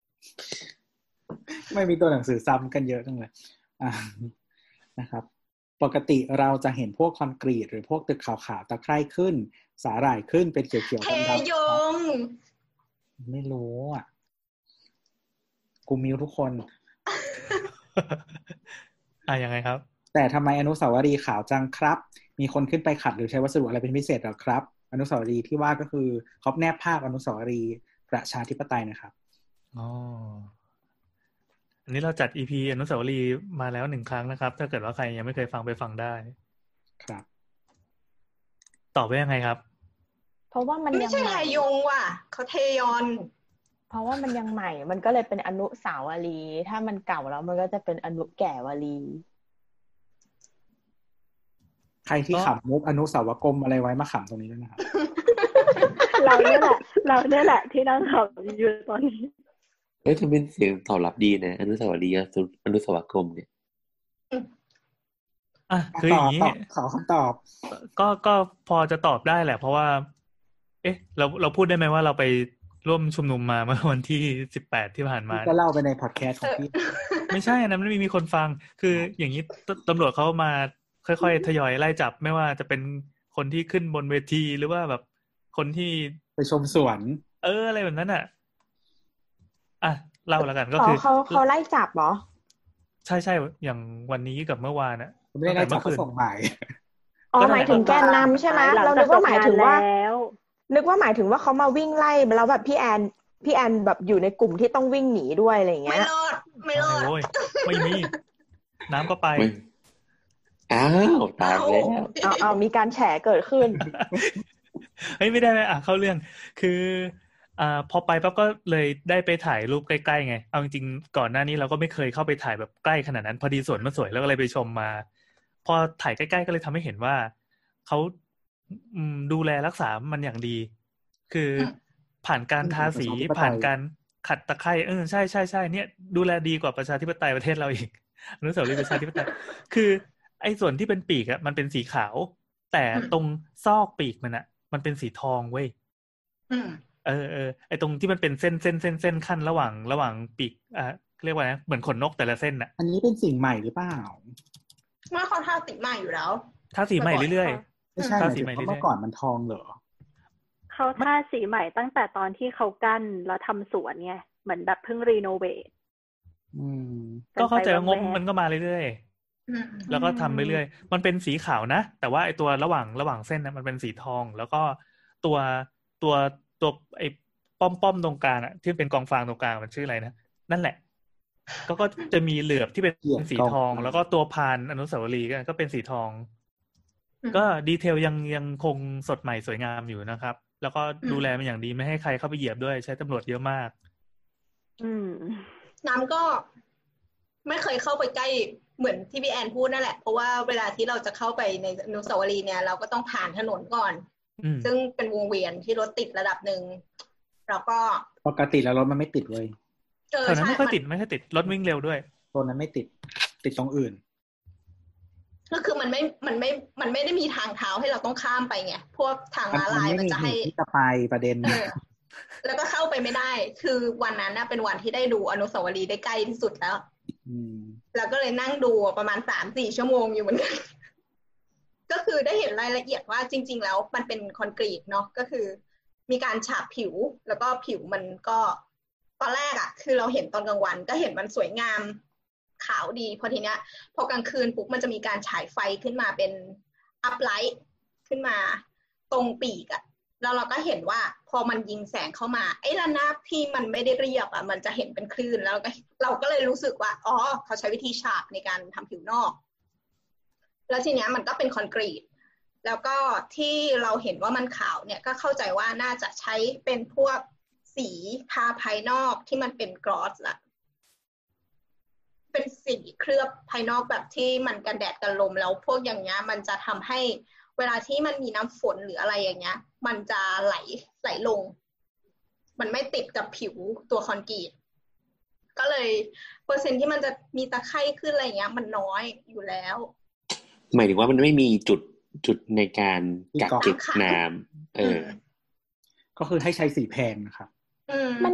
[SPEAKER 4] ไม่มีตัวหนังสือซ้ำกันเยอะจังเลยนะครับปกติเราจะเห็นพวกคอนกรีตหรือพวกตึกขาวๆตะไคร่ขึ้นสาหร่ายขึ้นเป็นเขียวๆดำ
[SPEAKER 6] ๆยง
[SPEAKER 4] ไม่รู้อ่ะกูมิวทุกคน
[SPEAKER 2] ยังไงครับ
[SPEAKER 4] แต่ทำไมอนุสาวรีย์ขาวจังครับมีคนขึ้นไปขัดหรือใช้วัสดุอะไรเป็นพิเศษหรอครับอนุสาวรีย์ที่ว่าก็คือเขาแนบภาพอนุสาวรีย์ประชาธิปไตยนะครับ
[SPEAKER 2] อันนี้เราจัด EP อนุสาวรีย์มาแล้ว1 ครั้งนะครับถ้าเกิดว่าใครยังไม่เคยฟังไปฟังได้
[SPEAKER 4] ครับ
[SPEAKER 2] ตอบว่ายังไงครับ
[SPEAKER 5] เพราะว่ามัน
[SPEAKER 6] ไม่ใช่ไทยงว่ะเขาเทยอน
[SPEAKER 5] เพราะว่ามันยังใหม่มันก็เลยเป็นอนุสาวรีย์ถ้ามันเก่าแล้วมันก็จะเป็นอนุแก่วลี
[SPEAKER 4] ใครที่ขำมุกอนุสาวกรมอะไรไว้มาขำตรงนี้ด้วยนะครับ
[SPEAKER 7] เราเนี่ยแหละที่นั่งขำอยู่ตอนนี้
[SPEAKER 3] จะเป็นเสียงตอบรับดีนะอนุสาวรีย์อนุสาวกรมเนี่ย
[SPEAKER 2] คืออย่างนี้
[SPEAKER 4] ขอคำตอบ
[SPEAKER 2] ก็พอจะตอบได้แหละ เพราะว่า เราพูดได้ไหมว่าเราไปร่วมชุมนุมมาเมื่อวันที่18ที่ผ่านมา
[SPEAKER 4] ก็เล่าไปในพอดแคสต์ของพี่
[SPEAKER 2] ไม่ใช่นะมันไม่มีคนฟังคืออย่างนี้ตำรวจเขามาค่อยๆทยอยไล่จับไม่ว่าจะเป็นคนที่ขึ้นบนเวทีหรือว่าแบบคนที่
[SPEAKER 4] ไปชมสวน
[SPEAKER 2] อะไรแบบนั้นเล่าแล้วกันก็คือ
[SPEAKER 5] เขาไล่จับเหรอ
[SPEAKER 2] ใช่อย่างวันนี้กับเมื่อวาน
[SPEAKER 4] ไม่ได้ไล่จับเขาส่งหมาย
[SPEAKER 5] หมายถึงแกนนำใช่ไหมเรานึกว่าหมายถึงว่าเขามาวิ่งไล่แล้วแบบพี่แอนแบบอยู่ในกลุ่มที่ต้องวิ่งหนีด้วยอะไรอย่างเงี้ย
[SPEAKER 6] ไม่รอด
[SPEAKER 2] ไม่มีน้ำก็ไป
[SPEAKER 3] ตาย
[SPEAKER 5] แล้วมีการแฉเกิดขึ้น
[SPEAKER 2] เฮ้ยไม่ได้เข้าเรื่องคือพอไปปั๊บก็เลยได้ไปถ่ายรูปใกล้ๆไงเอาจริงๆก่อนหน้านี้เราก็ไม่เคยเข้าไปถ่ายแบบใกล้ขนาดนั้นพอดีสวนมันสวยแล้วก็เลยไปชมมาพอถ่ายใกล้ๆก็เลยทำให้เห็นว่าเขาดูแลรักษามันอย่างดีคือผ่านการทาสีผ่านการขัดตะไคร้ใช่เนี่ยดูแลดีกว่าประชาธิปไตยประเทศเราอีกอนุสาวรีย์ประชาธิปไตยคือไอ้ส่วนที่เป็นปีกมันเป็นสีขาวแต่ตรงซอกปีกมันเป็นสีทองเว้ยไอ้ตรงที่มันเป็นเส้นขั้นระหว่างปีกเรียกว่าไงเหมือนขนนกแต่ละเส้น
[SPEAKER 4] อันนี้เป็นสิ่งใหม่หรือเปล่า
[SPEAKER 6] ไม่เขาทาสีใหม่อยู่แล้ว
[SPEAKER 2] ทาสีใหม่เรื่อย
[SPEAKER 4] ๆไม่ใช่ทาสีใหม่เมื่อก่อนมันทองเหรอ
[SPEAKER 7] เขาทาสีใหม่ตั้งแต่ตอนที่เขากั้นแล้วทำสวนไงเหมือนแบบเพิ่งรีโนเวท
[SPEAKER 2] ก็เข้าใจว่างบมันก็มาเรื่อยๆแล้วก็ทำไปเรื่อยมันเป็นสีขาวนะแต่ว่าไอ้ตัวระหว่างเส้นมันเป็นสีทองแล้วก็ตัวไอ้ป้อมตรงกลางที่เป็นกองฟางตรงกลางมันชื่ออะไรนะนั่นแหละก็จะมีเหลือบที่เป็นสีทองแล้วก็ตัวพานอนุสาวรีย์ก็เป็นสีทองก็ดีเทลยังคงสดใหม่สวยงามอยู่นะครับแล้วก็ดูแลมันอย่างดีไม่ให้ใครเข้าไปเหยียบด้วยใช้ตำรวจเยอะมาก
[SPEAKER 6] น้ำก็ไม่เคยเข้าไปใกล้เหมือนที่พี่แอนพูดนั่นแหละเพราะว่าเวลาที่เราจะเข้าไปในอนุสาวรีย์เนี่ยเราก็ต้องผ่านถนนก่อนซึ่งเป็นวงเวียนที่รถติดระดับหนึ่งแล้วก็
[SPEAKER 4] ปกติแล้วรถมันไม่ติดเลย
[SPEAKER 2] ตอนนั้นไม่ค่อยติดรถวิ่งเร็วด้วย
[SPEAKER 4] ตัวนั้นไม่ติดตรงอื่น
[SPEAKER 6] ก็คือมันไม่ได้มีทางเท้าให้เราต้องข้ามไปไงพวกทางม้าลายมันจะให้
[SPEAKER 4] ที่จะไปประเด็น
[SPEAKER 6] แล้วก็เข้าไปไม่ได้คือวันนั้นน่ะเป็นวันที่ได้ดูอนุสาวรีย์ได้ใกล้ที่สุดแล้วแล้วก็เลยนั่งดูประมาณ 3-4 ชั่วโมงอยู่เหมือนกันก็คือได้เห็นรายละเอียดว่าจริงๆแล้วมันเป็นคอนกรีตเนาะก็คือมีการฉาบผิวแล้วก็ผิวมันก็ตอนแรกคือเราเห็นตอนกลางวันก็เห็นมันสวยงามขาวดีพอทีเนี้ยพอกลางคืนปุ๊บมันจะมีการฉายไฟขึ้นมาเป็นอัพไลท์ขึ้นมาตรงปีกแล้วเราก็เห็นว่าพอมันยิงแสงเข้ามาไอ้ระนาบที่มันไม่ได้เรียบมันจะเห็นเป็นคลื่นแล้วเราก็เลยรู้สึกว่าเขาใช้วิธีฉาบในการทำผิวนอกแล้วทีเนี้ยมันก็เป็นคอนกรีตแล้วก็ที่เราเห็นว่ามันขาวเนี่ยก็เข้าใจว่าน่าจะใช้เป็นพวกสีทาภายนอกที่มันเป็นกลอสละเป็นสีเคลือบภายนอกแบบที่มันกันแดดกันลมแล้วพวกอย่างเงี้ยมันจะทำให้เวลาที่มันมีน้ำฝนหรืออะไรอย่างเงี้ยมันจะไหลลงมันไม่ติดกับผิวตัวคอนกรีตก็เลยเปอร์เซ็นต์ที่มันจะมีตะไคร่ขึ้นอะไรเงี้ยมันน้อยอยู่แล้ว
[SPEAKER 3] หมายถึงว่ามันไม่มีจุดในการกักเก็บน้
[SPEAKER 4] ำก็คือให้ใช้สีแพงนะครับ
[SPEAKER 5] มัน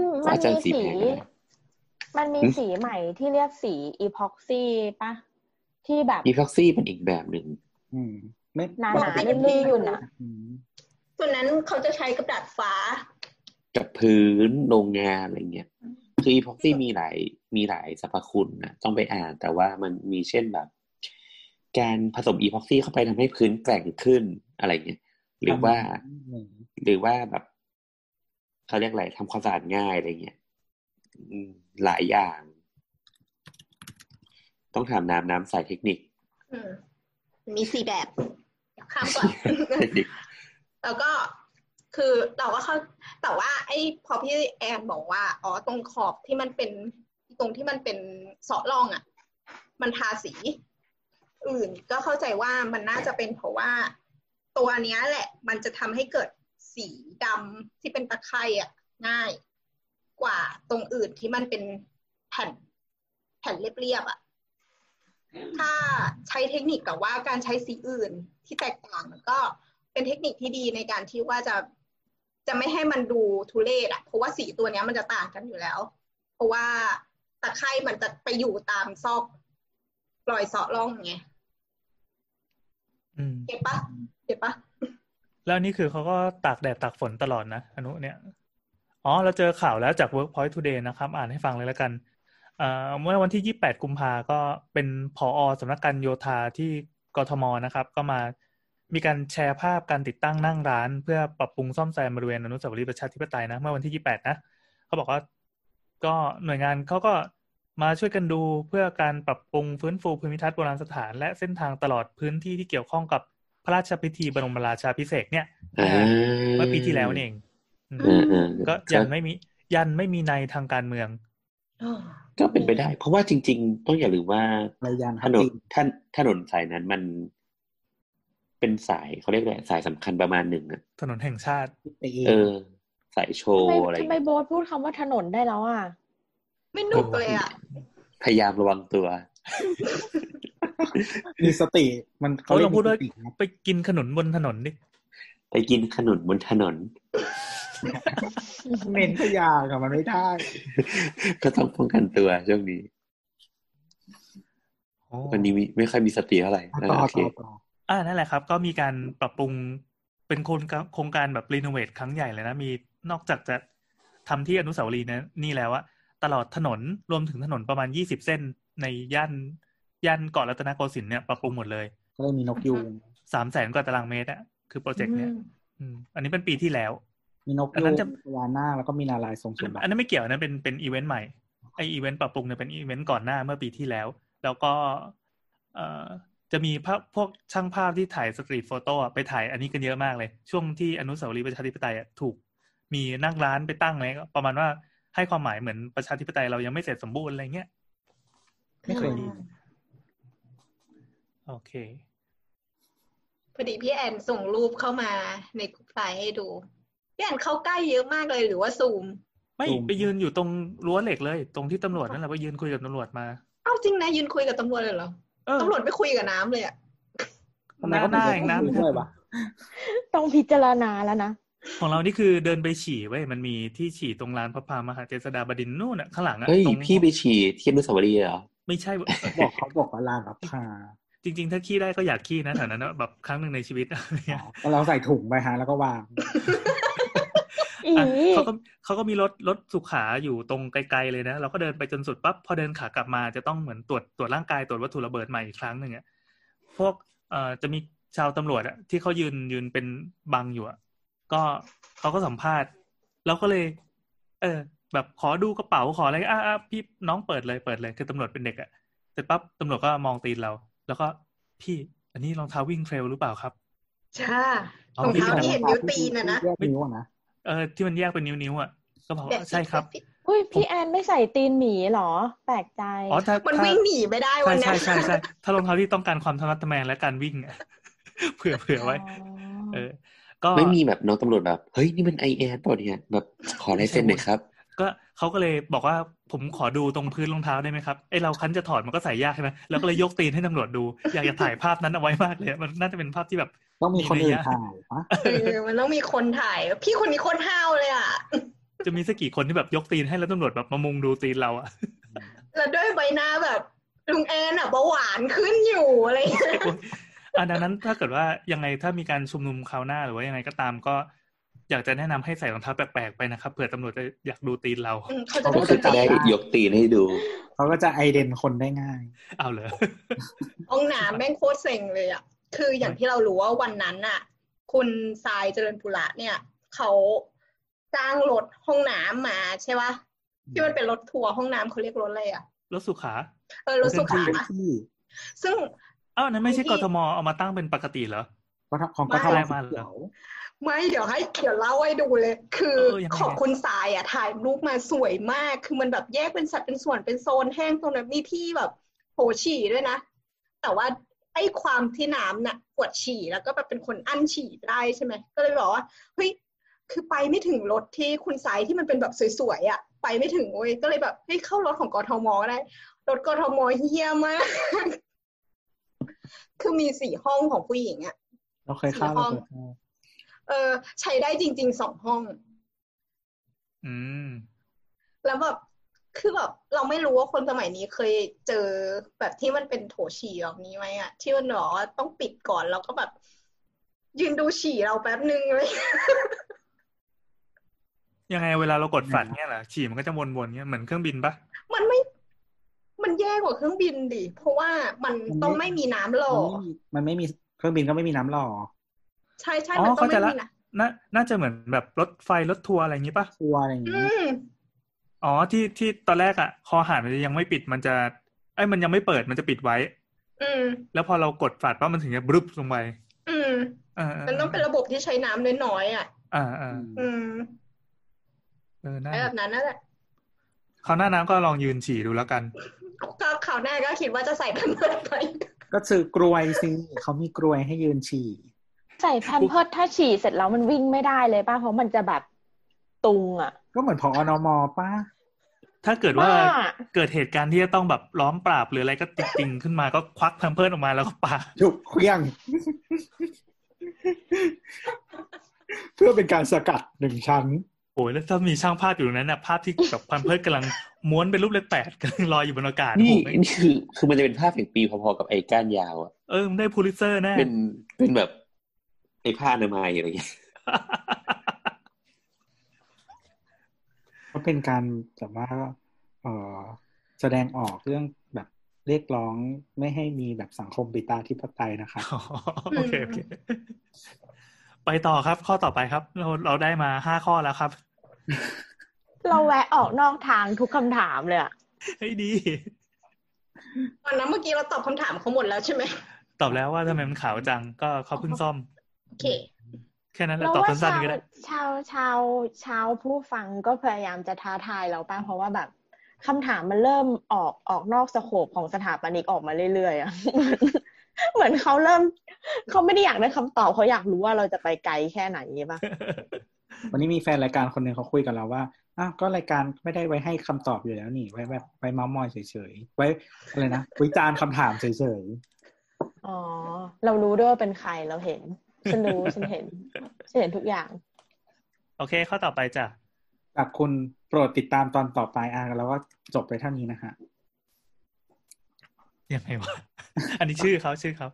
[SPEAKER 5] มีสีใหม่ที่เรียกสีอีพ็อกซี่ปะที่แบบ
[SPEAKER 3] อีพ็อกซี่เป็นอีกแบบหนึ่ง
[SPEAKER 5] ไม่หนาๆลื่นๆอยู่นะ
[SPEAKER 6] ส่วนนั้นเขาจะใช้กระดาษฟ้า
[SPEAKER 3] กับพื้นโรงงานอะไรเงี้ยคืออีพ็อกซี่มีหลายสรรพคุณนะต้องไปอ่านแต่ว่ามันมีเช่นแบบการผสมอีพ็อกซี่เข้าไปทำให้พื้นแกร่งขึ้นอะไรเงี้ยหรือว่าแบบเขาเรียกอะไรทำความสะอาดง่ายอะไรเงี้ยหลายอย่างต้องถามน้ำใส่เทคนิค
[SPEAKER 6] มี4แบบข้ามก่อนแล้วก็คือเราก็เข้าแต่ว่าไอ้พอพี่แอนบอกว่าตรงขอบที่มันเป็นตรงที่มันเป็นเสาะร่องมันทาสีอื่นก็เข้าใจว่ามันน่าจะเป็นเพราะว่าตัวเนี้ยแหละมันจะทำให้เกิดสีดำที่เป็นตะไคร่ง่ายกว่าตรงอื่นที่มันเป็นแผ่นเรียบถ้าใช้เทคนิคกับว่าการใช้สีอื่นที่แตกต่างมันก็เป็นเทคนิคที่ดีในการที่ว่าจะไม่ให้มันดูทุเรศอ่ะเพราะว่าสีตัวนี้มันจะต่างกันอยู่แล้วเพราะว่าตะไคร่มันจะไปอยู่ตามซอกรอยเซาะร่องไงเก็บปะ
[SPEAKER 2] แล้วนี่คือเขาก็ตากแดดตากฝนตลอดนะอนุเนี่ยเราเจอข่าวแล้วจาก Workpoint Today นะครับอ่านให้ฟังเลยแล้วกันเมื่อวันที่28กุมภาก็เป็นผอ.สำนักการโยธาที่กทมนะครับก็มีการแชร์ภาพการติดตั้งนั่งร้านเพื่อปรับปรุงซ่อมแซมบริเวณอนุสาวรีย์ประชาธิปไตยนะเมื่อวันที่28นะเขาบอกว่าก็หน่วยงานเขาก็มาช่วยกันดูเพื่อการปรับปรุงฟื้นฟูภูมิทัศน์โบราณสถานและเส้นทางตลอดพื้นที่ที่เกี่ยวข้องกับพระราชพิธีบรมราชาภิเษกเนี่ยเมื่อปีที่แล้วเองก็ยันไม่มีในทางการเมือง
[SPEAKER 3] ก็เป็นไปได้เพราะว่าจริงๆต้องอย่าลืมว่าถนนสายนั้นมันเป็นสายเขาเรียกอะไรสายสำคัญประมาณหนึ่งอะ
[SPEAKER 2] ถนนแห่งชาติ
[SPEAKER 3] สายโชว์อะไร
[SPEAKER 5] ทำไมโบ๊ทพูดคำว่าถนนได้แล้วอ่ะ
[SPEAKER 6] ไม่หนุกเลยอ่ะ
[SPEAKER 3] พยายามระวังตัว
[SPEAKER 4] มีสติมัน
[SPEAKER 2] เขาลองพูดว่าไปกินขนุนบนถนนดิ
[SPEAKER 3] ไปกินขนุนบนถนน
[SPEAKER 4] เน้นพยาค่ะมันไม่ได้
[SPEAKER 3] ก็ต้องป้องกันตัวช่วงนี้วันนี้ไม่ค่อยมีสติเท่าไหร่โอเค
[SPEAKER 2] นั่นแหละครับก็มีการปรับปรุงเป็นโครงการแบบรีโนเวทครั้งใหญ่เลยนะมีนอกจากจะทำที่อนุสาวรีย์นี่แล้วอะตลอดถนนรวมถึงถนนประมาณ20เส้นในย่านเกาะรัตนโกสินทร์เนี่ยปรับปรุงหมดเลย
[SPEAKER 4] ก็เลยมีนกยูง
[SPEAKER 2] 300,000 กว่าตารางเมตรอะคือโปรเจกต์เนี้ยอันนี้เป็นปีที่แล้ว
[SPEAKER 4] มีนกยูงพญานาคแล้วก็มีนารายณ์ทรงสมบัติ
[SPEAKER 2] อันนั้นไม่เกี่ยวนะเป็นอีเวนต์ใหม่ไออีเวนต์ปรับปรุงเนี่ยเป็นอีเวนต์ก่อนหน้าเมื่อปีที่แล้วแล้วก็จะมีพวกช่างภาพที่ถ่ายสตรีทโฟโต้ไปถ่ายอันนี้กันเยอะมากเลยช่วงที่อนุสาวรีย์ประชาธิปไตยถูกมีนั่งร้านไปตั้งอะไรก็ประมาณว่าให้ความหมายเหมือนประชาธิปไตยเรายังไม่เสร็จสมบูรณ์อะไรเงี้ย
[SPEAKER 4] ไม่เคยดี
[SPEAKER 2] โอเค
[SPEAKER 6] พอดีพี่แอนส่งรูปเข้ามาในกลุ่มไลน์ให้ดูพี่แอนเข้าใกล้เยอะมากเลยหรือว่าซูม
[SPEAKER 2] ไม่ไปยืนอยู่ตรงรั้วเหล็กเลยตรงที่ตำรวจนั่นแหละไปยืนคุยกับตำรวจมา
[SPEAKER 6] จริงนะยืนคุยกับตำรวจเลยเหรอตำรวจไม่คุยกับน้ำเลยอะ
[SPEAKER 2] น้ำได้น้ำ
[SPEAKER 4] ด้วยปะ
[SPEAKER 5] ต้องพิจารณาแล้วนะ
[SPEAKER 2] ของเรานี่คือเดินไปฉี่เว้ยมันมีที่ฉี่ตรงลานพระพามหาเจษฎาบดินทร์นู่นน่ะข้างหลังอ่ะ
[SPEAKER 3] ตรงพี่ไปฉี่ที่อนุสาวรีย์เหรอ
[SPEAKER 2] ไม่ใช่
[SPEAKER 4] บอกว่าลานพระพา
[SPEAKER 2] จริงๆถ้าขี้ได้ก็อยากขี้นะแถวนั้นแบบครั้งนึงในชีวิตอะไรเงี้ย
[SPEAKER 4] เราใส่ถุงไปฮะแล้วก็วาง
[SPEAKER 2] เขาก็มีรถสุขาอยู่ตรงไกลๆเลยนะเราก็เดินไปจนสุดปั๊บพอเดินขากลับมาจะต้องเหมือนตรวจร่างกายตรวจวัตถุระเบิดใหม่อีกครั้งนึงอ่ะพวกจะมีชาวตำรวจอ่ะที่เขายืนเป็นบังอยู่อ่ะก็เขาก็สัมภาษณ์เราก็เลยแบบขอดูกระเป๋าขออะไรพี่น้องเปิดเลยคือตำรวจเป็นเด็กอ่ะเสร็จปั๊บตำรวจก็มองตีนเราแล้วก็พี่อันนี้รองเท้าวิ่งเทรลหรือเปล่าครับ
[SPEAKER 6] ใช่รองเท้าที่เห็นนิ้วตีนนะ
[SPEAKER 2] ที่มันแยกเป็นนิ้วอ่ะก็บอกใช่ครับ
[SPEAKER 5] อุ้ยพี่แอนไม่ใส่ตีนหมีหรอแปลกใจ
[SPEAKER 6] มันวิ่งหนีไม่ได้วันนี้
[SPEAKER 2] ใช่ถ้ารองเท้าที่ต้องการความทะมัดทะแมงและการวิ่งเผื่อไว้ก็
[SPEAKER 3] ไม่มีแบบน้องตำรวจแบบเฮ้ยนี่มันไอแอดป่ะเนี่ยแบบขอลายเซ็นหน่อยครับ
[SPEAKER 2] ก็เขาก็เลยบอกว่าผมขอดูตรงพื้นรองเท้าได้ไหมครับเราคันจะถอดมันก็ใส่ยากใช่ไหมแล้วก็เลยยกตีนให้ตำรวจดูอยากจะถ่ายภาพนั้นเอาไว้มากเลยมันน่าจะเป็นภาพที่แบบ
[SPEAKER 4] ต้องมีคนอื่นถ่าย
[SPEAKER 6] มันต้องมีคนถ่ายพี่คนนี้โคตรห้าวเลยอ่ะ
[SPEAKER 2] จะมีสักกี่คนที่แบบยกตีนให้แล้วตำรวจแบบมามุงดูตีนเราอ่ะ
[SPEAKER 6] แล้วด้วยใบหน้าแบบลุงแอนอ่ะเบาหวานขึ้นอยู่อะไร
[SPEAKER 2] ดังนั้นถ้าเกิดว่ายังไงถ้ามีการชุมนุมคราวหน้าหรือว่ายังไงก็ตามก็อยากจะแนะนำให้ใส่รองเท้าแปลกๆไปนะครับเผื่อตำรวจจะอยากดูตีนเรา
[SPEAKER 3] เขาจะได้ยกตีนให้ดู
[SPEAKER 4] เขาก็จะไอเดนคนได้ง่าย
[SPEAKER 2] เอาเลย
[SPEAKER 6] ห้องน้ำแม่งโคตรเซ็งเลยอ่ะคืออย่างที่เรารู้ว่าวันนั้นน่ะคุณทรายเจริญปุระเนี่ยเขาจ้างรถห้องน้ำมาใช่ป่ะที่มันเป็นรถทัวร์ห้องน้ำเขาเรียกรถอะไรอ่ะ
[SPEAKER 2] รถสุข
[SPEAKER 6] ารถสุขาซึ่ง
[SPEAKER 2] นั้นไม่ใช่กทมเอามาตั้งเป็นปกติเหรอ
[SPEAKER 4] ของกทมมาเหรอ
[SPEAKER 6] ไม่เดี๋ยวเล่าให้ดูเลยคือของคุณทรายอ่ะถ่ายรูปมาสวยมากคือมันแบบแยกเป็นสัดเป็นส่วนเป็นโซนแห้งตรงนั้นมีที่แบบโถฉี่ด้วยนะแต่ว่าไอ้ความที่น้ำน่ะปวดฉี่แล้วก็แบบเป็นคนอั้นฉี่ได้ใช่ไหมก็เลยบอกว่าเฮ้ยคือไปไม่ถึงรถที่คุณทรายที่มันเป็นแบบสวยๆอ่ะไปไม่ถึงเว้ยก็เลยแบบเข้ารถของกทมก็ได้รถกทมเหี้ยมากคือมี4 ห้องของผู้หญิงอ่ะ
[SPEAKER 4] เราเคยเข้าเราเคยเข้า
[SPEAKER 6] ใช้ได้จริงๆ2 ห้องแล้วแบบคือแบบเราไม่รู้ว่าคนสมัยนี้เคยเจอแบบที่มันเป็นโถฉี่แบบนี้ไหมอ่ะที่มันบอกว่าต้องปิดก่อนแล้วก็แบบยืนดูฉี่เราแป๊บนึงเลย
[SPEAKER 2] ยังไงเวลาเรากดฝัดเนี่ยเหรอฉี่มันก็จะวนๆเนี่ยเหมือนเครื่องบินปะ
[SPEAKER 6] มันแย่กว่าเครื่องบินดิเพราะว่ามันต้องไม่มีน้ำหล่อ
[SPEAKER 4] มันไม่มีเครื่องบินก็ไม่มีน้ำหล่อ
[SPEAKER 6] ใช่ๆมันต้องไม่มี
[SPEAKER 2] น่าจะเหมือนแบบรถไฟรถทัวร์อะไรอย่างงี้ปะ
[SPEAKER 4] ทัวร์อะไรอย่างงี้
[SPEAKER 2] อ๋อที่ตอนแรกอ่ะคอหาดมันยังไม่ปิดมันจะมันยังไม่เปิดมันจะปิดไว้แล้วพอเรากดฝัดปั๊บมันถึงจะบรึบลงไป
[SPEAKER 6] มันต้องเป็นระบบที่ใช้น้ำน้อยๆอ่ะแบบนั้นนั่นแหละ
[SPEAKER 2] คราวหน้าน้ำก็ลองยืนฉี่ดูแล้วกัน
[SPEAKER 6] ก็คราวหน้าก็คิดว่าจะใส่แพมเพิร์สไป
[SPEAKER 4] ก็ซื้อกรวยสิเขามีกรวยให้ยืนฉี่
[SPEAKER 5] ใส่แพมเพิร์สถ้าฉี่เสร็จแล้วมันวิ่งไม่ได้เลยป่ะเพราะมันจะแบบตุงอ่ะ
[SPEAKER 4] ก็เหมือนผอนม.ป่ะ
[SPEAKER 2] ถ้าเกิดว่าเกิดเหตุการณ์ที่จะต้องแบบล้อมปราบหรืออะไรก็จริงๆขึ้นมาก็ควักแพมเพิร์สออกมาแล้วก็ปา
[SPEAKER 4] ถูกเครื่องเพื่อเป็นการสกัด1 ชั้น
[SPEAKER 2] โอ้ยแล้วถ้ามีช่างภาพอยู่นั้นน่ะภาพที่แบบแพมเพิร์สกำลังม้วนเป็นรูปเลข 8กำลังลอยอยู่บนอากาศ
[SPEAKER 3] นี่คือมันจะเป็นภาพแห่งปีพอๆกับไอ้ก้านยาวอ่ะ
[SPEAKER 2] มันได้พูลิตเซอร์แน่
[SPEAKER 3] เป็นแบบไอ้ผ้าอนามัยอะไรอย่างเงี้ย
[SPEAKER 4] ก็เป็นการแบบว่าแสดงออกเรื่องแบบเรียกร้องไม่ให้มีแบบสังคมปิตาธิปไตยนะครับ
[SPEAKER 2] โอเคไปต่อครับข้อต่อไปครับเราได้มา5 ข้อแล้วครับ
[SPEAKER 5] เราแวะออกนอกทางทุกคำถามเลยอ่ะ
[SPEAKER 2] ให้ดี
[SPEAKER 6] ตอนนั้นเมื่อกี้เราตอบคำถามเขาหมดแล้วใช่ไหม
[SPEAKER 2] ตอบแล้วว่าทำไมมันขาวจังก็เขาเพิ่งซ่อม
[SPEAKER 6] โอเค
[SPEAKER 2] แค่นั้นแหละตอบสั้นๆก็ได้
[SPEAKER 5] ชาวผู้ฟังก็พยายามจะท้าทายเราป่ะเพราะว่าแบบคำถามมันเริ่มออกนอกสโคปของสถาปนิกออกมาเรื่อยๆอ่ะเหมือนเขาไม่ได้อยากได้คำตอบเขาอยากรู้ว่าเราจะไปไกลแค่ไหนป่ะ
[SPEAKER 4] วันนี้มีแฟนรายการคนนึงเขาคุยกับเราว่าก็รายการไม่ได้ไว้ให้คำตอบอยู่แล้วนี่ไว้แบบไว้เม้ามอยเฉยๆไว้อะไรนะวิจารณ์คำถามเฉย
[SPEAKER 5] ๆอ๋อเรารู้ด้วยว่าเป็นใครเราเห็นฉันรู้ฉันเห็นทุกอย่าง
[SPEAKER 2] โอเคข้อต่อไปจ้ะ
[SPEAKER 4] จากคุณโปรดติดตามตอนต่อไปแล้วก็จบไปเท่านี้นะฮะ
[SPEAKER 2] ยังไงวะอันนี้ชื่อเขา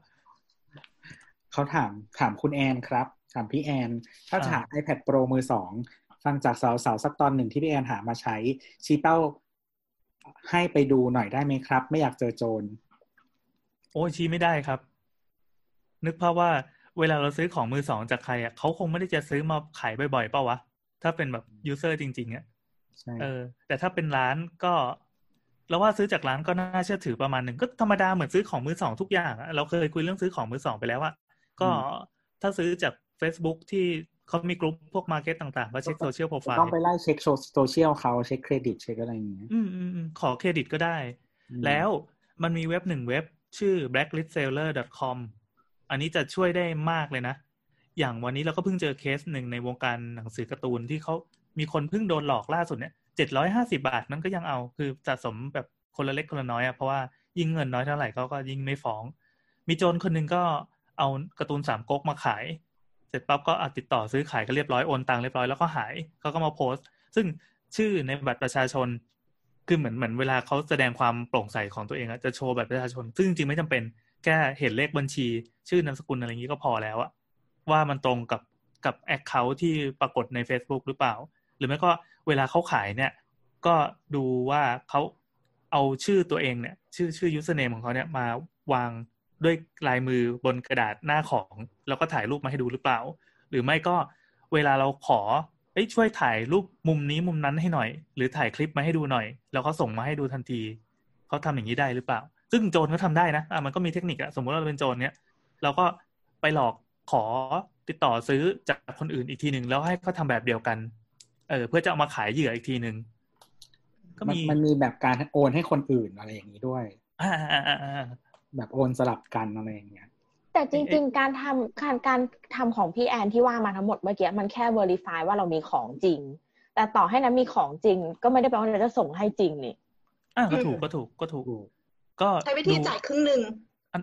[SPEAKER 4] เขาถามคุณแอนครับถามพี่แอนถ้าถาม iPad Pro มือ 2ฟังจากสาวสักตอนหนึ่งที่พี่แอนหามาใช้ชี้เป้าให้ไปดูหน่อยได้ไหมครับไม่อยากเจอโจร
[SPEAKER 2] โอ้ชี้ไม่ได้ครับนึกภาพว่าเวลาเราซื้อของมือ 2จากใครอ่ะเขาคงไม่ได้จะซื้อมาขายบ่อยๆเปล่าวะถ้าเป็นแบบยูเซอร์จริงๆอ่ะแต่ถ้าเป็นร้านก็เราว่าซื้อจากร้านก็น่าเชื่อถือประมาณนึงก็ธรรมดาเหมือนซื้อของมือ 2ทุกอย่างอ่ะเราเคยคุยเรื่องซื้อของมือ 2ไปแล้วว่าก็ถ้าซื้อจาก Facebook ที่เขามีกลุ่มพวกมาร์เก็ตต่างๆก็เช็คโซเชียลโปรไฟล์
[SPEAKER 4] ต้องไปไล่เช็คโซเชียลเขาเช็คเครดิตเช็คอะไรอย่างเงี้ย
[SPEAKER 2] ขอเครดิตก็ได้แล้วมันมีเว็บ1เว็บชื่อ blacklistseller.com อันนี้จะช่วยได้มากเลยนะอย่างวันนี้เราก็เพิ่งเจอเคสหนึ่งในวงการหนังสือการ์ตูนที่เขามีคนเพิ่งโดนหลอกล่าสุดเนี่ย750 บาทนั้นก็ยังเอาคือสะสมแบบคนละเล็กคนละน้อยอ่ะเพราะว่ายิ่งเงินน้อยเท่าไหร่เขาก็ยิ่งไม่ฟ้องมีโจรคนนึงก็เอาการ์ตูน3 ก๊กมาขายเสร็จปั๊บก็ติดต่อซื้อขายก็เรียบร้อยโอนตังค์เรียบร้อยแล้วก็หายเขาก็มาโพสต์ซึ่งชื่อในบัตรประชาชนคือเหมือนเวลาเขาแสดงความโปร่งใสของตัวเองอะจะโชว์บัตรประชาชนซึ่งจริงๆไม่จำเป็นแค่เห็นเลขบัญชีชื่อนามสกุลอะไรอย่างนี้ก็พอแล้วอะว่ามันตรงกับแอคเคาท์ที่ปรากฏใน Facebook หรือเปล่าหรือไม่ก็เวลาเขาขายเนี่ยก็ดูว่าเขาเอาชื่อตัวเองเนี่ยชื่อ username ของเขาเนี่ยมาวางด้วยลายมือบนกระดาษหน้าของแล้วก็ถ่ายรูปมาให้ดูหรือเปล่าหรือไม่ก็เวลาเราขอช่วยถ่ายรูปมุมนี้มุมนั้นให้หน่อยหรือถ่ายคลิปมาให้ดูหน่อยแล้วเขาส่งมาให้ดูทันทีเขาทำอย่างนี้ได้หรือเปล่าซึ่งโจรก็ทำได้นะมันก็มีเทคนิคอะสมมติว่าเราเป็นโจรเนี่ยเราก็ไปหลอกขอติดต่อซื้อจากคนอื่นอีกทีนึงแล้วให้เขาทำแบบเดียวกันเพื่อจะเอามาขายเหยื่ออีกทีนึง
[SPEAKER 4] ก็มันมีแบบการโอนให้คนอื่นอะไรอย่างนี้ด้วยแบบโอนสลับกันอะไรอย่างเงี้ย
[SPEAKER 5] แต่จริงๆการทำของพี่แอนที่ว่ามาทั้งหมดเมื่อกี้มันแค่ verify ว่าเรามีของจริงแต่ต่อให้นั้นมีของจริงก็ไม่ได้แปลว่าเราจะส่งให้จริงนี่
[SPEAKER 2] ก็ถูกก็ใช้
[SPEAKER 6] วิธีจ่ายครึ่งนึง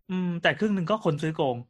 [SPEAKER 2] แต่ครึ่งนึงก็คนซื้อโกง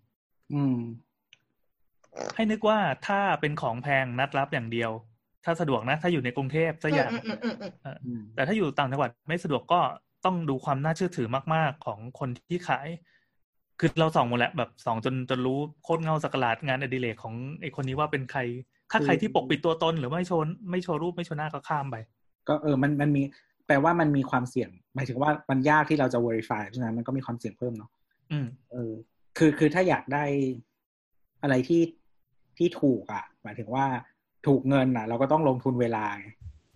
[SPEAKER 2] ให้นึกว่าถ้าเป็นของแพงนัดรับอย่างเดียวถ้าสะดวกนะถ้าอยู่ในกรุงเทพซะอย่างแต่ถ้าอยู่ต่างจังหวัดไม่สะดวกก็ต้องดูความน่าเชื่อถือมากๆของคนที่ขายคือเราส่องหมดแล้วแบบส่องจนรู้โคตรเงาสักหลาดงานอดิเรกของไอ้คนนี้ว่าเป็นใครถ้าใครที่ปกปิดตัวตนหรือไม่โชว์รูปไม่โชว์หน้าก็ข้ามไป
[SPEAKER 4] ก็มันมีแปลว่ามันมีความเสี่ยงหมายถึงว่ามันยากที่เราจะ verify เพราะฉะนั้นมันก็มีความเสี่ยงเพิ่มเนาะคือถ้าอยากได้อะไรที่ถูกอ่ะหมายถึงว่าถูกเงินอ่ะเราก็ต้องลงทุนเวลาไง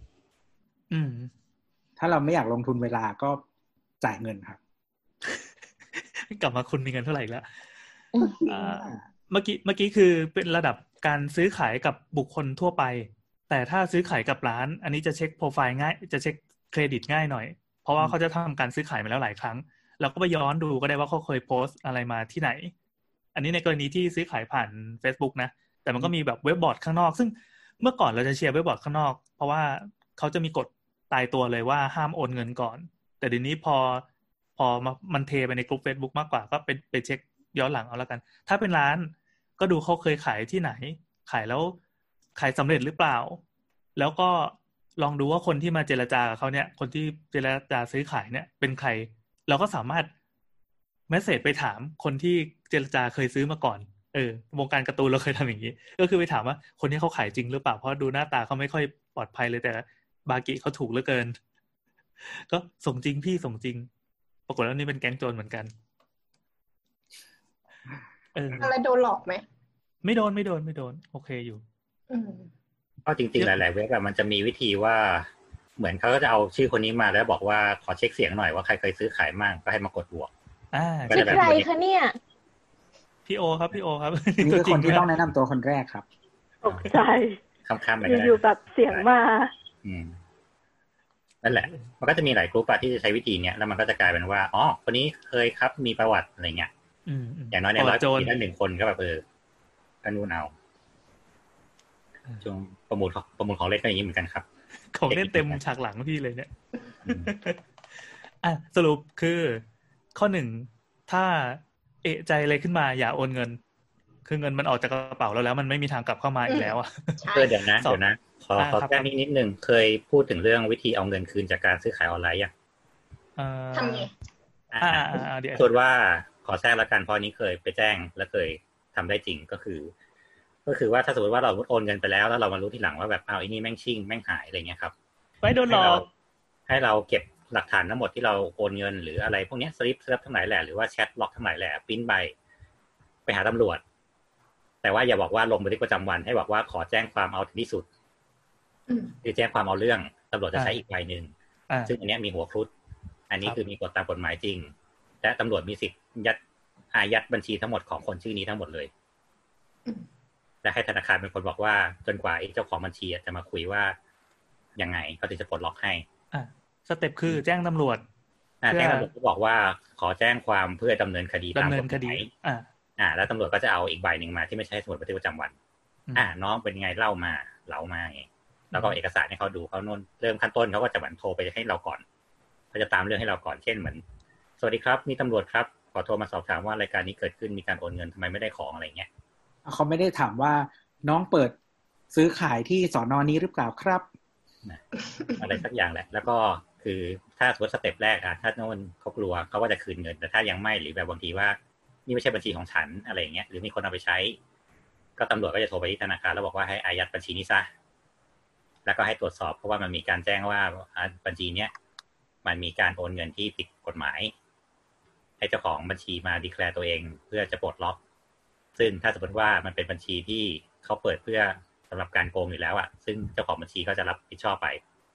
[SPEAKER 4] ถ้าเราไม่อยากลงทุนเวลาก็จ่ายเงินครับ
[SPEAKER 2] กลับมาคุณมีเงินเท่าไหร่แล้วเมื่อกี้คือเป็นระดับการซื้อขายกับบุคคลทั่วไปแต่ถ้าซื้อขายกับร้านอันนี้จะเช็คโปรไฟล์ง่ายจะเช็คเครดิตง่ายหน่อยเพราะว่าเขาจะทำการซื้อขายมาแล้วหลายครั้งแล้วก็ไปย้อนดูก็ได้ว่าเขาเคยโพสต์อะไรมาที่ไหนอันนี้ในกรณีที่ซื้อขายผ่าน Facebook นะแต่มันก็มีแบบเว็บบอร์ดข้างนอกซึ่งเมื่อก่อนเราจะเชียร์เว็บบอร์ดข้างนอกเพราะว่าเขาจะมีกฎตายตัวเลยว่าห้ามโอนเงินก่อนแต่เดี๋ยวนี้พอมันเทไปในกลุ่ม Facebook มากกว่าก็ไปเช็คย้อนหลังเอาแล้วกันถ้าเป็นร้านก็ดูเขาเคยขายที่ไหนขายแล้วขายสำเร็จหรือเปล่าแล้วก็ลองดูว่าคนที่มาเจรจากับเขาเนี่ยคนที่เจรจาซื้อขายเนี่ยเป็นใครเราก็สามารถเมสเสจไปถามคนที่เจรจาเคยซื้อมาก่อนวงการการ์ตูนเราเคยทำอย่างนี้ก็คือไปถามว่าคนนี้เขาขายจริงหรือเปล่าเพราะดูหน้าตาเขาไม่ค่อยปลอดภัยเลยแต่บากิเขาถูกเหลือเกินก็ส่งจริงพี่ส่งจริงปรากฏว่านี่เป็นแก๊งโจรเหมือนกัน
[SPEAKER 6] อะไรโดนหลอกไหม
[SPEAKER 2] ไม่โดนโอเคอยู่
[SPEAKER 1] ก็จริงๆหลายๆเว็บมันจะมีวิธีว่าเหมือนเขาก็จะเอาชื่อคนนี้มาแล้วบอกว่าขอเช็คเสียงหน่อยว่าใครเคยซื้อขายมั่งก็ให้มากดบวก
[SPEAKER 5] ชื่อใครคะเนี่ย
[SPEAKER 2] พี่โอครับนี่
[SPEAKER 4] คือคนที่ต้องแนะนำตัวคนแรกครับ
[SPEAKER 7] ตกใจ
[SPEAKER 1] ค้ำๆไป
[SPEAKER 7] อยู่แบบเสียงมา
[SPEAKER 1] นั่นแหละมันก็จะมีหลายกลุ่มที่จะใช้วิธีเนี้ยแล้วมันก็จะกลายเป็นว่าอ๋อคนนี้เคยครับมีประวัติอะไรเงี้ยอย่างน้อยใน100 ปีได้1 คนก็แบบก็นู่นเอาช่วงประมูลของเล่นก็อย่างนี้เหมือนกันครับ
[SPEAKER 2] ของเล่นเต็มฉากหลังพี่เลยเนี่ยสรุปคือข้อ1ถ้าเอะใจอะไรขึ้นมาอย่าโอนเงินคือเงินมันออกจากกระเป๋าแล้วมันไม่มีทางกลับเข้ามาอีกแล้วอ่ะ
[SPEAKER 1] เดี๋ยวนะขอแก้นิดนึงเคยพูดถึงเรื่องวิธีเอาเงินคืนจากการซื้อขายออนไลน์ยัง
[SPEAKER 6] ทำไง
[SPEAKER 2] เดี๋ยว
[SPEAKER 1] พูดว่าขอแทรกแล้วกันเพราะนี้เคยไปแจ้งและเคยทำได้จริงก็คือว่าถ้าสมมติว่าเราโอนเงินไปแล้วเรามารู้ทีหลังว่าแบบไอ้นี่แม่งชิ่งแม่งหายอะไรเงี้ยครับ
[SPEAKER 2] ไม่โดนหลอก
[SPEAKER 1] ให้เราเก็บหลักฐานทั้งหมดที่เราโอนเงินหรืออะไรพวกนี้สลิปทั้งหลายแหละหรือว่าแชทล็อกทั้งหลายแหละปริ้นใบไปหาตำรวจแต่ว่าอย่าบอกว่าลงบันทึกประจำวันให้บอกว่าขอแจ้งความเอาถึงที่สุดคือแจ้งความเอาเรื่องตำรวจจะใช้อีกใบนึงซึ่งอันนี้มีหัวครุฑอันนี้คือมีกฎตามกฎหมายจริงและตำรวจมีสิทธิ์อายัดบัญชีทั้งหมดของคนชื่อนี้ทั้งหมดเลยและให้ธนาคารเป็นคนบอกว่าจนกว่าเจ้าของบัญชีจะมาคุยว่ายังไงเขาถึงจะปลดล็อกให้
[SPEAKER 2] สเต็ปคือแจ้งตำรวจ
[SPEAKER 1] แจ้งตำรวจก็บอกว่าขอแจ้งความเพื่อดำเนินคดีตามกฎหมายแล้วตำรวจก็จะเอาอีกใบหนึ่งมาที่ไม่ใช่สมุดบันทึกประจำวันน้องเป็นไงเล่ามาไงแล้วก็เอกสารให้เขาดูเขาโน่นเริ่มขั้นต้นเขาก็จะเหมือนโทรไปให้เราก่อนเขาจะตามเรื่องให้เราก่อนเช่นเหมือนสวัสดีครับนี่ตำรวจครับขอโทรมาสอบถามว่ารายการนี้เกิดขึ้นมีการโอนเงินทำไมไม่ได้ของอะไรเงี้ย
[SPEAKER 4] เขาไม่ได้ถามว่าน้องเปิดซื้อขายที่สน.นี้หรือเปล่าครับ
[SPEAKER 1] อะไรสักอย่างแหละแล้วก็คือถ้าสมมติสเต็ปแรกถ้าโน่นเขากลัวเขาก็จะคืนเงินแต่ถ้ายังไม่หรือแบบบางทีว่านี่ไม่ใช่บัญชีของฉันอะไรอย่างเงี้ยหรือมีคนเอาไปใช้ก็ตำรวจก็จะโทรไปที่ธนาคารแล้วบอกว่าให้อายัดบัญชีนี้ซะแล้วก็ให้ตรวจสอบเพราะว่ามันมีการแจ้งว่าบัญชีเนี้ยมันมีการโอนเงินที่ผิดกฎหมายให้เจ้าของบัญชีมาดีแคลร์ตัวเองเพื่อจะปลดล็อกซึ่งถ้าสมมติว่ามันเป็นบัญชีที่เขาเปิดเพื่อสำหรับการโกงอยู่แล้วซึ่งเจ้าของบัญชีก็จะรับผิดชอบไป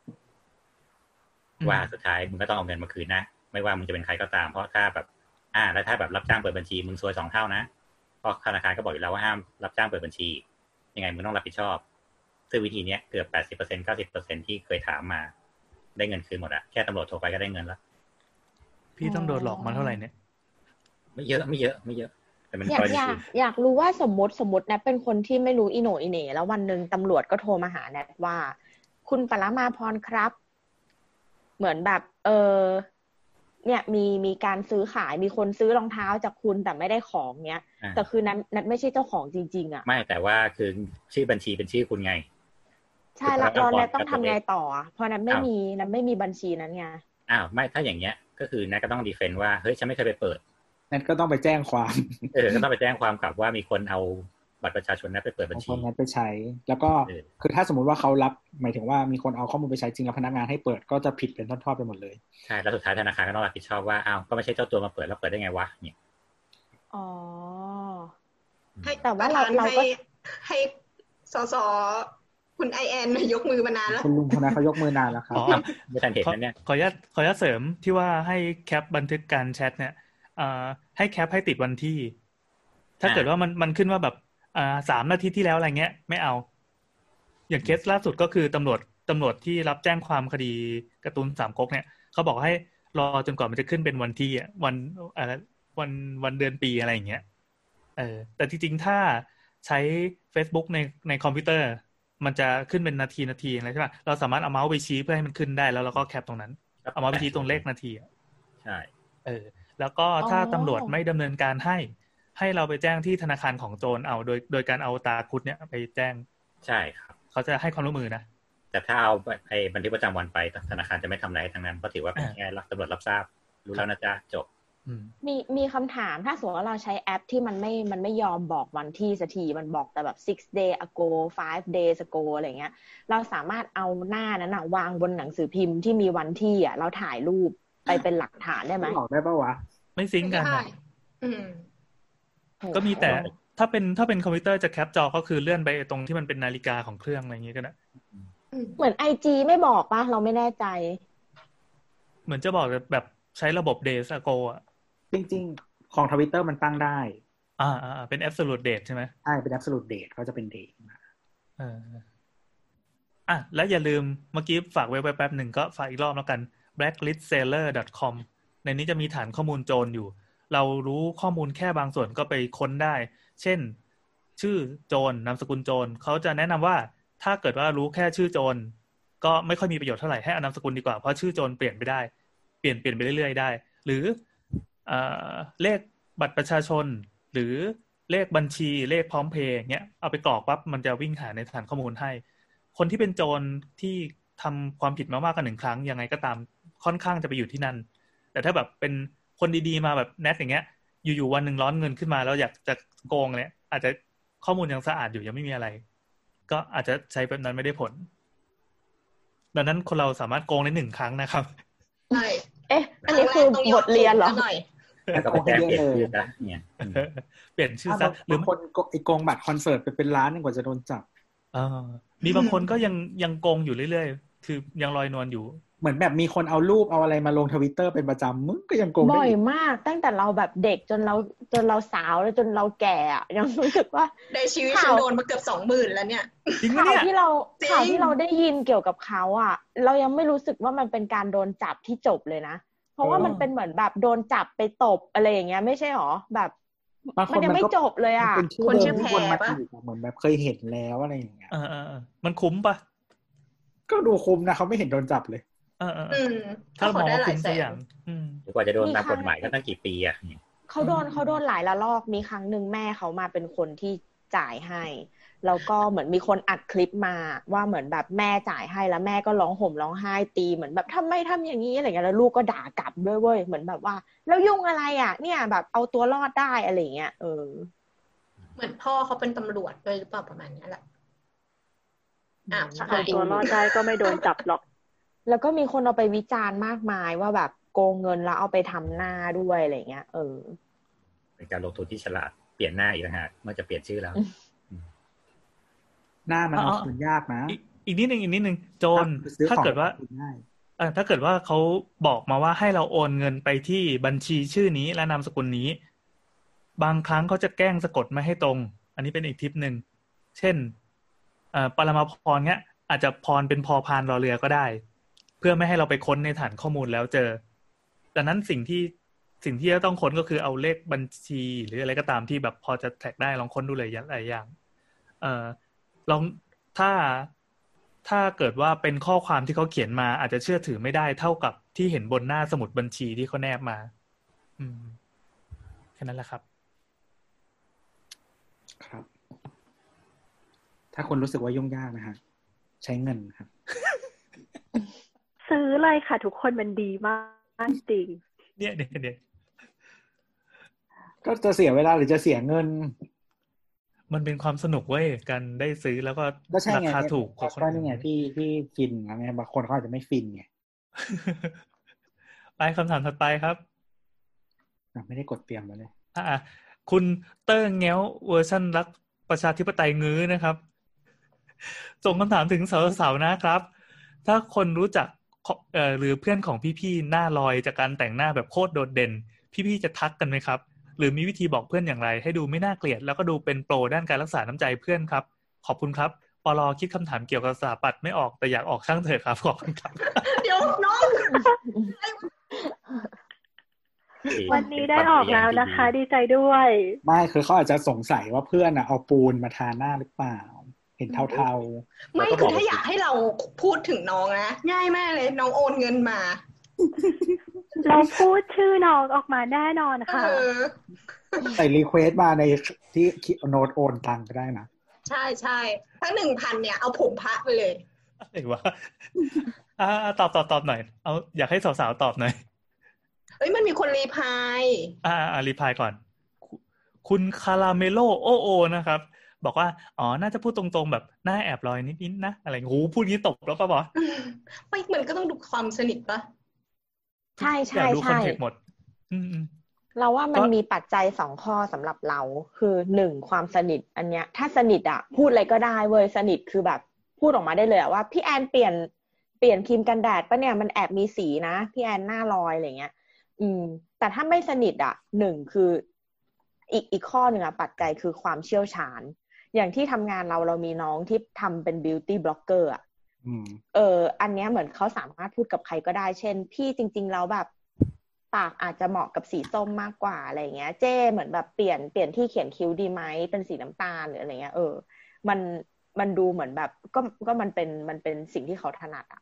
[SPEAKER 1] ว่าสุดท้ายมึงก็ต้องเอาเงินมาคืนนะไม่ว่ามึงจะเป็นใครก็ตามเพราะถ้าแบบแล้วถ้าแบบรับจ้างเปิดบัญชีมึงซวย2 เท่านะเพราะธนาคารก็บอกอยู่แล้วว่าห้ามรับจ้างเปิดบัญชียังไงมึงต้องรับผิดชอบซึ่งวิธีนี้เกือบ 80% 90% ที่เคยถามมาได้เงินคืนหมดแค่ตำรวจโทรไปก็ได้เงินแล้ว
[SPEAKER 2] พี่ต้องโดนหลอกมาเท่าไหร่เนี่ย
[SPEAKER 1] ไม่เยอะแต่มัน
[SPEAKER 5] อยากรู้ว่าสมมตินะเป็นคนที่ไม่รู้อีโหน่อีเหน่แล้ววันนึงตำรวจก็โทรมาหาแนทว่าคุณปรมาพรครับเหมือนแบบเนี่ยมีการซื้อขายมีคนซื้อรองเท้าจากคุณแต่ไม่ได้ของเนี้ยแต่คือนัทไม่ใช่เจ้าของจริงๆอ่ะ
[SPEAKER 1] ไม่แต่ว่าคือชื่อบัญชีเป็นชื่อคุณไง
[SPEAKER 5] ใช่แล้วเราต้องทำไงต่อเพราะนัทไม่มีบัญชีนั้นไง
[SPEAKER 1] ไม่ถ้าอย่างเงี้ยก็คือนัทก็ต้องดีเฟนต์ว่าเฮ้ยฉันไม่เคยไปเปิด
[SPEAKER 4] นัทก็ต้องไปแจ้งความ
[SPEAKER 1] ก็ต้องไปแจ้งความกลับว่ามีคนเอาบัตรประชาชนนัทไปเปิดบัญชี
[SPEAKER 4] นัทไปใช้แล้วก็คือถ้าสมมุติว่าเขารับหมายถึงว่ามีคนเอาข้อมูลไปใช้จริงแล้วพนักงานให้เปิดก็จะผิดเป็นทอดๆไปหมดเลย
[SPEAKER 1] ใช่แล้วสุดท้ายธนาคารก็ต้องรับผิดชอบว่าก็ไม่ใช่เจ้าตัวมาเปิดแล้วเปิดได้ไงวะเนี่ย
[SPEAKER 5] แต่ว่าเราก็
[SPEAKER 6] ให้สสคุณไอแอนยกมือมานานแล้ว
[SPEAKER 4] คุณลุงคนนั้นเขายกมือนานแล้วครับ
[SPEAKER 1] ไม่ทันเห็นนั่นเนี่ย
[SPEAKER 2] ขออนุญาตเสริมที่ว่าให้แคปบันทึกการแชทเนี่ยให้แคปให้ติดวันที่ถ้าเกิดว่ามันขึ้นว่าแบบ3 นาทีที่แล้วอะไรเงี้ยไม่เอาอย่างเคสล่าสุดก็คือตำรวจที่รับแจ้งความคดีการ์ตูนสามก๊กเนี่ยเขาบอกให้รอจนกว่ามันจะขึ้นเป็นวันที่วันเดือนปีอะไรอย่างเงี้ยแต่จริงๆถ้าใช้ Facebook ในคอมพิวเตอร์มันจะขึ้นเป็นนาทีอะไรใช่ป่ะเราสามารถเอาเมาส์ไปชี้เพื่อให้มันขึ้นได้แล้วเราก็แคปตรงนั้นเอาเมาส์ไปชี้ตรงเลขนาที
[SPEAKER 1] ใช่
[SPEAKER 2] แล้วก็ถ้าตำรวจไม่ดำเนินการให้เราไปแจ้งที่ธนาคารของโจรเอาโดยการเอาตาคุดเนี่ยไปแจ้ง
[SPEAKER 1] ใช่ครับ
[SPEAKER 2] เขาจะให้ความร่วมมือนะ
[SPEAKER 1] แต่ถ้าเอาบันทึกประจำวันไปธนาคารจะไม่ทำอะไรทั้งนั้นเพราะถือว่าเป็นแค่ตำรวจรับทราบรู้แล้วนะจ๊ะจบ
[SPEAKER 5] มีคำถามถ้าสมมติว่าเราใช้แอปที่มันไม่ยอมบอกวันที่สักทีมันบอกแต่แบบ6 days ago 5 days ago อะไรเงี้ยเราสามารถเอาหน้านั้นวางบนหนังสือพิมพ์ที่มีวันที่เราถ่ายรูปไปเป็นหลักฐานได้ไหม
[SPEAKER 4] บอกได้ปะวะ
[SPEAKER 2] ไม่ซิงกันก็มีแต่ถ้าเป็นคอมพิวเตอร์จะแคปจอก็คือเลื่อนไปตรงที่มันเป็นนาฬิกาของเครื่องอะไรอย่างงี้ก็ได้
[SPEAKER 5] เหมือน IG ไม่บอกป่ะเราไม่แน่ใจ
[SPEAKER 2] เหมือนจะบอกแบบใช้ระบบ days ago อ่ะ
[SPEAKER 4] จริงๆของ Twitter มันตั้งได้
[SPEAKER 2] เป็น absolute date ใช่ไหม
[SPEAKER 4] ใช่เป็น absolute date ก็จะเป็น date
[SPEAKER 2] แล้วอย่าลืมเมื่อกี้ฝากไว้แป๊บหนึ่งก็ฝากอีกรอบแล้วกัน blacklistseller.com ในนี้จะมีฐานข้อมูลโจรอยู่เรารู้ข้อมูลแค่บางส่วนก็ไปค้นได้เช่นชื่อโจรนามสกุลโจรเขาจะแนะนำว่าถ้าเกิดว่ารู้แค่ชื่อโจรก็ไม่ค่อยมีประโยชน์เท่าไหร่ให้เอานามสกุลดีกว่าเพราะชื่อโจรเปลี่ยนไปได้เปลี่ยนไปเรื่อยๆได้หรือเลขบัตรประชาชนหรือเลขบัญชีเลขพร้อมเพย์เงี้ยเอาไปกรอกปั๊บมันจะวิ่งหาในฐานข้อมูลให้คนที่เป็นโจรที่ทำความผิดมามากกว่า1 ครั้งยังไงก็ตามค่อนข้างจะไปอยู่ที่นั่นแต่ถ้าแบบเป็นคนดีๆมาแบบแนทอย่างเงี้ยอยู่ๆวันนึงร้อนเงินขึ้นมาแล้วอยากจะโกงเนี่ยอาจจะข้อมูลยังสะอาดอยู่ยังไม่มีอะไรก็อาจจะใช้แบบนั้นไม่ได้ผลดังนั้นคนเราสามารถโกงได้1 ครั้งนะครับ
[SPEAKER 6] ใช่
[SPEAKER 5] อันนี้คือบทเรียนเหรอ
[SPEAKER 1] ก็ไปแจ้งเปลี่ยนชื่อซะเนี่ย
[SPEAKER 2] เปลี่ยนชื่อซะ
[SPEAKER 4] หรือคนไอ้โกงบัตรคอนเสิร์ตไปเป็นล้านกว่าจะโดนจับ
[SPEAKER 2] มีบางคนก็ยังโกงอยู่เรื่อยๆคือยังลอยนวลอยู่
[SPEAKER 4] เหมือนแบบมีคนเอารูปเอาอะไรมาลง Twitter เป็นประจำมึงก็ยังโกง
[SPEAKER 5] บ่อยมากตั้งแต่เราแบบเด็กจนเราสาวแล้วจนเราแก่ยังรู้สึกว่า
[SPEAKER 6] ในชีวิตฉันโดนมาเกือบ 20,000 แล้วเนี่ย
[SPEAKER 5] ข่าวที่เราได้ยินเกี่ยวกับเขาเรายังไม่รู้สึกว่ามันเป็นการโดนจับที่จบเลยนะเพราะว่ามันเป็นเหมือนแบบโดนจับไปตบอะไรอย่างเงี้ยไม่ใช่หรอแบบมันยังไม่จบเลย
[SPEAKER 6] คนชื่อแพรป่ะ
[SPEAKER 4] เหมือนแบบเคยเห็นแล้วอะไรอย่างเงี้ย
[SPEAKER 2] มันคุ้มป่ะ
[SPEAKER 4] ก็ดูคุ้มนะเขาไม่เห็นโดนจับเลย
[SPEAKER 2] ถ้ามองว่าคุ้มสักอย่าง
[SPEAKER 1] กว่าจะโดนตามกฎหมายก็ตั้งกี่ปี
[SPEAKER 5] เขาโดนหลายละลอกมีครั้งนึงแม่เขามาเป็นคนที่จ่ายให้แล้วก็เหมือนมีคนอัดคลิปมาว่าเหมือนแบบแม่จ่ายให้แล้วแม่ก็ร้องห่มร้องไห้ตีเหมือนแบบทำไมทำอย่างนี้อะไรเงี้ยแล้วลูกก็ด่ากลับด้วยเว้ยเหมือนแบบว่าแล้วยุ่งอะไรเนี่ยแบบเอาตัวรอดได้อะไรเงี้ย
[SPEAKER 6] เหมือนพ่อเขาเป็นตำรวจด้วยหรือเปล่าประมาณนี้แหละ
[SPEAKER 7] เอาตัวรอดได้ก็ไม่โดนจับหรอก
[SPEAKER 5] แล้วก็มีคนเอาไปวิจารณ์มากมายว่าแบบโกงเงินแล้วเอาไปทำหน้าด้วยอะไรเงี้ย
[SPEAKER 1] เป็นการลงทุนที่ฉลาดเปลี่ยนหน้าอีกนะฮะเมื่อจะเปลี่ยนชื่อแล้ว
[SPEAKER 4] หน้ามันเอาคืนยากนะ
[SPEAKER 2] อีกนิดนึงโจรถ้าเกิดว่าเขาบอกมาว่าให้เราโอนเงินไปที่บัญชีชื่อนี้และนามสกุลนี้บางครั้งเขาจะแกล้งสะกดไม่ให้ตรงอันนี้เป็นอีกทิปนึงเช่นปรมาภรณ์เงี้ยอาจจะพรเป็นพอพานรอเรือก็ได้เพื่อไม่ให้เราไปค้นในฐานข้อมูลแล้วเจอดังนั้นสิ่งที่จะต้องค้นก็คือเอาเลขบัญชีหรืออะไรก็ตามที่แบบพอจะแทร็กได้ลองค้นดูเลยหลายอย่างลองถ้าถ้าเกิดว่าเป็นข้อความที่เขาเขียนมาอาจจะเชื่อถือไม่ได้เท่ากับที่เห็นบนหน้าสมุดบัญชีที่เขาแนบมาแค่นั้นแหละครับ
[SPEAKER 4] ครับ ถ้าคนรู้สึกว่ายุ่งยากนะฮะใช้เงินครับ
[SPEAKER 7] ซื้อเลยค่ะทุกคนมันดีมากจริง
[SPEAKER 2] เนี่ย
[SPEAKER 4] ก็จะเสียเวลาหรือจะเสียเงิน
[SPEAKER 2] มันเป็นความสนุกเว้ยการได้ซื้อแล้วก็ราคาถูกกว่าคน
[SPEAKER 4] อื่นก็นี่ไงที่ฟินนะไงบางคนเขาอาจจะไม่ฟินไง
[SPEAKER 2] ไปคำถามถัดไปครับ
[SPEAKER 4] ไม่ได้กดเตรียมมาเลย
[SPEAKER 2] คุณเติ้งแง้วเวอร์ชันรักประชาธิปไตยงื้อนะครับส่งคำถามถึงสาวๆนะครับถ้าคนรู้จักหรือเพื่อนของพี่ๆหน้าลอยจากการแต่งหน้าแบบโคตรโดดเด่นพี่ๆจะทักกันไหมครับหรือมีวิธีบอกเพื่อนอย่างไรให้ดูไม่น่าเกลียดแล้วก็ดูเป็นโปรด้านการรักษาน้ำใจเพื่อนครับขอบคุณครับปล.คิดคำถามเกี่ยวกับสถาปัตย์ไม่ออกแต่อยากออกช่างเถอะครับขอบคุณครับ
[SPEAKER 6] เดี๋ยวน้อง
[SPEAKER 7] วันนี้ได้ออกแล้วนะคะดีใจด้วย
[SPEAKER 4] ไม่คือเขาอาจจะสงสัยว่าเพื่อนเอาปูนมาทาหน้าหรือเปล่าเห็นเทา
[SPEAKER 6] ๆไม่คือถ้าอยากให้เราพูดถึงน้องนะง่ายมากเลยน้องโอนเงินมา
[SPEAKER 7] เราพูดชื่อน้องออกมาแน่นอนค่ะ
[SPEAKER 4] ใส่รีเควสต์มาในที่โน้ตโอนตังก็ได้นะ
[SPEAKER 6] ใช่ถ้า 1,000 เนี่ยเอาผมพระไปเลย
[SPEAKER 2] อะไรวะตอบหน่อยเอาอยากให้สาวๆตอบหน่อย
[SPEAKER 6] มันมีคนรีพลาย
[SPEAKER 2] รีพลายก่อนคุณคาราเมโลโอนะครับบอกว่าน่าจะพูดตรงๆแบบหน้าแอบลอยนิดๆนะอะไรโหพูดงี้ตบแล้วป่ะบอส
[SPEAKER 6] ไม่มันก็ต้องดูความสนิทป่ะ
[SPEAKER 5] ใช่
[SPEAKER 2] อยากดูคอนเทกต์หมด
[SPEAKER 5] เราว่ามันมีปัจจัย2ข้อสำหรับเราคือ1ความสนิทอันเนี้ยถ้าสนิทพูดอะไรก็ได้เว้ยสนิทคือแบบพูดออกมาได้เลยว่าพี่แอนเปลี่ยนครีมกันแดดป่ะเนี่ยมันแอบมีสีนะพี่แอนหน้าลอยอะไรเงี้ยแต่ถ้าไม่สนิท1คืออีกข้อหนึ่งปัจจัยคือความเชี่ยวชาญอย่างที่ทำงานเรามีน้องที่ทำเป็นบิวตี้บล็อกเกอร์อันเนี้ยเหมือนเขาสามารถพูดกับใครก็ได้เช่นพี่จริงๆแล้วแบบปากอาจจะเหมาะกับสีส้มมากกว่าอะไรเงี้ยเจ้เหมือนแบบเปลี่ยนที่เขียนคิ้วดีไหมเป็นสีน้ำตาลหรืออะไรเงี้ยมันดูเหมือนแบบก็มันเป็นสิ่งที่เขาถนัด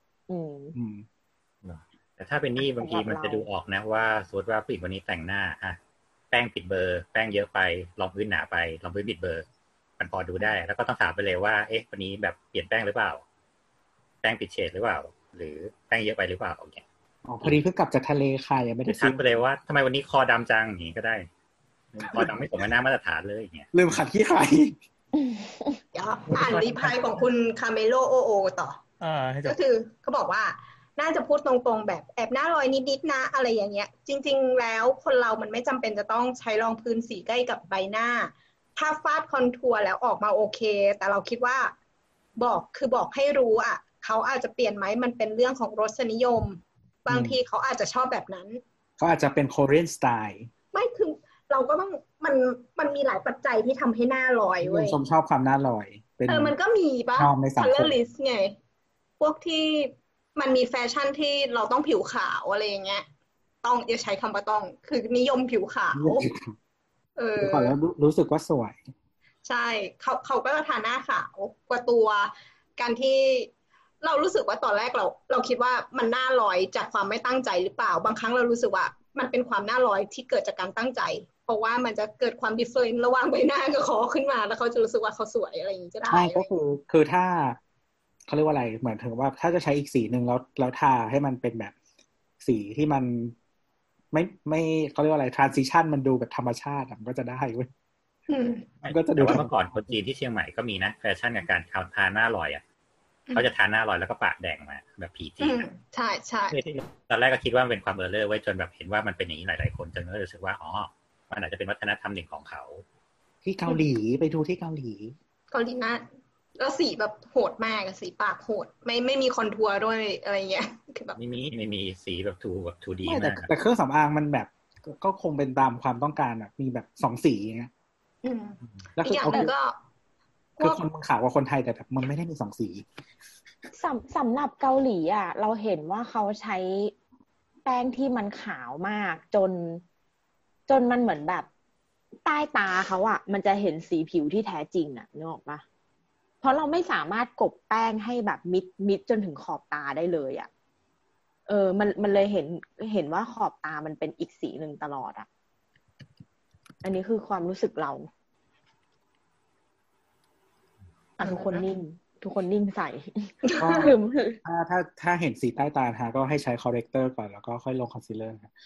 [SPEAKER 1] แต่ถ้าเป็นนี่บางทีมันจะดูออกนะว่าสมมติว่าผู้หญิงวันนี้แต่งหน้าแป้งปิดเบอร์แป้งเยอะไปรองพื้นหนาไปรองพื้นปิดเบอร์มันพอดูได้แล้วก็ต้องถามไปเลยว่าวันนี้แบบเปลี่ยนแป้งหรือเปล่าแป้งปิดเฉดหรือเปล่าหรือแป้งเยอะไปหรือเปล่าอย่างเงี้ย
[SPEAKER 4] พอดีเพิ่งกลับจากทะเลค่ะยังไม่ได้
[SPEAKER 1] ทักไปเลยว่าทำไมวันนี้คอดำจังอย่างนี้ก็ได้คอดำไม่สมกับหน้ามาตรฐานเลยอย่างเงี้ย
[SPEAKER 4] ลืมขัดขี้ใคร
[SPEAKER 6] อ่านรีพลายของคุณคาเมโลโอต่อก็คือเขาบอกว่าน่าจะพูดตรงๆแบบแอบหน้าลอยนิดๆนะอะไรอย่างเงี้ยจริงๆแล้วคนเรามันไม่จำเป็นจะต้องใช้รองพื้นสีใกล้กับใบหน้าถ้าฟาดคอนทัวร์แล้วออกมาโอเคแต่เราคิดว่าบอกให้รู้เขาอาจจะเปลี่ยนไหมมันเป็นเรื่องของรสนิยมบางทีเขาอาจจะชอบแบบนั้น
[SPEAKER 4] เขาอาจจะเป็นโคเรียนสไตล์
[SPEAKER 6] ไม่คือเราก็ต้องมันมีหลายปัจจัยที่ทำให้หน้าลอยเว้ย
[SPEAKER 4] ชอบความหน้าลอย
[SPEAKER 6] มันก็มีป่ะ color list ไงพวกที่มันมีแฟชั่นที่เราต้องผิวขาวอะไรอย่างเงี้ยต้องอย่าใช้คำว่าต้องคือนิยมผิวขาว
[SPEAKER 4] แล้วรู้สึกว่าสวย
[SPEAKER 6] ใช่เขาก็ทาหน้าขาวกว่าตัวการที่เรารู้สึกว่าตอนแรกเราคิดว่ามันหน้าลอยจากความไม่ตั้งใจหรือเปล่าบางครั้งเรารู้สึกว่ามันเป็นความหน้าลอยที่เกิดจากการตั้งใจเพราะว่ามันจะเกิดความดิเฟอเรนซ์ระหว่างใบหน้ากับคอขึ้นมาแล้วเขาจะรู้สึกว่าเขาสวยอะไรอย่างนี้ก็ได้
[SPEAKER 4] ใช่ก็คือถ้าเขาเรียกว่าอะไรเหมือนถึงว่าถ้าจะใช้อีกสีนึงแล้วทาให้มันเป็นแบบสีที่มันไม่เขาเรียกว่าอะไร transition มันดูแบบธรรมชาติมันก็จะได้เว้ย
[SPEAKER 1] ก็จะดูว่าเมื่อก่อนคนจีนที่เชียงใหม่ก็มีนะแฟชั่นกับการทาหน้าลอยเขาจะทาหน้าลอยแล้วก็ปากแดงมาแบบผีจีน
[SPEAKER 6] ใช่ใช่
[SPEAKER 1] ตอนแรกก็คิดว่ามันเป็นความเออร์เลอร์ไว้จนแบบเห็นว่ามันเป็นอย่างนี้หลายๆคนจนก็รู้สึกว่ามันอาจจะเป็นวัฒนธรรมหนึ่งของเขา
[SPEAKER 4] ที่เกาหลีไปดูที่เกาหลี
[SPEAKER 6] หน้าแล้วสีแบบโหดมากสีปากโหดไม่มีคอนทัวร์ด้วยอะไรเงี้ยคือแบบ
[SPEAKER 1] ไม่มีสีแบบทูดี
[SPEAKER 4] มากแต่เครื่องสำอางมันแบบก็คงเป็นตามความต้องการมีแบบ2สีอย่างเงี้ย
[SPEAKER 6] แล้ว
[SPEAKER 4] คือคนขาวกว่าคนไทยแต่แบบมันไม่ได้มี2สี
[SPEAKER 5] สำหรับเกาหลีเราเห็นว่าเขาใช้แป้งที่มันขาวมากจนมันเหมือนแบบใต้ตาเขามันจะเห็นสีผิวที่แท้จริงนึกออกปะเพราะเราไม่สามารถกบแป้งให้แบบมิดจนถึงขอบตาได้เลยอ่ะมันเลยเห็นว่าขอบตามันเป็นอีกสีหนึ่งตลอดอ่ะอันนี้คือความรู้สึกเราทุกคนนิ่งใส่ลืม
[SPEAKER 4] ถ้าเห็นสีใต้ตาทาก็ให้ใช้คอร์เรคเตอร์ก่อนแล้วก็ค่อยลงคอนซีลเลอร์ครับ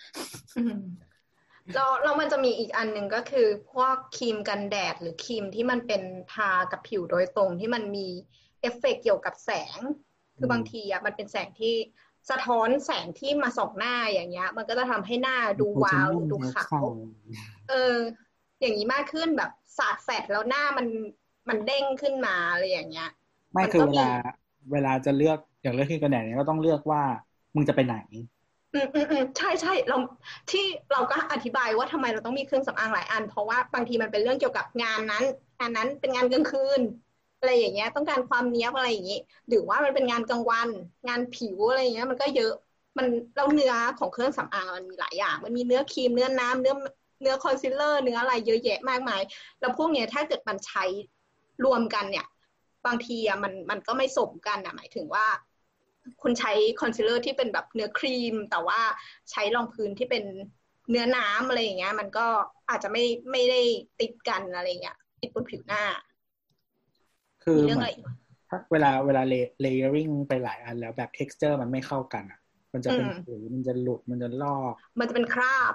[SPEAKER 6] แล้วมันจะมีอีกอันหนึ่งก็คือพวกครีมกันแดดหรือครีมที่มันเป็นทากับผิวโดยตรงที่มันมีเอฟเฟกต์เกี่ยวกับแสงคือบางทีอ่ะมันเป็นแสงที่สะท้อนแสงที่มาส่องหน้าอย่างเงี้ยมันก็จะทำให้หน้าดูวาวดูขาวอย่างนี้มากขึ้นแบบสาดแฟลชแล้วหน้ามันเด้งขึ้นมาอะไรอย่างเงี้ย
[SPEAKER 4] ไม่คือเวลาจะเลือกอย่างเลือกครีมกันแดดเนี่ยก็ต้องเลือกว่ามึงจะไปไหน
[SPEAKER 6] ใช่เราก็อธิบายว่าทำไมเราต้องมีเครื่องสำอางหลายอันเพราะว่าบางทีมันเป็นเรื่องเกี่ยวกับงานนั้นเป็นงานกลางคืนอะไรอย่างเงี้ยต้องการความเนี้ยบอะไรอย่างงี้หรือว่ามันเป็นงานกลางวันงานผิวอะไรอย่างเงี้ยมันก็เยอะเราเนื้อของเครื่องสำอางมันมีหลายอย่างมันมีเนื้อครีมเนื้อน้ำเนื้อคอนซีลเลอร์เนื้ออะไรเยอะแยะมากมายแล้วพวกเนี้ยถ้าเกิดมันใช้รวมกันเนี่ยบางทีอะมันก็ไม่สมกันอะหมายถึงว่าคุณใช้คอนซีลเลอร์ที่เป็นแบบเนื้อครีมแต่ว่าใช้รองพื้นที่เป็นเนื้อน้ำอะไรอย่างเงี้ยมันก็อาจจะไม่ได้ติดกันอะไรเงี้ยติดบนผิวหน้า
[SPEAKER 4] คือเวลาเลเยอริ่งไปหลายอันแล้วแบบ texture มันไม่เข้ากันอ่ะมันจะเป็นขุยมันจะหลุดมันจะลอก
[SPEAKER 6] มันจะเป็นคราบ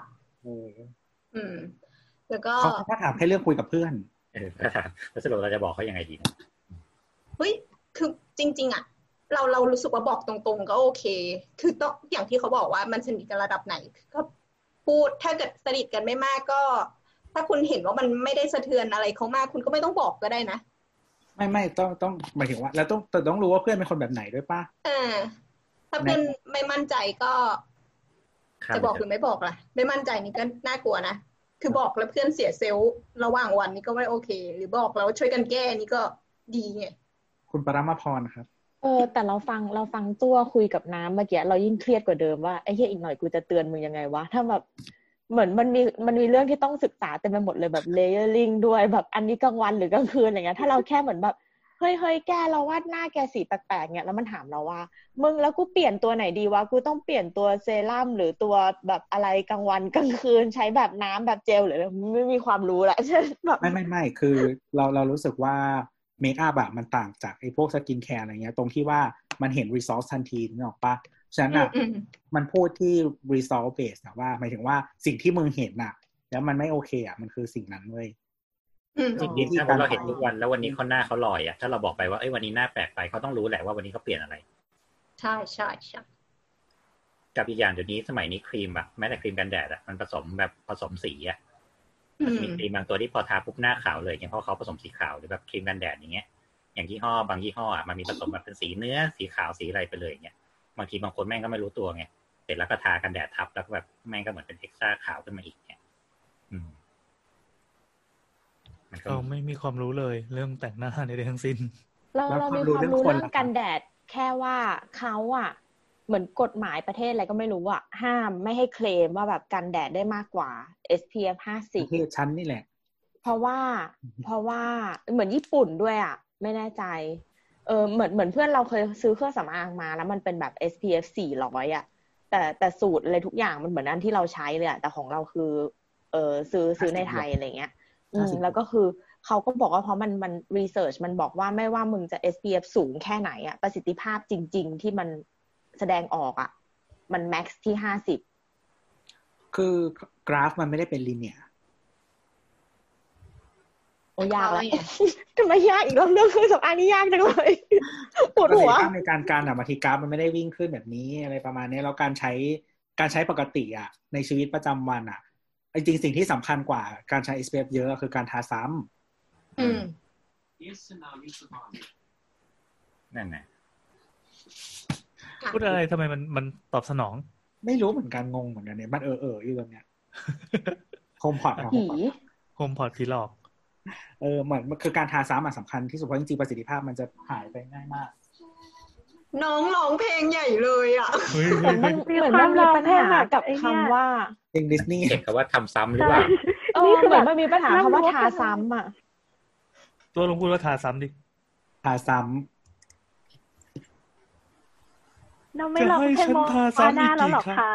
[SPEAKER 6] แล้วก็
[SPEAKER 4] เขาถามให้เลือกคุยกับเพื่อน
[SPEAKER 1] ถ้าถามแล้วสรุปเราจะบอกเขายังไงดีนะ
[SPEAKER 6] เฮ้ยคือจริงๆอ่ะเรารู้สึกว่าบอกตรงๆก็โอเคคือต้องอย่างที่เขาบอกว่ามันสนิทกันระดับไหนก็พูดถ้าเกิดสนิทกันไม่มากก็ถ้าคุณเห็นว่ามันไม่ได้สะเทือนอะไรเขามากคุณก็ไม่ต้องบอกก็ได้นะ
[SPEAKER 4] ไม่ต้องหมายถึงว่าแล้วต้องรู้ว่าเพื่อนเป็นคนแบบไหนด้วยป่ะ
[SPEAKER 6] ถ้าเพื่อนไม่มั่นใจก็จะบอกหรือไม่บอกล่ะไม่มั่นใจนี่ก็น่ากลัวนะคือบอกแล้วเพื่อนเสียเซลล์ระหว่างวันนี่ก็ไม่โอเคหรือบอกแล้วช่วยกันแก้นี่ก็ดีไง
[SPEAKER 4] คุณปรมาพรครับ
[SPEAKER 5] แต่เราฟังตัวคุยกับน้ำเมื่อกี้เรายิ่งเครียดกว่าเดิมว่าไอ้เหี้ยอีกหน่อยกูจะเตือนมึงยังไงวะถ้าแบบเหมือนมันมีเรื่องที่ต้องศึกษาเต็มไปหมดเลยแบบเลเยอร์ลิงด้วยแบบอันนี้กลางวันหรือกลางคืนอะไรเงี้ยถ้าเราแค่เหมือนแบบเฮ้ยแกเราวาดหน้าแกสีแปลกๆเนี่ยแล้วมันถามเราว่ามึงแล้วกูเปลี่ยนตัวไหนดีวะกูต้องเปลี่ยนตัวเซรั่มหรือตัวแบบอะไรกลางวันกลางคืนใช้แบบน้ำแบบเจลหรือไม่มีความรู้แหละใช่แบบ
[SPEAKER 4] ไม่คือเรารู้สึกว่าเมคอัพอะมันต่างจากไอ้พวกสกินแคร์อะไรเงี้ยตรงที่ว่ามันเห็น result ทันทีนึกออกปะฉะนั้นอะมันพูดที่ result base นะว่าหมายถึงว่าสิ่งที่มึงเห็นอะแล้วมันไม่โอเคอะมันคือสิ่งนั้นเว้ย
[SPEAKER 1] จริงๆถ้าเราเห็นทุกวันแล้ววันนี้เขาหน้าเขาลอยอะถ้าเราบอกไปว่าวันนี้หน้าแปลกไปเขาต้องรู้แหละว่าวันนี้เขาเปลี่ยนอะไร
[SPEAKER 6] ใช่
[SPEAKER 1] กับอีกอย่างเดี๋ยวนี้สมัยนี้ครีมอะแม้แต่ครีมกันแดดอะมันผสมสีอะมีครีมบางตัวที่พอทาปุ๊บหน้าขาวเลยอย่างเพราะเขาผสมสีขาวหรือแบบครีมกันแดดอย่างเงี้ยอย่างยี่ห้อบางยี่ห้ออ่ะมันมีผสมแบบเป็นสีเนื้อสีขาวสีอะไรไปเลยอย่างเงี้ยบางทีบางคนแม่งก็ไม่รู้ตัวไงเสร็จแล้วก็ทากันแดดทับแล้วก็แบบแม่งก็เหมือนเป็นเอ็กซ์ตร้าขาวขึ้นมาอีกเนี่ย
[SPEAKER 2] เราไม่มีความรู้เลยเรื่องแต่งหน้าในทั้งสิ้น
[SPEAKER 5] เรามีความรู้เรื่องกันแดดแค่ว่าเขาอ่ะเหมือนกฎหมายประเทศอะไรก็ไม่รู้อ่ะห้ามไม่ให้เคลมว่าแบบกันแดดได้มากกว่า SPF 50
[SPEAKER 4] ประเทศชั้นนี่แหละ
[SPEAKER 5] เพราะว่าเหมือนญี่ปุ่นด้วยอ่ะไม่แน่ใจเหมือนเพื่อนเราเคยซื้อเครื่องสำอางมาแล้วมันเป็นแบบ SPF 400อ่ะแต่สูตรอะไรทุกอย่างมันเหมือนอันที่เราใช้เลยอ่ะแต่ของเราคือซื้อในไทยอะไรเงี้ยแล้วก็คือเขาก็บอกว่าเพราะมันรีเสิร์ชมันบอกว่าไม่ว่ามึงจะ SPF สูงแค่ไหนอ่ะประสิทธิภาพจริงๆที่มันแสดงออกอ่ะมันแม็กซ์ที่50
[SPEAKER 4] คือกราฟมันไม่ได้เป็นลิเนียร์
[SPEAKER 5] โอ้ยากแล้วทำไมยากอีกแล้วเรื่องเครื่องสำอางนี่ยากจังเลยปวดหัว
[SPEAKER 4] ในการบางทีกราฟมันไม่ได้วิ่งขึ้นแบบนี้อะไรประมาณนี้แล้วการใช้ปกติอ่ะในชีวิตประจำวันอ่ะจริงๆสิ่งที่สำคัญกว่าการใช้ SPF เยอะคือการทาซ้
[SPEAKER 1] ำนั่นแหละ
[SPEAKER 2] พูดอะไรทำไมมันตอบสนอง
[SPEAKER 4] ไม่รู้เหมือนกันงงเหมือนกันเนี่ยมันอยู่ตรงเนี้ยโฮมพอด
[SPEAKER 2] ผีหลอก
[SPEAKER 4] เหมือนคือการทาซ้ำสำคัญที่สุดเพราะจริงๆประสิทธิภาพมันจะหายไปง่ายมาก
[SPEAKER 6] น้องร้องเพลงใหญ่เลยอ่ะ
[SPEAKER 5] มันเหมือนมันมีปัญหากับคำว่า
[SPEAKER 4] เพลงดิสนีย์
[SPEAKER 1] เห็นคำว่าทำซ้ำหรือเปล่า
[SPEAKER 5] นี่คือเหมือนมันมีปัญหาคำว่าทาซ้ำอ่ะ
[SPEAKER 2] ตัวลงพูดว่าทาซ้ำดิ
[SPEAKER 4] ทาซ้
[SPEAKER 7] เราไม่ร้องเพลงโมอาน่าแล้วหรอคะ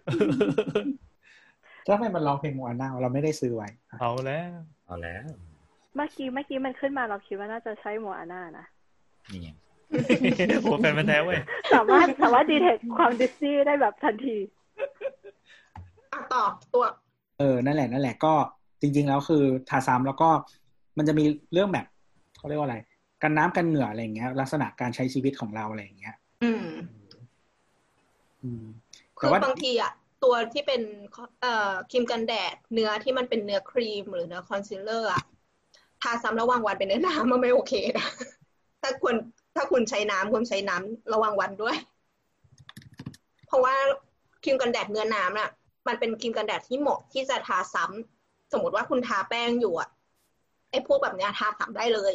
[SPEAKER 4] ก็ให้มันร้องเพลงโมอาน่าเราไม่ได้ซื้อไว้
[SPEAKER 2] เอาแล้ว
[SPEAKER 1] เ
[SPEAKER 7] มื่อกี้มันขึ้นมาเราคิดว่าน่าจะใช่โมอาน่านะ
[SPEAKER 1] นี่ไง
[SPEAKER 2] โอ้แฟนมันแท้เว้ย
[SPEAKER 7] สามารถดีเทคความดิสนีย์ได้แบบทันที
[SPEAKER 6] ต่อตัว
[SPEAKER 4] นั่นแหละก็จริงๆแล้วคือทาซ้ำแล้วก็มันจะมีเรื่องแบบเขาเรียกว่าอะไรกันน้ำกันเหงื่ออะไรอย่างเงี้ยลักษณะการใช้ชีวิตของเราอะไรอย่างเงี้ย
[SPEAKER 6] คือบางทีอ่ะตัวที่เป็นครีมกันแดดเนื้อที่มันเป็นเนื้อครีมหรือเนื้อคอนซีลเลอร์อ่ะทาซ้ำระหว่างวันเป็นเนื้อน้ำมันไม่โอเคนะถ้าคุณใช้น้ำควรใช้น้ำระหว่างวันด้วยเพราะว่าครีมกันแดดเนื้อน้ำน่ะมันเป็นครีมกันแดดที่เหมาะที่จะทาซ้ำสมมติว่าคุณทาแป้งอยู่อ่ะไอ้พวกแบบเนี้ยทาซ้ำได้เลย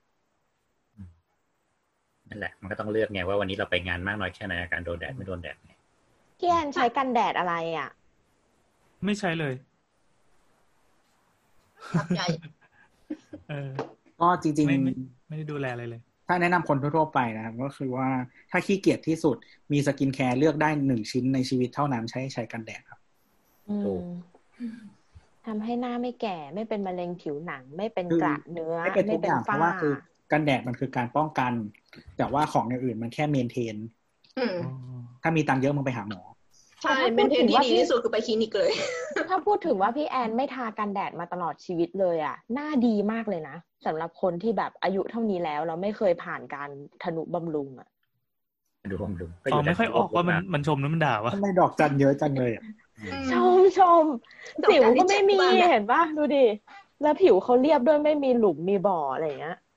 [SPEAKER 1] นั่นแหละมันก็ต้องเลือกไงว่าวันนี้เราไปงานมากน้อยแค่ไหนการโดนแดดไม่โดนแดดไง
[SPEAKER 5] พี่แอนใช้กันแดดอะไรอ่ะ
[SPEAKER 2] ไม่ใช้เลย
[SPEAKER 6] ใหญ่
[SPEAKER 4] ก็จริง
[SPEAKER 2] ๆไม่ได้ดูแลอะไรเลย
[SPEAKER 4] ถ้าแนะนำคนทั่วๆไปนะครับก็คือว่าถ้าขี้เกียจที่สุดมีสกินแคร์เลือกได้1ชิ้นในชีวิตเท่านั้นใช้กันแดดครับ
[SPEAKER 5] ทำให้หน้าไม่แก่ไม่เป็นมะเร็งผิวหนังไม่เป็นกระเนื้อ
[SPEAKER 4] ไม่เป็นฝ้าเพราะว่าคือกันแดดมันคือการป้องกันแต่ว่าของอย่างอื่นมันแค่เมนเทนถ้ามีตังค์เยอะมึงไปหาหมอ
[SPEAKER 6] ใช่เมนเทนที่ดีที่สุดคือไปคลินิกเลย
[SPEAKER 5] ถ้าพูดถึงว่าพี่แอนไม่ทากันแดดมาตลอดชีวิตเลยอ่ะหน้าดีมากเลยนะสำหรับคนที่แบบอายุเท่านี้แล้วเราไม่เคยผ่านการทนุบำรุงอ่ะ
[SPEAKER 1] ดูบำรุง
[SPEAKER 2] ไม่ค่อยออกว่ามันชมแล้วมันด่าวะ
[SPEAKER 4] ทำไมดอกจันเยอะจังเลยอ่ะ
[SPEAKER 5] ชมสิวก็ไม่มีเห็นป่ะดูดิแล้วผิวเขาเรียบด้วยไม่มีหลุมมีบ่ออะไรอย่างเงี้ย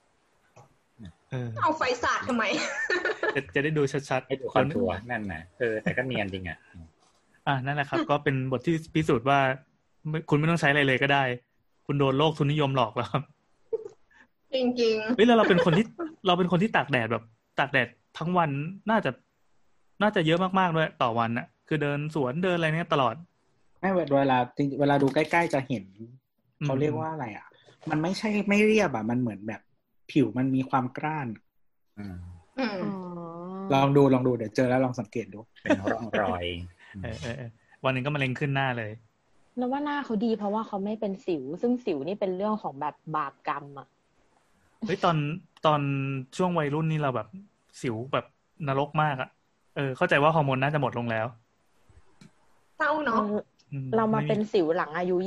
[SPEAKER 6] เอาไฟสาดทำไม
[SPEAKER 2] จะได้ดูชัดๆ
[SPEAKER 1] ให้ดูคอนทัวร์นั่นนะแต่ก็เนียนจริง
[SPEAKER 2] นั่นแหละครับก็เป็นบทที่พิสูจน์ว่าคุณไม่ต้องใช้อะไรเลยก็ได้คุณโดนโลกทุนนิยมหลอกแล้วครับ
[SPEAKER 6] จริงๆ
[SPEAKER 2] แล้วเราเป็นคนที่ตากแดดแบบตากแดดทั้งวันน่าจะเยอะมากๆด้วยต่อวันน่ะคือเดินสวนเดินอะไรเนี่ยตลอด
[SPEAKER 4] ไม่เวลาดูใกล้ๆจะเห็นเขาเรียกว่าอะไรอ่ะมันไม่ใช่ไม่เรียบอ่ะมันเหมือนแบบผิวมันมีความกร้านลองดูเดี๋ยวเจอแล้วลองสังเกตดู
[SPEAKER 1] เป็นร่องรอย
[SPEAKER 2] วันหนึ่งก็มะเร็งขึ้นหน้าเลย
[SPEAKER 5] แล้วว่าหน้าเขาดีเพราะว่าเขาไม่เป็นสิวซึ่งสิวนี่เป็นเรื่องของแบบบาปกรรมอ่ะ
[SPEAKER 2] เฮ้ยตอนช่วงวัยรุ่นนี่เราแบบสิวแบบนรกมากอ่ะเข้าใจว่าฮอร์โมนน่าจะหมดลงแล้ว
[SPEAKER 6] เศร้าเนาะ
[SPEAKER 5] เรามาเป็นสิวหลังอายุ25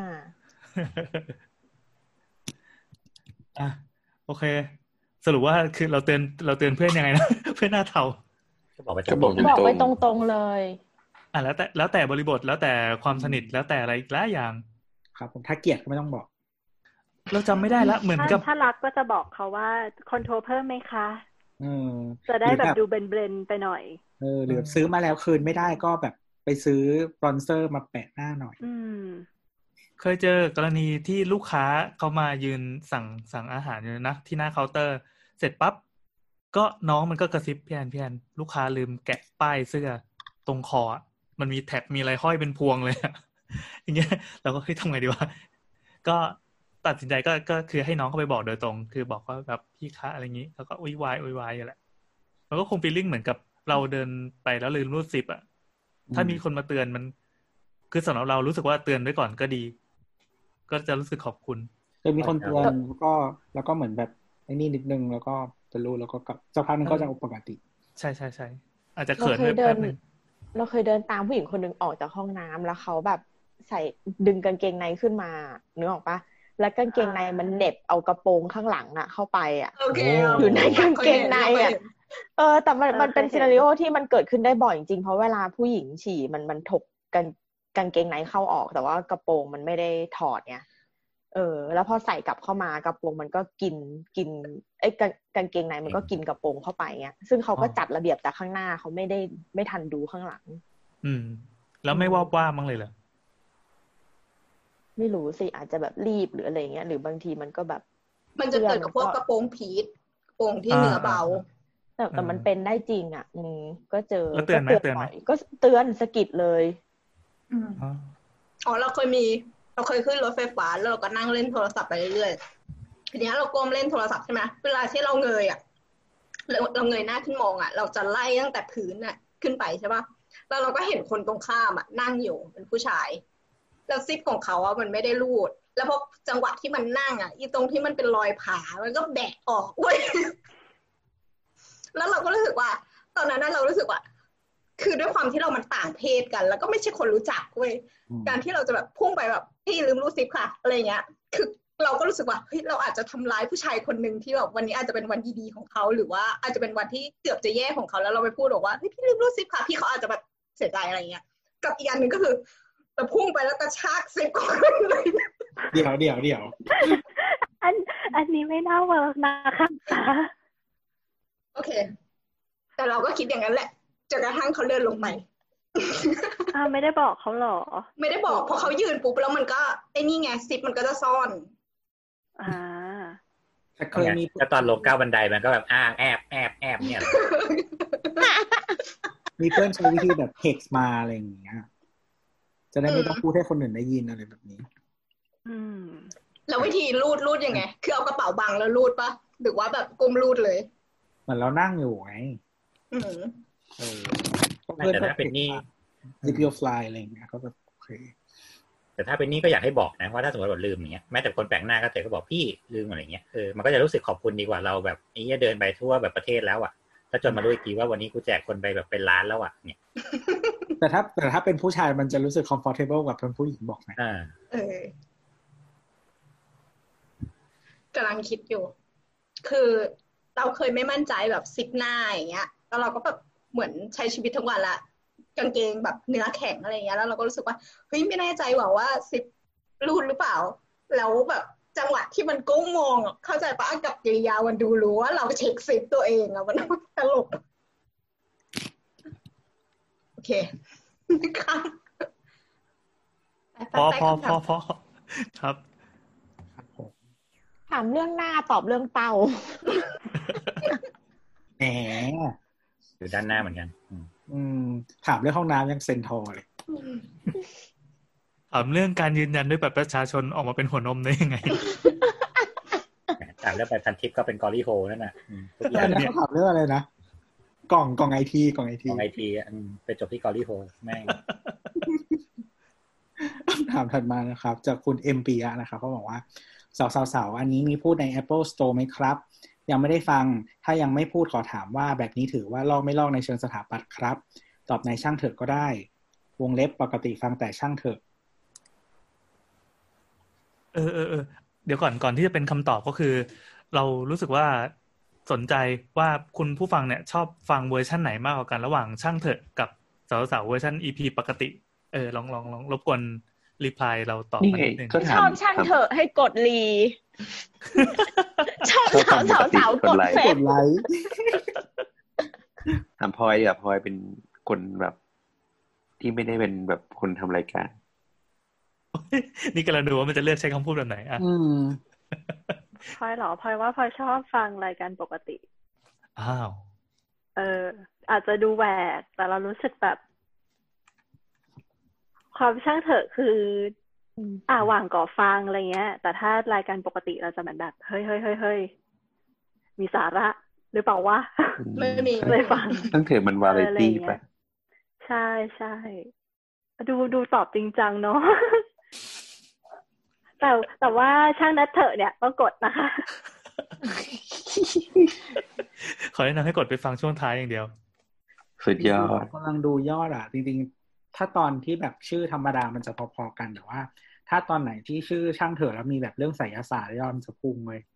[SPEAKER 2] โอเคสรุปว่าคือเราเตือนเพื่อนยังไงนะเพื่อนหน้าเทา
[SPEAKER 1] บอก
[SPEAKER 5] ไปตรงๆเลย
[SPEAKER 2] แล้วแต่บริบทแล้วแต่ความสนิทแล้วแต่อะไรอีกหลายอย่าง
[SPEAKER 4] ครับผมถ้าเกลียดก็ไม่ต้องบอก
[SPEAKER 2] เราจำไม่ได้ละเหมือนกับ
[SPEAKER 7] ถ้ารักก็จะบอกเขาว่าคอนโทรลเพิ่มไหมคะจะได้แบบดูเบนๆไปหน่อย
[SPEAKER 4] หรือซื้อมาแล้วคืนไม่ได้ก็แบบไปซื้อสปอนเซอร์มาแปะหน้าหน่อย
[SPEAKER 2] เคยเจอกรณีที่ลูกค้าเขามายืนสั่งอาหารอยู่นะที่หน้าเคาน์เตอร์เสร็จปั๊บก็น้องมันก็กระซิบพี่แอนลูกค้าลืมแกะป้ายเสื้อตรงคอมันมีแท็กมีอะไรห้อยเป็นพวงเลยอย่างเงี้ยเราก็ทำไงดีวะก็ตัดสินใจก็คือให้น้องเขาไปบอกโดยตรงคือบอกว่าแบบพี่คะอะไรอย่างงี้แล้วก็อุ้ยวายอยู่แหละมันก็คงฟีลลิ่งเหมือนกับเราเดินไปแล้วลืมรูดซิปอ่ะถ้ามีคนมาเตือนมันคือสำหรับเรารู้สึกว่าเตือนไว้ก่อนก็ดีก็จะรู้สึกขอบคุณ
[SPEAKER 4] มีคนเตือนแล้วก็เหมือนแบบไอ้นี่นิดนึงแล้วก็จะรู้แล้วก็กลับสักพักนึงก็จะปกติ
[SPEAKER 2] ใช่อาจจะเขินไปแป๊บนึง
[SPEAKER 5] เราเคยเดินตามผู้หญิงคนนึงออกจากห้องน้ำแล้วเขาแบบใส่ดึงกางเกงในขึ้นมานึกออกปะแล้วกางเกงในมันเหน็บเอากระโปรงข้างหลังน่ะเข้าไปอ่ะอยู่ในกางเกงในอ่ะแต่มันเป็นซีนาริโอที่มันเกิดขึ้นได้บ่อยจริงๆเพราะเวลาผู้หญิงฉี่มันถกกางเกงในเข้าออกแต่ว่ากระโปรงมันไม่ได้ถอดไงแล้วพอใส่กลับเข้ามากระโปรงมันก็กินไอ้กางเกงในมันก็กินกระโปรงเข้าไปเงี้ยซึ่งเขาก็จัดระเบียบจากข้างหน้าเขาไม่ทันดูข้างหลัง
[SPEAKER 2] แล้วไม่ว่ามั้งเลยเหรอ
[SPEAKER 5] ไม่รู้สิอาจจะแบบรีบหรืออะไรเงี้ยหรือบางทีมันก็แบบ
[SPEAKER 6] มันจะเกิดกับพวกกระโปรงพีทกระโปรงที่เนื้อเบา
[SPEAKER 5] แต่มันเป็นได้จริงอ่ะก็เจอ
[SPEAKER 2] เตือนไหม
[SPEAKER 5] ก็เตือนสะกิดเลย
[SPEAKER 6] เราเคยขึ้นรถไฟฟ้าแล้วเราก็นั่งเล่นโทรศัพท์ไปเรื่อยๆทีนี้เราก้มเล่นโทรศัพท์ใช่ไหมเวลาที่เราเงยอ่ะเราเงยหน้าขึ้นมองอ่ะเราจะไล่ตั้งแต่พื้นอ่ะขึ้นไปใช่ป่ะแล้วเราก็เห็นคนตรงข้ามอ่ะนั่งอยู่เป็นผู้ชายแล้วซิปของเขาอ่ะมันไม่ได้รูดแล้วพอจังหวะที่มันนั่งอ่ะอีตรงที่มันเป็นรอยผามันก็แบกออกเว้ยแล้วเราก็รู้สึกว่าตอนนั้นเรารู้สึกว่าคือด้วยความที่เรามันต่างเพศกันแล้วก็ไม่ใช่คนรู้จักเว้ยการที่เราจะแบบพุ่งไปแบบพี่ลืมรูดซิปค่ะอะไรเงี้ยคือเราก็รู้สึกว่าเฮ้ยเราอาจจะทำร้ายผู้ชายคนนึงที่แบบวันนี้อาจจะเป็นวันดีๆของเขาหรือว่าอาจจะเป็นวันที่เกือบจะแย่ของเขาแล้วเราไปพูดบอกว่าเฮ้ยพี่ลืมรูดซิปค่ะพี่เขาอาจจะแบบเสียใจอะไรเงี้ยกับอีกอย่างนึงก็คือเราพุ่งไปแล้วกระชากซิปของเขาเลย
[SPEAKER 4] เดี๋ยว
[SPEAKER 7] อันนี้ไม่น่าเวิร์กนะคะ
[SPEAKER 6] โอเคแต่เราก็คิดอย่างนั้นแหละจนกระทั่งเขาเดินลงไป
[SPEAKER 7] ไม่ได้บอกเขาหรอ
[SPEAKER 6] ไม่ได้บอกเพราะเขายืนปุ๊บแล้วมันก็ไอ้นี่ไงซิปมันก็จะซ่อน
[SPEAKER 4] แต่เคยมี
[SPEAKER 1] แล้วตอนลงก้าวบันไดมันก็แบบแอบเนี่ย
[SPEAKER 4] มีเพื่อนใช้วิธีแบบเท็กซ์มาอะไรอย่างเงี้ยจะได้ไม่ต้องพูดให้คนอื่นได้ยินอะไรแบบนี้
[SPEAKER 6] แล้ววิธีรูดยังไงคือเอากระเป๋าบังแล้วรูดปะหรือว่าแบบก้มรูดเลย
[SPEAKER 4] เหมือนเรานั่งอยู่ไง
[SPEAKER 1] แต่ถ้าเป็นนี่
[SPEAKER 4] DPO fly อะไรอย่างเงี้ยก็แบบโอเค
[SPEAKER 1] แต่ถ้าเป็นนี่ก็อยากให้บอกนะว่าถ้าสมมติว่าลืมอย่างเงี้ยแม้แต่คนแปลกหน้าก็เถอะก็บอกพี่ลืมอะไรเงี้ยมันก็จะรู้สึกขอบคุณดีกว่าเราแบบเดินไปทั่วแบบประเทศแล้วอ่ะถ้าจนมารู้อีกทีว่าวันนี้กูแจกคนไปแบบเป็นล้านแล้วอ่ะเนี่ย
[SPEAKER 4] แต่ถ้าเป็นผู้ชายมันจะรู้สึก comfortable กับเป็นผู้หญิงบอกไหม
[SPEAKER 6] กำลังคิดอยู่คือเราเคยไม่มั่นใจแบบซิปหน้าอย่างเงี้ยแล้วเราก็แบบเหมือนใช้ชีวิตทั้งวันละกางเกงแบบเนื้อแข็งอะไรเงี้ยแล้วเราก็รู้สึกว่าเฮ้ยไม่แน่ใจว่าซิปรูดหรือเปล่าแล้วแบบจังหวะที่มันก้มมองเข้าใจปะกับกิริยามันดูรู้ว่าเราเช็คซิปตัวเองอะมันตลกโอเคค่ะ
[SPEAKER 2] พอครับ
[SPEAKER 5] ถามเรื่องหน้าตอบเรื่องเตา
[SPEAKER 4] แหม
[SPEAKER 1] อยู่ด้านหน้าเหมือนกัน
[SPEAKER 4] ถามเรื่องห้องน้ำยังเซนทอร์เลย
[SPEAKER 2] ถามเรื่องการยืนยันด้วยบัตรประชาชนออกมาเป็นหัวนมได้ยังไง
[SPEAKER 1] ถามเรื่องไปพันทิปก็เป็นกอรี่โฮนั่นน่ะ
[SPEAKER 4] ทุกอย่างเนี่ยถามเรื่องอะไรนะกล่องไอที
[SPEAKER 1] ไปจบที่กอรี่โฮแม่ง
[SPEAKER 4] ถามถัดมานะครับจากคุณเอ็มปีอะนะครับเขาบอกว่าสาวอันนี้มีพูดใน Apple Store ไหมครับยังไม่ได้ฟังถ้ายังไม่พูดขอถามว่าแบบนี้ถือว่าลอกไม่ลอกในเชิงสถาปัตย์ครับตอบในช่างเถอะก็ได้วงเล็บปกติฟังแต่ช่างเถอะ
[SPEAKER 2] เดี๋ยวก่อนที่จะเป็นคำตอบก็คือเรารู้สึกว่าสนใจว่าคุณผู้ฟังเนี่ยชอบฟังเวอร์ชั่นไหนมากกว่ากันระหว่างช่างเถอะกับสาวเวอร์ชัน EP ปกติลองรบกวนรีพลายเราตอบมานิดนึง
[SPEAKER 5] ชอบช่างเถอะให้กดรีชอบสาวกดเฟซ
[SPEAKER 3] ไลค์ถามพลอยดีกว่าพลอยเป็นคนแบบที่ไม่ได้เป็นแบบคนทำรายการ
[SPEAKER 2] นี่กำลังดูว่ามันจะเลือกใช้คำพูดแบบไหนอ่ะ
[SPEAKER 7] พลอยเหรอพลอยว่าพลอยชอบฟังรายการปกติอาจจะดูแหวกแต่เรารู้สึกแบบความช่างเถอะคือหว่างก่อฟังอะไรเงี้ยแต่ถ้ารายการปกติเราจะเหมือนแบบเฮ้ยมีสาระหรือเปล่าวะ
[SPEAKER 6] ไม่มี
[SPEAKER 7] เลยฟัง
[SPEAKER 3] ช่างเถอะมันวาไรตี้ไป
[SPEAKER 7] ใช่ดูตอบจริงจังเนาะแต่ว่าช่างนัดเถอะเนี่ยต้องกดนะคะ
[SPEAKER 2] ขอแนะนำให้กดไปฟังช่วงท้ายอย่างเดียว
[SPEAKER 3] สุดยอด
[SPEAKER 4] กำลังดูยอดจริงๆถ้าตอนที่แบบชื่อธรรมดามันจะพอๆกันแต่ว่าถ้าตอนไหนที่ชื่อช่างเถอะแล้วมีแบบเรื่องไสยศาสตร์ยอดมันจะพุ่งเลย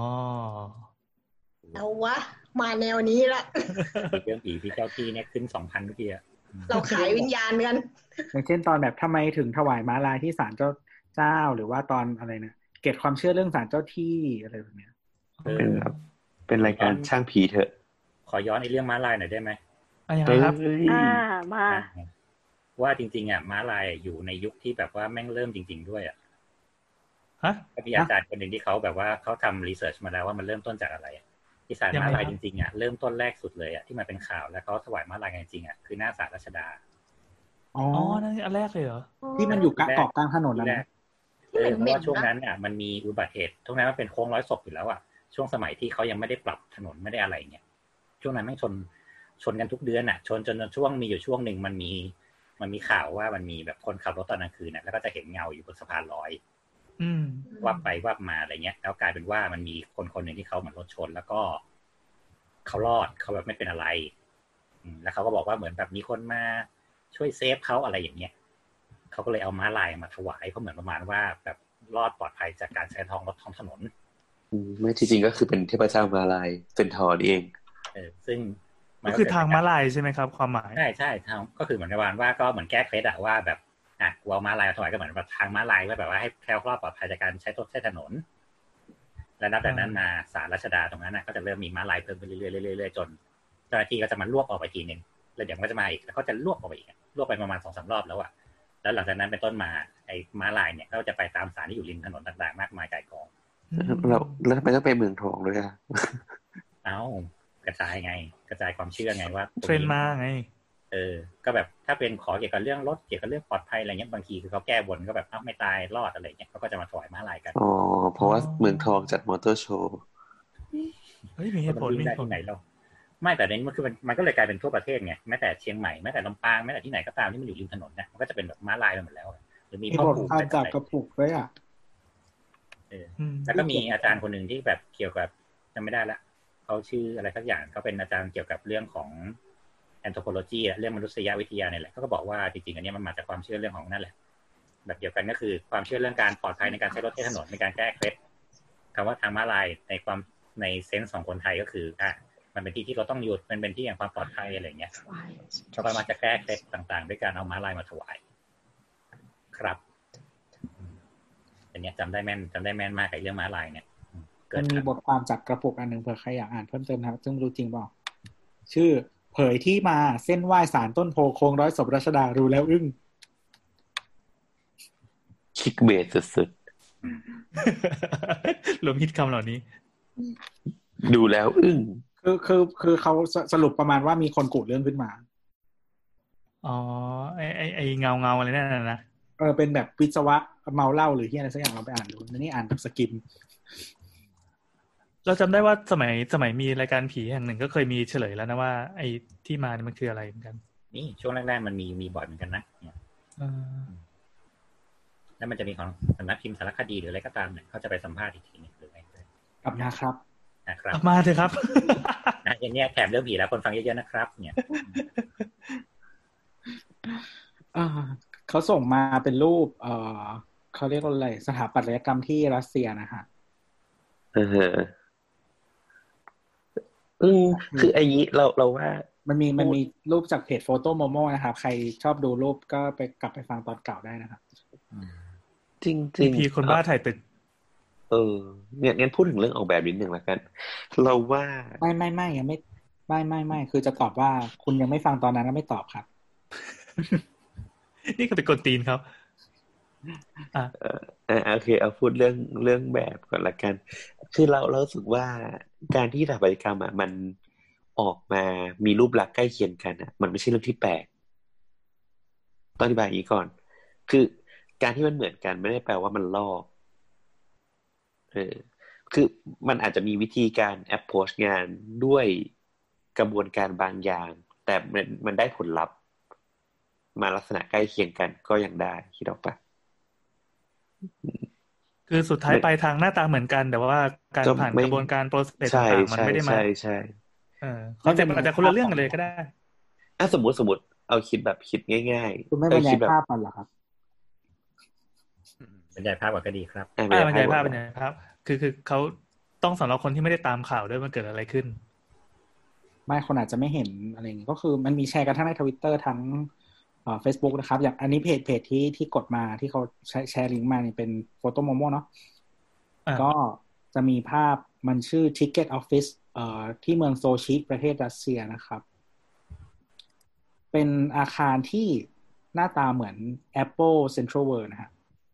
[SPEAKER 6] เอาวะมาแนวนี้ละ
[SPEAKER 1] เรื่องผีพี่เจ้าที่เนี่ยขึ้น 2,000 เมื่อกี้
[SPEAKER 6] เราขายวิญญาณกัน
[SPEAKER 4] อย่างเช่นตอนแบบทำไมถึงถวายม้าลายที่ศาลเจ้าหรือว่าตอนอะไรนะเก็บความเชื่อเรื่องศาลเจ้าที่อะไรแบบเนี้ย
[SPEAKER 3] เป็นรายการช่างผีเถอะ
[SPEAKER 1] ขอย้อนในเรื่องม้าลายหน่อยได้ไหม
[SPEAKER 2] ครับ
[SPEAKER 7] มา
[SPEAKER 1] ว่าจริงๆม้าลายอยู่ในยุคที่แบบว่าแม่งเริ่มจริงๆด้วยมีอาจารย์คนหนึ่งที่เขาแบบว่าเขาทำรีเสิร์ชมาแล้วว่ามันเริ่มต้นจากอะไรที่ศาลม้าลายจริงๆเริ่มต้นแรกสุดเลยที่มันเป็นข่าวแล้วเขาถวายม้าลายกันจริงคือหน้าศาลรัชดา
[SPEAKER 2] นั่นอันแรกเลยเหรอ
[SPEAKER 4] ที่มันอยู่กลางถนนแล้ว
[SPEAKER 1] เพราะว่าช่วงนั้นเนี่ยมันมีอุบัติเหตุช่วงนั้นมันเป็นโค้งร้อยศพอยู่แล้วอ่ะช่วงสมัยที่เขายังไม่ได้ปรับถนนไม่ได้อะไรเนี่ยช่วงนั้นแม่งชนกันทุกเดือนอ่ะชนจนช่วงมีอยู่ช่วงนึงมันมีข่าวว่ามันมีแบบคนขับรถตอนกลางคืนน่ะแล้วก็จะเห็นเงาอยู่บนสะพานลอยวับไปวับมาอะไรเงี้ยแล้วกลายเป็นว่ามันมีคนหนึ่งที่เขาเหมือนรถชนแล้วก็เขารอดเขาแบบไม่เป็นอะไรแล้วเขาก็บอกว่าเหมือนแบบมีคนมาช่วยเซฟเขาอะไรอย่างเงี้ยเขาก็เลยเอาม้าลายมาถวายเพราะเหมือนประมาณว่าแบบรอดปลอดภัยจากการใช้ท้องถนน
[SPEAKER 3] ไม่ที่จริงก็คือเป็นเทพเจ้าม้าลายเป็นทอนี่เอง
[SPEAKER 1] ซึ่ง
[SPEAKER 2] ก็คือทางม้าลายใช่ไหมครับความหมาย
[SPEAKER 1] ใช่ทางก็คือเหมือนประมาณว่าก็เหมือนแก้เคล็ดอะว่าแบบกูเอาม้าลายมาถวายก็เหมือนแบบทางม้าลายว่าแบบว่าให้แคล้วคลอดปลอดภัยจากการใช้ถนนและนับจากนั้นมาศาลรัชดาตรงนั้นนะก็จะเริ่มมีม้าลายเพิ่มขึ้นเรื่อยๆจนเจ้าหน้าที่ก็จะมารวบออกไปทีนึงแล้วเดี๋ยวก็จะมาอีกแล้วก็จะรวบออกไปอีกรวบไปประมาณ 2-3 รอบแล้วอะแล้วหลังจากนั้นเป็นต้นมาไอ้ม้าลายเนี่ยก็จะไปตามศาลที่อยู่ริมถนนต่างๆมากมายไก่กอง
[SPEAKER 3] แล้วทำไมต้องไปเมืองทองด้วยอ่ะ
[SPEAKER 1] กระจายไงกระจายความเชื่อไงว่า
[SPEAKER 2] เทรนมาไง
[SPEAKER 1] ก็แบบถ้าเป็นขอเกี่ยวกับเรื่องรถเกี่ยวกับเรื่องปลอดภัยอะไรเงี้ยบางทีคือเขาแก้บนก็แบบไม่ตายรอดอะไรเงี้ยเขาก็จะมาถวายม้าลายกัน
[SPEAKER 3] เพราะว่าเมืองทองจัดมอเตอร์โชว์
[SPEAKER 2] เฮ้ยมีเหตุผล
[SPEAKER 1] ที่ไหนเราไม่แต่นี้มันคือมันก็เลยกลายเป็นทั่วประเทศไงแม้แต่เชียงใหม่แม้แต่ลำปางแม้แต่ที่ไหนก็ตามที่มันอยู่ริมถนนนะมันก็จะเป็นแบบม้าลายไปหมดแล้วหรือมี
[SPEAKER 4] พ่อปู่จับกระปุกด้วยอ่ะ
[SPEAKER 1] แล้วก็มีอาจารย์คนหนึ่งที่แบบเกี่ยวกับจำไม่ได้ละเขาชื่ออะไรสักอย่างเขาเป็นอาจารย์เกี่ยวกับเรื่องของanthropology เรื่องมนุษยวิทยาเนี่ยแหละเขาก็บอกว่าจริงๆอันนี้มันมาจากความเชื่อเรื่องของนั่นแหละแบบเดียวกันก็คือความเชื่อเรื่องการปลอดภัยในการใช้รถใช้ถนนในการแก้เคล็ดคำว่าทางม้าลายในเซนส์ของคนไทยก็คือมันเป็นที่ที่เราต้องหยุดมันเป็นที่แห่งความปลอดภัยอะไรอย่างเงี้ยเขาก็มาจะแก้เคล็ดต่างๆด้วยการเอาม้าลายมาถวายครับอันนี้จำได้แม่นมากกับเรื่องม้าลายเนี่ย
[SPEAKER 4] มันมีบทความจากกระปุกอันนึงเผื่อใครอยากอ่านเพิ่มเติมนะครับซึ่งรู้จริงเปล่าชื่อเผยที่มาเส้นไหว้ศาลต้นโพโค้งร้อยศพรัชดารู้แล้วอึ้ง
[SPEAKER 3] คิกเบสสุด
[SPEAKER 2] ๆรวมฮิตคำเหล่านี้
[SPEAKER 3] ดูแล้วอึ้ง
[SPEAKER 4] คือเขาสรุปประมาณว่ามีคนกุเรื่องขึ้นมา
[SPEAKER 2] ไอเงาอะไรนั่นนะ
[SPEAKER 4] เป็นแบบวิศวะเมาเหล้าหรือที่อะไรสักอย่างเราไปอ่านดูนี่อ่านแบบสกิม
[SPEAKER 2] เราจำได้ว่าสมัยมีรายการผีแห่งหนึ่งก็เคยมีเฉลยแล้วนะว่าไอ้ที่มาเนี่ยมันคืออะไรเหมือนกัน
[SPEAKER 1] นี่ช่วงแรกๆมันมีบ่อยเหมือนกันนะเนี่ยแล้วมันจะมีของสำนักพิมพ์สารคดีหรืออะไรก็ตามเนี่ยเขาจะไปสัมภาษณ์อีกทีนึงหรือไง
[SPEAKER 4] กลับมาครับ
[SPEAKER 2] กลับมาเถอะครับ
[SPEAKER 1] อย่างเนี้ยแถมเรื่องผีแล้วคนฟังเยอะๆนะครับเนี่ย
[SPEAKER 4] เขาส่งมาเป็นรูปเขาเรียกว่าอะไรสถาปัตยกรรมที่รัสเซียนะฮะ
[SPEAKER 3] คือไอ้นี้เราว่า
[SPEAKER 4] มันมีรูปจากเพจโฟโต้โมโมนะครับใครชอบดูรูปก็ไปกลับไปฟังตอนเก่าได้นะครับ
[SPEAKER 3] จริง
[SPEAKER 2] ๆพีคนบ้าถ่ายตึก
[SPEAKER 3] เนี่ยงั้นพูดถึงเรื่องออกแบบนิดนึงละกันเราว่า
[SPEAKER 4] ไม่ยังไม่คือจะตอบว่าคุณยังไม่ฟังตอนนั้นแล้วไม่ตอบครับ
[SPEAKER 2] นี่ก็เป็นกดตีนครับ
[SPEAKER 3] โอเคเอาพูดเรื่องแบบก่อนละกันคือเรารู้สึกว่าการที่สถาปัตยกรรมมันออกมามีรูปลักษณ์ใกล้เคียงกันมันไม่ใช่เรื่องที่แปลกต้องอธิบายอย่างนี้ก่อนคือการที่มันเหมือนกันไม่ได้แปลว่ามันลอกคือมันอาจจะมีวิธีการ approach งานด้วยกระบวนการบางอย่างแต่มันได้ผลลัพธ์มาลักษณะใกล้เคียงกันก็ยังได้คิดออกปะ
[SPEAKER 2] คือสุดท้ายไปทางหน้าตาเหมือนกันแต่ว่าการผ่านกระบวนการโปรเซสต่างๆมันไม่ได้มา
[SPEAKER 3] ใช่
[SPEAKER 2] เขาจะอาจจะคนละเรื่องกันเลยก็ได้
[SPEAKER 3] สมมติเอาคิดแบบคิดง่าย
[SPEAKER 4] ๆคุณไม่บรรยายภาพมันหรอครับ
[SPEAKER 1] บรรยายภาพก็ดีครับ
[SPEAKER 2] บรรยายภาพคือเขาต้องสำหรับคนที่ไม่ได้ตามข่าวด้วยมันเกิดอะไรขึ้น
[SPEAKER 4] ไม่คนอาจจะไม่เห็นอะไรอย่างนี้ก็คือมันมีแชร์กันทั้งใน Twitter ทั้งFacebook นะครับอย่างอันนี้เพจที่กดมาที่เขาแชร์ลิงก์มาเนี่ยเป็นโฟโต้โมโมเนาะก็จะมีภาพมันชื่อ Ticket Office ที่เมืองโซชิประเทศรัสเซียนะครับเป็นอาคารที่หน้าตาเหมือน Apple Central World นะฮะ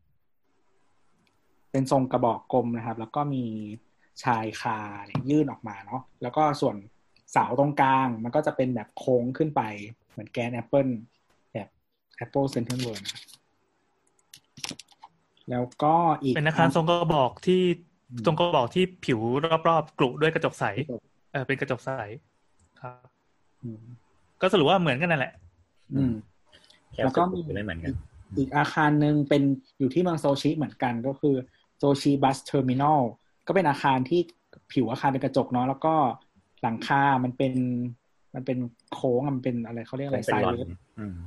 [SPEAKER 4] เป็นทรงกระบอกกลมนะครับแล้วก็มีชายคายื่นออกมาเนาะแล้วก็ส่วนเสาตรงกลางมันก็จะเป็นแบบโค้งขึ้นไปเหมือนแกน Apple แบบ Apple Central World นะแล้วก็อีก
[SPEAKER 2] เป็นอาคารทรงกระบอกที่ผิวรอบๆกลุด้วยกระจกใสเป็นกระจกใสครับก็สรุปว่าเหมือนกันนั่นแหละ
[SPEAKER 4] แล้วก็มี
[SPEAKER 1] ไม่เหมือนกัน
[SPEAKER 4] อีกอาคารนึงเป็นอยู่ที่เมืองโซชิเหมือนกันก็คือโซชิบัสเทอร์มินอลก็เป็นอาคารที่ผิวอาคารเป็นกระจกเนาะแล้วก็หลังคามันเป็นโค้งมันเป็นอะไรเขาเรียกอะไรไซด์เวฟ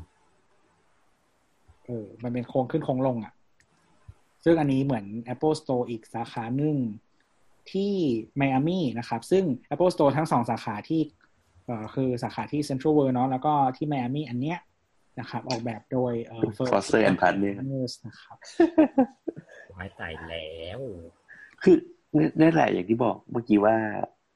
[SPEAKER 4] มันเป็นโค้งขึ้นโค้งลงอ่ะซึ่งอันนี้เหมือน Apple Store อีกสาขาหนึ่งที่ไมอามี่นะครับซึ่ง Apple Store ทั้ง2สาขาที่คือสาขาที่ Central World เนาะแล้วก็ที่ไมอามี่อันเนี้ยนะครับออกแบบโดย
[SPEAKER 3] Foster and Partners
[SPEAKER 4] นะครับ
[SPEAKER 1] ไว้ตายแล้ว
[SPEAKER 3] คือนั่นแหละอย่างที่บอกเมื่อกี้ว่า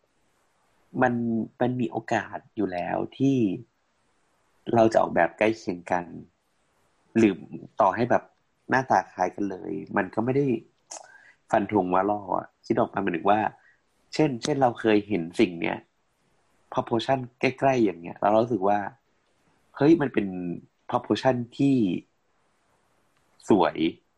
[SPEAKER 3] มันมีโอกาสอยู่แล้วที่เราจะออกแบบใกล้เคียงกันหรือต่อให้แบบหน้าตาคล้ายกันเลยมันก็ไม่ได้ฟันธงว่าล่ออ่ะคิดออกมาหมายถึงว่าเช่นเราเคยเห็นสิ่งเนี้ย proportion ใกล้ๆอย่างเงี้ยเรารู้สึกว่าเฮ้ยมันเป็น proportion ที่สวย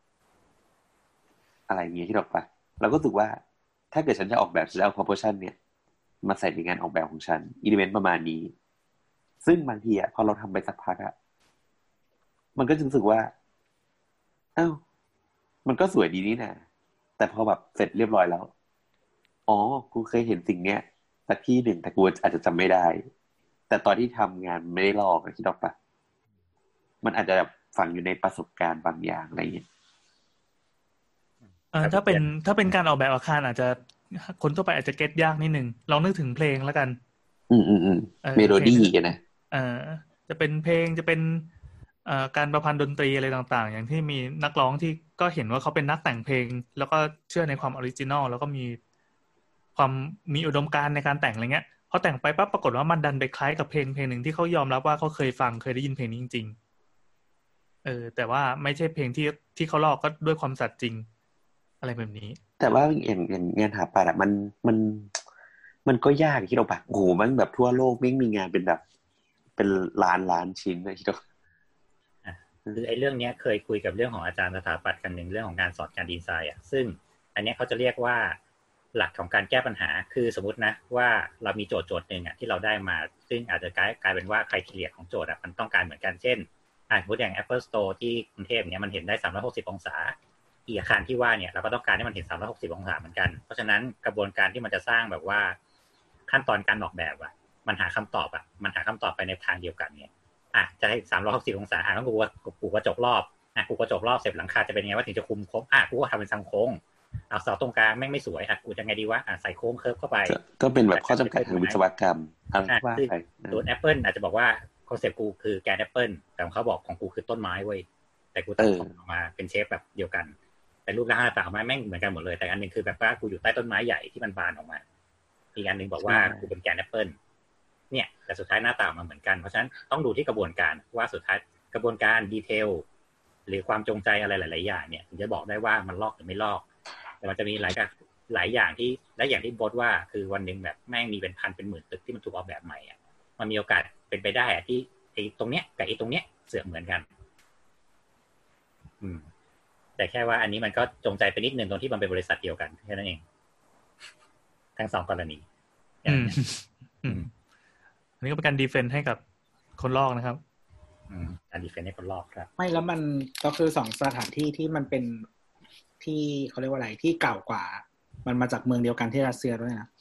[SPEAKER 3] อะไรเงี้ยคิดออกปะเราก็รู้สึกว่าถ้าเกิดฉันจะออกแบบฉันจะเอา proportion เนี่ยมาใส่ในงานออกแบบของฉัน element ประมาณนี้ซึ่งบางทีอ่ะพอเราทำไปสักพักอ่ะมันก็จะรู้สึกว่าอ้าวมันก็สวยดีนี่นะแต่พอแบบเสร็จเรียบร้อยแล้วอ๋อกูเคยเห็นสิ่งเนี้ยสักที่หนึ่งแต่กูอาจจะจำไม่ได้แต่ตอนที่ทำงานไม่ได้ลอกคิดออกปะมันอาจจะแบบฝังอยู่ในประสบการณ์บางอย่างอะไรอย่างเงี้ย
[SPEAKER 2] ถ้าเป็นการออกแบบอาคารอาจจะคนทั่วไปอาจจะเก็ตยากนิดนึงลองนึกถึงเพลงแล้วกัน
[SPEAKER 3] เมโลดี้นะ
[SPEAKER 2] จะเป็นเพลงจะเป็นการประพันธ์ดนตรีอะไรต่างๆอย่างที่มีนักร้องที่ก็เห็นว่าเขาเป็นนักแต่งเพลงแล้วก็เชื่อในความออริจินอลแล้วก็มีอุดมการณ์ในการแต่งอะไรเงี้ยพอแต่งไปปั๊บปรากฏว่ามันดันไปคล้ายกับเพลงหนึ่งที่เขายอมรับว่าเขาเคยฟังเคยได้ยินเพลงนี้จริงๆแต่ว่าไม่ใช่เพลงที่เขาลอกก็ด้วยความสัตย์จริงอะไรแบบนี้
[SPEAKER 3] แต่ว่าอย่างงานหาปัดอ่ะมันก็ยากที่เราแบบโอ้โหมันแบบทั่วโลกไม่มีงานเป็นแบบเป็นล้านชิ้นนะที่เรา
[SPEAKER 1] คือไอ้เรื่องนี้เคยคุยกับเรื่องของอาจารย์สถาปัตย์กันหนึ่งเรื่องของการสอนการดีไซน์อ่ะซึ่งอันนี้เขาจะเรียกว่าหลักของการแก้ปัญหาคือสมมตินะว่าเรามีโจทย์นึงอ่ะที่เราได้มาซึ่งอาจจะกลายเป็นว่าไครทีเรียของโจทย์อ่ะมันต้องการเหมือนกันเช่นสมมติอย่าง Apple Store ที่กรุงเทพเนี่ยมันเห็นได้360องศาอีกอาคารที่ว่าเนี่ยเราก็ต้องการให้มันเห็น360องศาเหมือนกันเพราะฉะนั้นกระบวนการที่มันจะสร้างแบบว่าขั้นตอนการออกแบบอ่ะมันหาคำตอบไปในทางเดียวกันเนี่ยจะให้360องศาต้องกูกระจกรอบกูกระจกรอบเสร็จหลังคาจะเป็นไงว่าถึงจะคุมโค้งกูก็ทำเป็นทรงโค้งเอาเสาตรงกลางแม่งไม่สวยกูจะไงดีวะใส่โค้งเคิร์ฟเข้าไป
[SPEAKER 3] ก็เป็นแบบข้อจำกัดทางวิศวกรรมอะไรว่าไป
[SPEAKER 1] ส่วน Apple อาจจะบอกว่าคอนเซ็ปต์กูคือแกน Apple แต่เขาบอกของกูคือต้นไม้เว้ยแต่กูตัดออกมาเป็นเชฟแบบเดียวกันแต่รูปร่างหน้าตาแม่งเหมือนกันหมดเลยแต่อันนึงคือแบบว่ากูอยู่ใต้ต้นไม้ใหญ่ที่มันบานออกมาอีกอันนึงบอกว่ากูเป็นแกน Appleเนี่ยแต่สุดท้ายหน้าตามันเหมือนกันเพราะฉะนั้นต้องดูที่กระบวนการว่าสุดท้ายกระบวนการดีเทลหรือความจงใจอะไรหลายๆอย่างเนี่ยถึงจะบอกได้ว่ามันลอกหรือไม่ลอกแต่มันจะมีหลายอย่างที่และอย่างที่บอสว่าคือวันนึงแบบแม่งมีเป็นพันเป็นหมื่นตึกที่มันถูกออกแบบใหม่อ่ะมันมีโอกาสเป็นไปได้ที่ไอ้ตรงเนี้ยกับไอ้ตรงเนี้ยเสื่อมเหมือนกันแต่แค่ว่าอันนี้มันก็จงใจไปนิดนึงตรงที่มันเป็นบริษัทเดียวกันแค่นั้นเองทั้งสองกรณี
[SPEAKER 2] อันนี้ก็เป็นการดีเฟนส์ให้กับคนลอกนะครับ
[SPEAKER 1] การดีเฟนส์ให้คนลอกครับ
[SPEAKER 4] ไม่แล้วมันก็คือ2สถานที่ที่มันเป็นที่เขาเรียกว่าอะไรที่เก่ากว่ามันมาจากเมืองเดียวกันที่รัสเซียด้วยนะ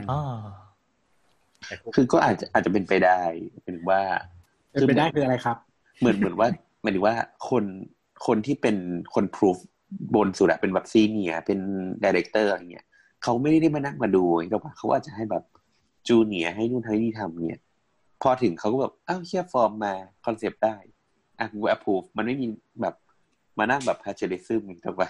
[SPEAKER 3] คือก็อาจจะเป็นไปได้เป็นว่า
[SPEAKER 4] เป็นไปได้คืออะไรครับ
[SPEAKER 3] เหมือนว่าหมายถึงว่าคนที่เป็นคนพรูฟบนสุดอะเป็นแบบซีเนียร์เป็นไดเรคเตอร์อะไรเงี้ยเขาไม่ได้มานั่งมาดูเขาอาจจะให้แบบจูเนียร์ให้นู่นให้นี่ทำเนี่ยพอถึงเขาก็แบบอ้าวเชี่ยฟอร์มมาคอนเซปต์ได้กูแอปพูฟมันไม่มีแบบมานั่งแบบพาเจริซึมถูกป่ะ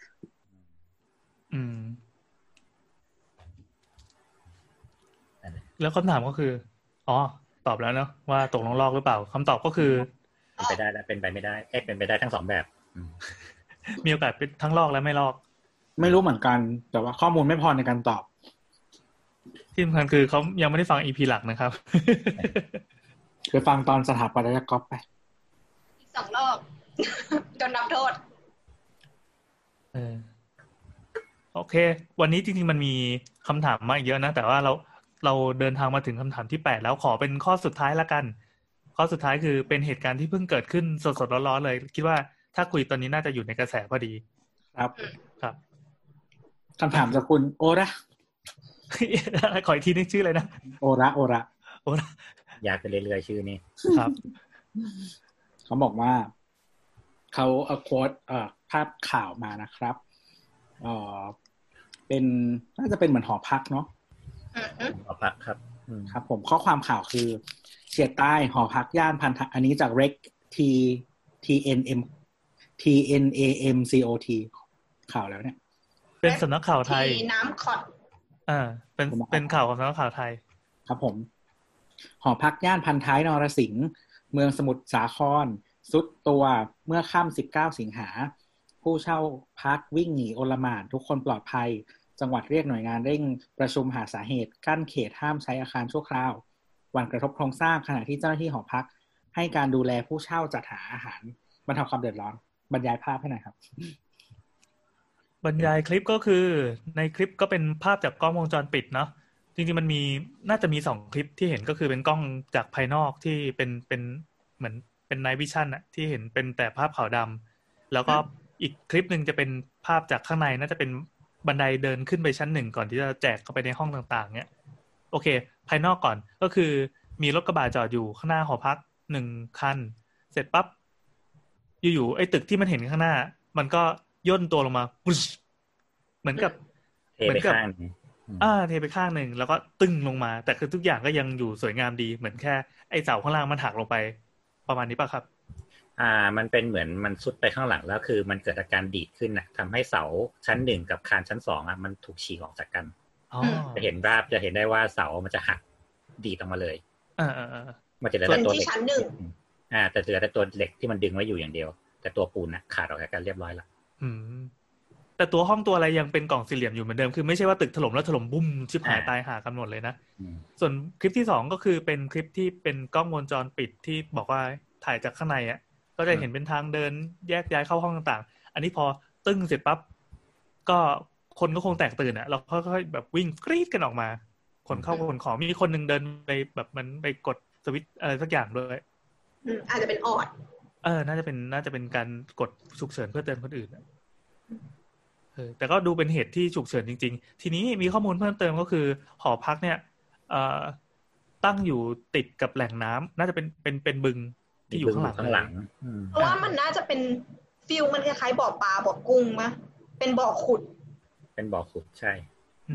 [SPEAKER 2] แล้วคำถามก็คือตอบแล้วเนาะว่าตกลงลอกหรือเปล่าคำตอบก็คือ
[SPEAKER 1] เป็นไปได้และเป็นไปไม่ได้เป็นไปได้ทั้งสองแบบ
[SPEAKER 2] มีโอกาสเป็นทั้งลอกและไม่ลอก
[SPEAKER 4] ไม่รู้เหมือนกันแต่ว่าข้อมูลไม่พอในการตอบ
[SPEAKER 2] ที่สำคัญคือเขายังไม่ได้ฟัง EP หลักนะครับ
[SPEAKER 4] ไปฟังตอนสถาปัตยกรรมไป
[SPEAKER 6] อีก2รอบจนนับโทษ
[SPEAKER 2] โอเควันนี้จริงๆมันมีคำถามมาอีกเยอะนะแต่ว่าเราเดินทางมาถึงคำถามที่8แล้วขอเป็นข้อสุดท้ายละกันข้อสุดท้ายคือเป็นเหตุการณ์ที่เพิ่งเกิดขึ้นสดๆร้อนๆเลยคิดว่าถ้าคุยตอนนี้น่าจะอยู่ในกระแสพอดีครับ
[SPEAKER 4] คำถามจากคุณโอระ
[SPEAKER 2] ขออีกทีนึงชื่ออะไรนะ
[SPEAKER 4] โอระ
[SPEAKER 1] อยากไปเรื่อยๆชื่อนี้
[SPEAKER 2] ครับ
[SPEAKER 4] เขาบอกว่าเขาเอาโค้ดภาพข่าวมานะครับเป็นน่าจะเป็นเหมือนหอพักเนาะ
[SPEAKER 1] หอพักครับ
[SPEAKER 4] ครับผมข้อความข่าวคือเฉียดใต้หอพักย่านพันธะอันนี้จาก rec TNAMCOT ข่าวแล้วเนี่ย
[SPEAKER 2] เป็นสำนักข่าวไทย
[SPEAKER 6] น้ำขอด
[SPEAKER 2] เป็นข่าวของสำนักข่าวไทย
[SPEAKER 4] ครับผมหอพักย่านพันท้ายนรสิงห์เมืองสมุทรสาครสุดตัวเมื่อค่ำ19สิงหาผู้เช่าพักวิ่งหนีโอลหม่านทุกคนปลอดภัยจังหวัดเรียกหน่วยงานเร่งประชุมหาสาเหตุกั้นเขตห้ามใช้อาคารชั่วคราวหวั่นกระทบโครงสร้างขณะที่เจ้าหน้าที่หอพักให้การดูแลผู้เช่าจัดหาอาหารบรรเทาความเดือดร้อนบรรยายภาพให้หน่อยครับ
[SPEAKER 2] บรรยายคลิปก็คือในคลิปก็เป็นภาพจากกล้องวงจรปิดเนาะจริงๆมันมีน่าจะมี2คลิปที่เห็นก็คือเป็นกล้องจากภายนอกที่เป็นเหมือนเป็นไนท์วิชั่นอะที่เห็นเป็นแต่ภาพขาวดำแล้วก็อีกคลิปนึงจะเป็นภาพจากข้างในน่าจะเป็นบันไดเดินขึ้นไปชั้น1ก่อนที่จะแจกเข้าไปในห้องต่างๆเนี่ยโอเคภายนอกก่อนก็คือมีรถกระบะจอดอยู่ข้างหน้าหอพัก1คันเสร็จปั๊บอยู่ๆไอ้ตึกที่มันเห็นข้างหน้ามันก็ย่นตัวลงมาเหมือนกับ
[SPEAKER 1] เทไปข้างนึง
[SPEAKER 2] เทไปข้างนึงแล้วก็ตึ้งลงมาแต่คือทุกอย่างก็ยังอยู่สวยงามดีเหมือนแค่ไอ้เสาข้างล่างมันหักลงไปประมาณนี้ป่ะครับ
[SPEAKER 1] มันเป็นเหมือนมันซุดไปข้างหลังแล้วคือมันเกิดอาการดีดขึ้นน่ะทำให้เสาชั้น1กับคานชั้น2อ่ะมันถูกฉีกออกจากกันจะเห็นได้ว่าเสามันจะหักดีดออกมาเลยมันจะเหลือแต่ตัวเหล็ก
[SPEAKER 6] ชั้น1
[SPEAKER 1] แต่เหลือแต่ตัวเหล็กที่มันดึงไว้อยู่อย่างเดียวแต่ตัวปูนน่ะขาดออกจากกันเรียบร้อยแล้ว
[SPEAKER 2] แต่ตัวห้องตัวอะไรยังเป็นกล่องสี่เหลี่ยมอยู่เหมือนเดิมคือไม่ใช่ว่าตึกถล่มแล้วถล่มบุ้มชิบหายตายหากันหมดเลยนะส่วนคลิปที่2ก็คือเป็นคลิปที่เป็นกล้องวงจรปิดที่บอกว่าถ่ายจากข้างในอ่ะก็จะเห็นเป็นทางเดินแยกย้ายเข้าห้องต่างๆอันนี้พอตึ้งเสร็จปั๊บก็คนก็คงแตกตื่นอ่ะเราค่อยๆแบบวิ่งกรี๊ดกันออกมาคนเข้าคนของมีคนนึงเดินไปแบบมันไปกดสวิตช์อะไรสักอย่างด้วย
[SPEAKER 6] อาจจะเป็นออด
[SPEAKER 2] น่าจะเป็นการกดฉุกเฉินเพื่อเตือนคนอื่นแต่ก็ดูเป็นเหตุที่ฉุกเฉินจริงๆทีนี้มีข้อมูลเพิ่มเติมก็คือหอพักเนี่ยตั้งอยู่ติดกับแหล่งน้ำน่าจะเป็นบึงที่อยู่ข้างหลัง
[SPEAKER 6] เพราะว่ามันน่าจะเป็นฟิลมันคล้ายๆบ่อปลาบ่อกุ้งมั้ยเป็นบ่อขุด
[SPEAKER 1] ใช่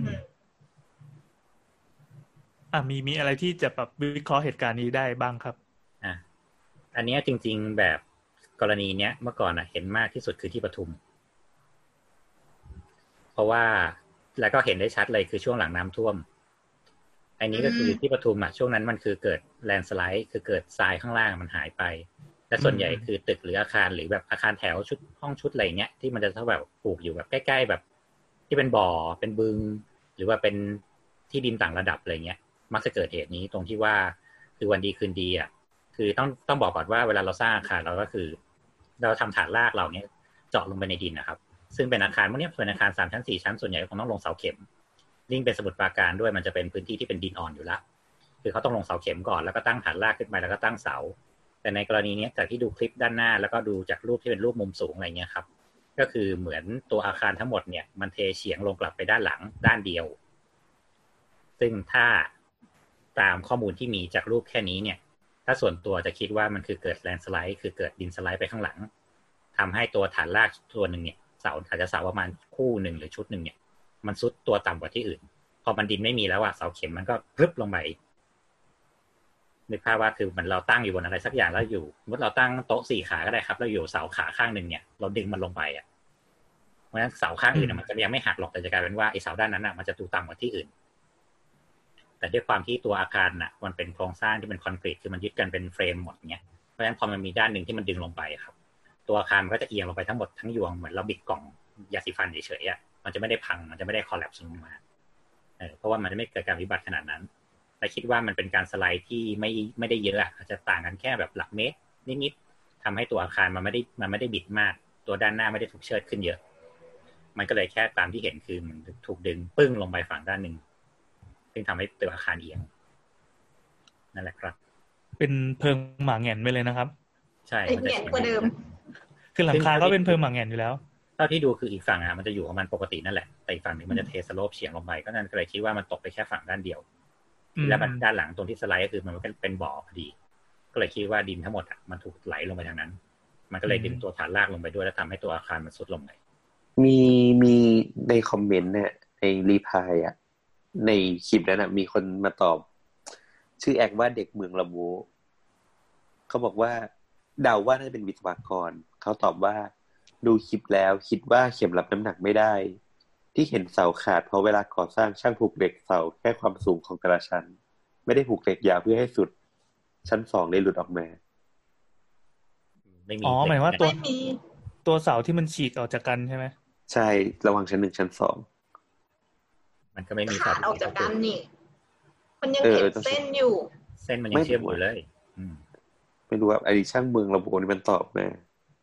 [SPEAKER 2] มีอะไรที่จะแบบวิเคราะห์เหตุการณ์นี้ได้บ้างครับ
[SPEAKER 1] อันนี้จริงๆแบบกรณีเนี้ยเมื่อก่อนเห็นมากที่สุดคือที่ปทุมเพราะว่าแล้วก็เห็นได้ชัดเลยคือช่วงหลังน้ำท่วมอันนี้ก็คือที่ปทุมช่วงนั้นมันคือเกิดแลนด์สไลด์คือเกิดทรายข้างล่างมันหายไปและส่วนใหญ่คือตึกหรืออาคารหรือแบบอาคารแถวชุดห้องชุดอะไรเงี้ยที่มันจะแบบปลูกอยู่แบบใกล้ๆแบบที่เป็นบ่อเป็นบึงหรือว่าเป็นที่ดินต่างระดับอะไรเงี้ยมักจะเกิดเหตุนี้ตรงที่ว่าคือวันดีคืนดีคือต้องบอกก่อนว่าเวลาเราสร้างอาคารเราก็คือเราทำฐานรากเราเนี้ยเจาะลงไปในดินนะครับซึ่งเป็นอาคารพวกนี้เป็นอาคาร3ชั้น4ชั้นส่วนใหญ่คงต้องลงเสาเข็มยิ่งเป็นสมุทรปราการด้วยมันจะเป็นพื้นที่ที่เป็นดินอ่อนอยู่แล้วคือเขาต้องลงเสาเข็มก่อนแล้วก็ตั้งฐานรากขึ้นไปแล้วก็ตั้งเสาแต่ในกรณีนี้จากที่ดูคลิปด้านหน้าแล้วก็ดูจากรูปที่เป็นรูปมุมสูงอะไรเงี้ยครับก็คือเหมือนตัวอาคารทั้งหมดเนี่ยมันเทเฉียงลงกลับไปด้านหลังด้านเดียวซึ่งถ้าตามข้อมูลที่มีจากรูปแค่นี้เนี่ยถ้าส่วนตัวจะคิดว่ามันคือเกิดแลนด์สไลด์คือเกิดดินสไลด์ไปข้างหลังทำให้ตัวฐานรากตัวนึงเนี่ยเสาอาจจะเสาประมาณคู่นึงหรือชุดนึงเนี่ยมันซุดตัวต่ำกว่าที่อื่นพอมันดินไม่มีแล้วเสาเข็มมันก็พรึบลงไปนึกภาพว่าคือมันเราตั้งอยู่บนอะไรสักอย่างแล้วอยู่สมมติเราตั้งโต๊ะ4ขาก็ได้ครับแล้วอยู่เสาขาข้างนึงเนี่ยเราดึงมันลงไปเพราะฉะนั้นเสาข้างอื่นมันจะยังไม่หักหรอกแต่จะกลายเป็นว่าไอ้เสาด้านนั้นมันจะดูต่ำกว่าที่อื่นแต่ด้วยความที่ตัวอาคารมันเป็นโครงสร้างที่เป็นคอนกรีตคือมันยึดกันเป็นเฟรมหมดเงี้ยเพราะฉะนั้นพอมันมีด้านนึงที่มันดึงลงไปครับตัวอาคารมันก็จะเอียงลงไปทั้งหมดทั้งยวงเหมือนเราบิดกล่องยาสีฟันเฉยๆมันจะไม่ได้พังมันจะไม่ได้คอลแลปส์ลงมาเพราะว่ามันจะไม่เกิดการวิบัติขนาดนั้นแต่คิดว่ามันเป็นการสไลด์ที่ไม่ได้เยอะอาจจะต่างกันแค่แบบหลักเมตรนิดๆทำให้ตัวอาคารมันไม่ได้บิดมากตัวด้านหน้าไม่ได้ถูกเชิดขึ้นเยอะมันก็เลยแค่ตามที่เห็นคือมันถูกดึงปึ้งลงไปฝั่งด้านหนึ่งซึ่งทำให้ตัวอาคารเอียงนั่นแหละครับ
[SPEAKER 2] เป็นเพิงหมาแหง่นไปเลยนะครับ
[SPEAKER 1] ใช่
[SPEAKER 6] มันจะแหง่นกว่าเดิม
[SPEAKER 2] คือหลังคาก็เป็นเพิงหมาแหง่นอยู่แล้ว
[SPEAKER 1] เท่าที่ดูคืออีกฝั่งมันจะอยู่ของมันปกตินั่นแหละแต่อีกฝั่งนึงมันจะเทสโลปเฉียงลงไปก็นั่นก็เลยคิดว่ามันตกไปแค่ฝั่งด้านเดียวแล้วมันด้านหลังตรงที่สไลด์ก็คือมันเป็นบ่อพอดีก็เลยคิดว่าดินทั้งหมดมันถูกไหลลงไปทางนั้นมันก็เลยดึงตัวฐานรากลงไปด้วยแล้วทำให้ตัวอาคารมันทรุดลงไป
[SPEAKER 3] มีในคอมเมนต์เนี่ยในรีพลายในคลิปนั้นมีคนมาตอบชื่อแอคว่าเด็กเมืองละโวเขาบอกว่าเดาว่าน่าจะเป็นวิศวกรเขาตอบว่าดูคลิปแล้วคิดว่าเข็มรับน้ำหนักไม่ได้ที่เห็นเสาขาดเพราะเวลาก่อสร้างช่างผูกเหล็กเสาแค่ความสูงของแต่ละชั้นไม่ได้ผูกเหล็กยาวเพื่อให้สุดชั้น2เลยหลุดออกมา
[SPEAKER 1] ไม่มี
[SPEAKER 2] หมายว่าตัวเสาที่มันฉีกออกจากกันใช่ไหม
[SPEAKER 3] ใช่ระหว่างชั้น1ชั้น2
[SPEAKER 1] มันก็ไม่มี
[SPEAKER 6] ขาดออกจากกันนี่มันยังเห็นเส้นอยู่
[SPEAKER 1] เส้นมันยังเชื่อมอยู่เลย
[SPEAKER 3] ไม่รู้ว่าไอ้ช่างเมืองระบบนี่มันตอบแม่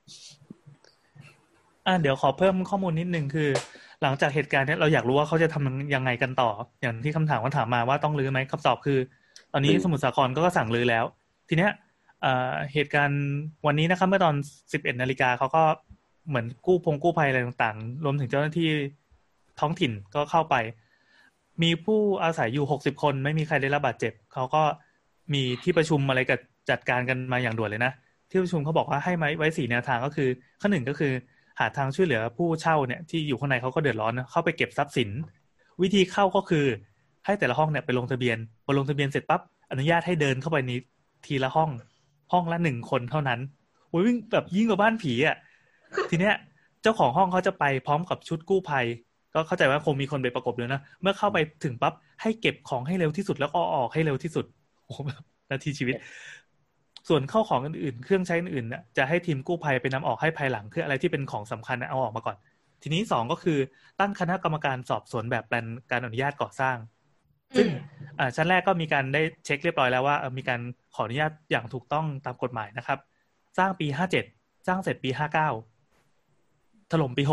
[SPEAKER 2] เดี๋ยวขอเพิ่มข้อมูลนิดนึงคือหลังจากเหตุการณ์นี้เราอยากรู้ว่าเขาจะทำยังไงกันต่ออย่างที่คำถามเขาถามมาว่าต้องรื้อไหมคำตอบคือตอนนี้สมุทรสาครก็สั่งรื้อแล้วทีเนี้ยเหตุการณ์วันนี้นะครับเมื่อตอน 11:00 น.เขาก็เหมือนกู้ภัยอะไรต่างๆรวมถึงเจ้าหน้าที่ท้องถิ่นก็เข้าไปมีผู้อาศัยอยู่60คนไม่มีใครได้รับบาดเจ็บเขาก็มีที่ประชุมอะไรกับจัดการกันมาอย่างด่วนเลยนะที่ประชุมเขาบอกว่าให้ไว้4แนวทางก็คือข้อ1ก็คือหาทางช่วยเหลือผู้เช่าเนี่ยที่อยู่ข้างในเขาก็เดือดร้อนนะเข้าไปเก็บทรัพย์สินวิธีเข้าก็คือให้แต่ละห้องเนี่ยไปลงทะเบียนพอลงทะเบียนเสร็จปั๊บอนุญาตให้เดินเข้าไปในทีละห้องละ1คนเท่านั้นโอ้ยวิ่งแบบยิ่งกว่าบ้านผีอ่ะ ทีเนี้ยเจ้าของห้องเขาจะไปพร้อมกับชุดกู้ภัยก็เข้าใจว่าคงมีคนไปประกบเลยนะเมื่อเข้าไปถึงปั๊บให้เก็บของให้เร็วที่สุดแล้วก็ออกให้เร็วที่สุดโอ้แบบนาทีชีวิตส่วนเข้าของอื่นๆเครื่องใช้อื่นๆจะให้ทีมกู้ภัยไปนำออกให้ภายหลังคืออะไรที่เป็นของสำคัญเอาออกมาก่อนทีนี้2ก็คือตั้งคณะกรรมการสอบสวนแบบแปลนการอนุญาตก่อสร้างซึ่งชั้นแรกก็มีการได้เช็คเรียบร้อยแล้วว่ามีการขออนุญาตอย่างถูกต้องตามกฎหมายนะครับสร้างปี57สร้างเสร็จปี59ถล่มปี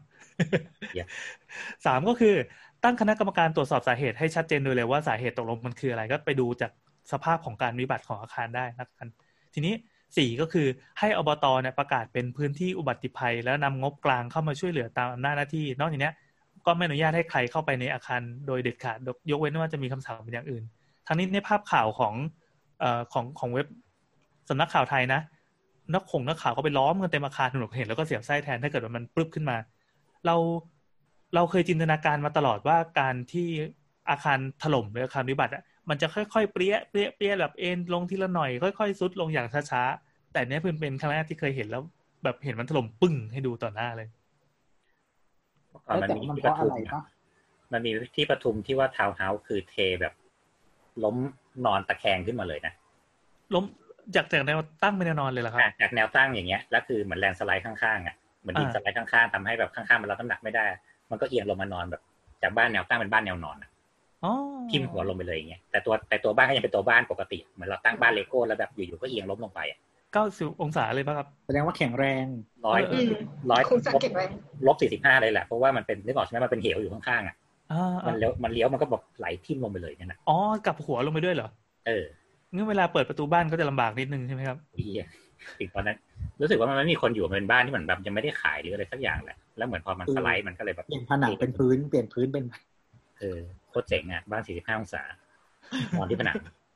[SPEAKER 2] 63 3ก็คือตั้งคณะกรรมการตรวจสอบสาเหตุให้ชัดเจนโดยเลยว่าสาเหตุตกลงมันคืออะไรก็ไปดูจากสภาพของการวิบัติของอาคารได้นะครับทีนี้4ก็คือให้อบต.เนี่ยประกาศเป็นพื้นที่อุบัติภัยแล้วนำงบกลางเข้ามาช่วยเหลือตามอำนาจหน้าที่นอกจากนี้ก็ไม่อนุญาตให้ใครเข้าไปในอาคารโดยเด็ดขาดยกเว้นว่าจะมีคำสั่งเป็นอย่างอื่นทั้งนี้ในภาพข่าวของเว็บสำนักข่าวไทยนะนักข่าวก็ไปล้อมกันเต็มอาคารหนูเห็นแล้วก็เสียบไส้แทนถ้าเกิดว่ามันปรึ๊บขึ้นมาเราเคยจินตนาการมาตลอดว่าการที่อาคารถล่มหรืออาคารวิบัติมันจะค่อยๆเปรี้ยแบบเอ็นลงทีละหน่อยค่อยๆซุดลงอย่างช้าๆแต่เนี้ยเป็นครั้งแรกที่เคยเห็นแล้วแบบเห็นมันถล่มปึ้งให้ดูต่อหน้าเลย
[SPEAKER 1] มันมีที่ปทุมมันมีที่ปทุมที่ว่าทาวน์เฮาส์คือเทแบบล้มนอนตะแคงขึ้นมาเลยนะ
[SPEAKER 2] ล้มจากแนวตั้งเป็นแนวนอนเลยเหรอครับ
[SPEAKER 1] จากแนวตั้งอย่างเงี้ยแล้วคือเหมือนแลนด์สไลด์ข้างๆเหมือนดินสไลด์ข้างๆทำให้แบบข้างๆมันรับน้ำหนักไม่ได้มันก็เอียงลงมานอนแบบจากบ้านแนวตั้งเป็นบ้านแนวนอนทิ่มหัวลงไปเลยอย่างเงี้ยแต่ตัวบ้านก็ยังเป็นตัวบ้านปกติเหมือนเราตั้งบ้านเลโก้แล้วแบบอยู่ๆก็เอียงล้มลงไป
[SPEAKER 2] 90 องศาเลยป่ะครับ
[SPEAKER 4] แสดงว่าแข็งแรง
[SPEAKER 1] 100
[SPEAKER 6] คุณสังเกตไว้
[SPEAKER 1] ลบ45เลยแหละเพราะว่ามันเป็นนึกออกใช่ไหมมันเป็นเหวอยู่ข้างๆมันเลี้ยวมันก็แบบไหลทิ่มลงไปเลยเนี่ยนะ
[SPEAKER 2] กลับหัวลงไปด้วยเหรองั้นเวลาเปิดประตูบ้านก็จะลำบากนิดนึงใช่ไหมครับ
[SPEAKER 1] ถึงตอนนั้นรู้สึกว่ามันไม่มีคนอยู่เป็นบ้านที่เหมือนแบบยังไม่ได้ขายหรืออะไรสักอย่างแหละแล้วเหมือนพอมันสไลด์มันก็เลยแบบ
[SPEAKER 4] เปลี่ยนผนังเป็นพื้นเปลี่ยนพื้นเป็น
[SPEAKER 1] โคตรเจ๋งบ้าน45 องศานอนที่ผนัง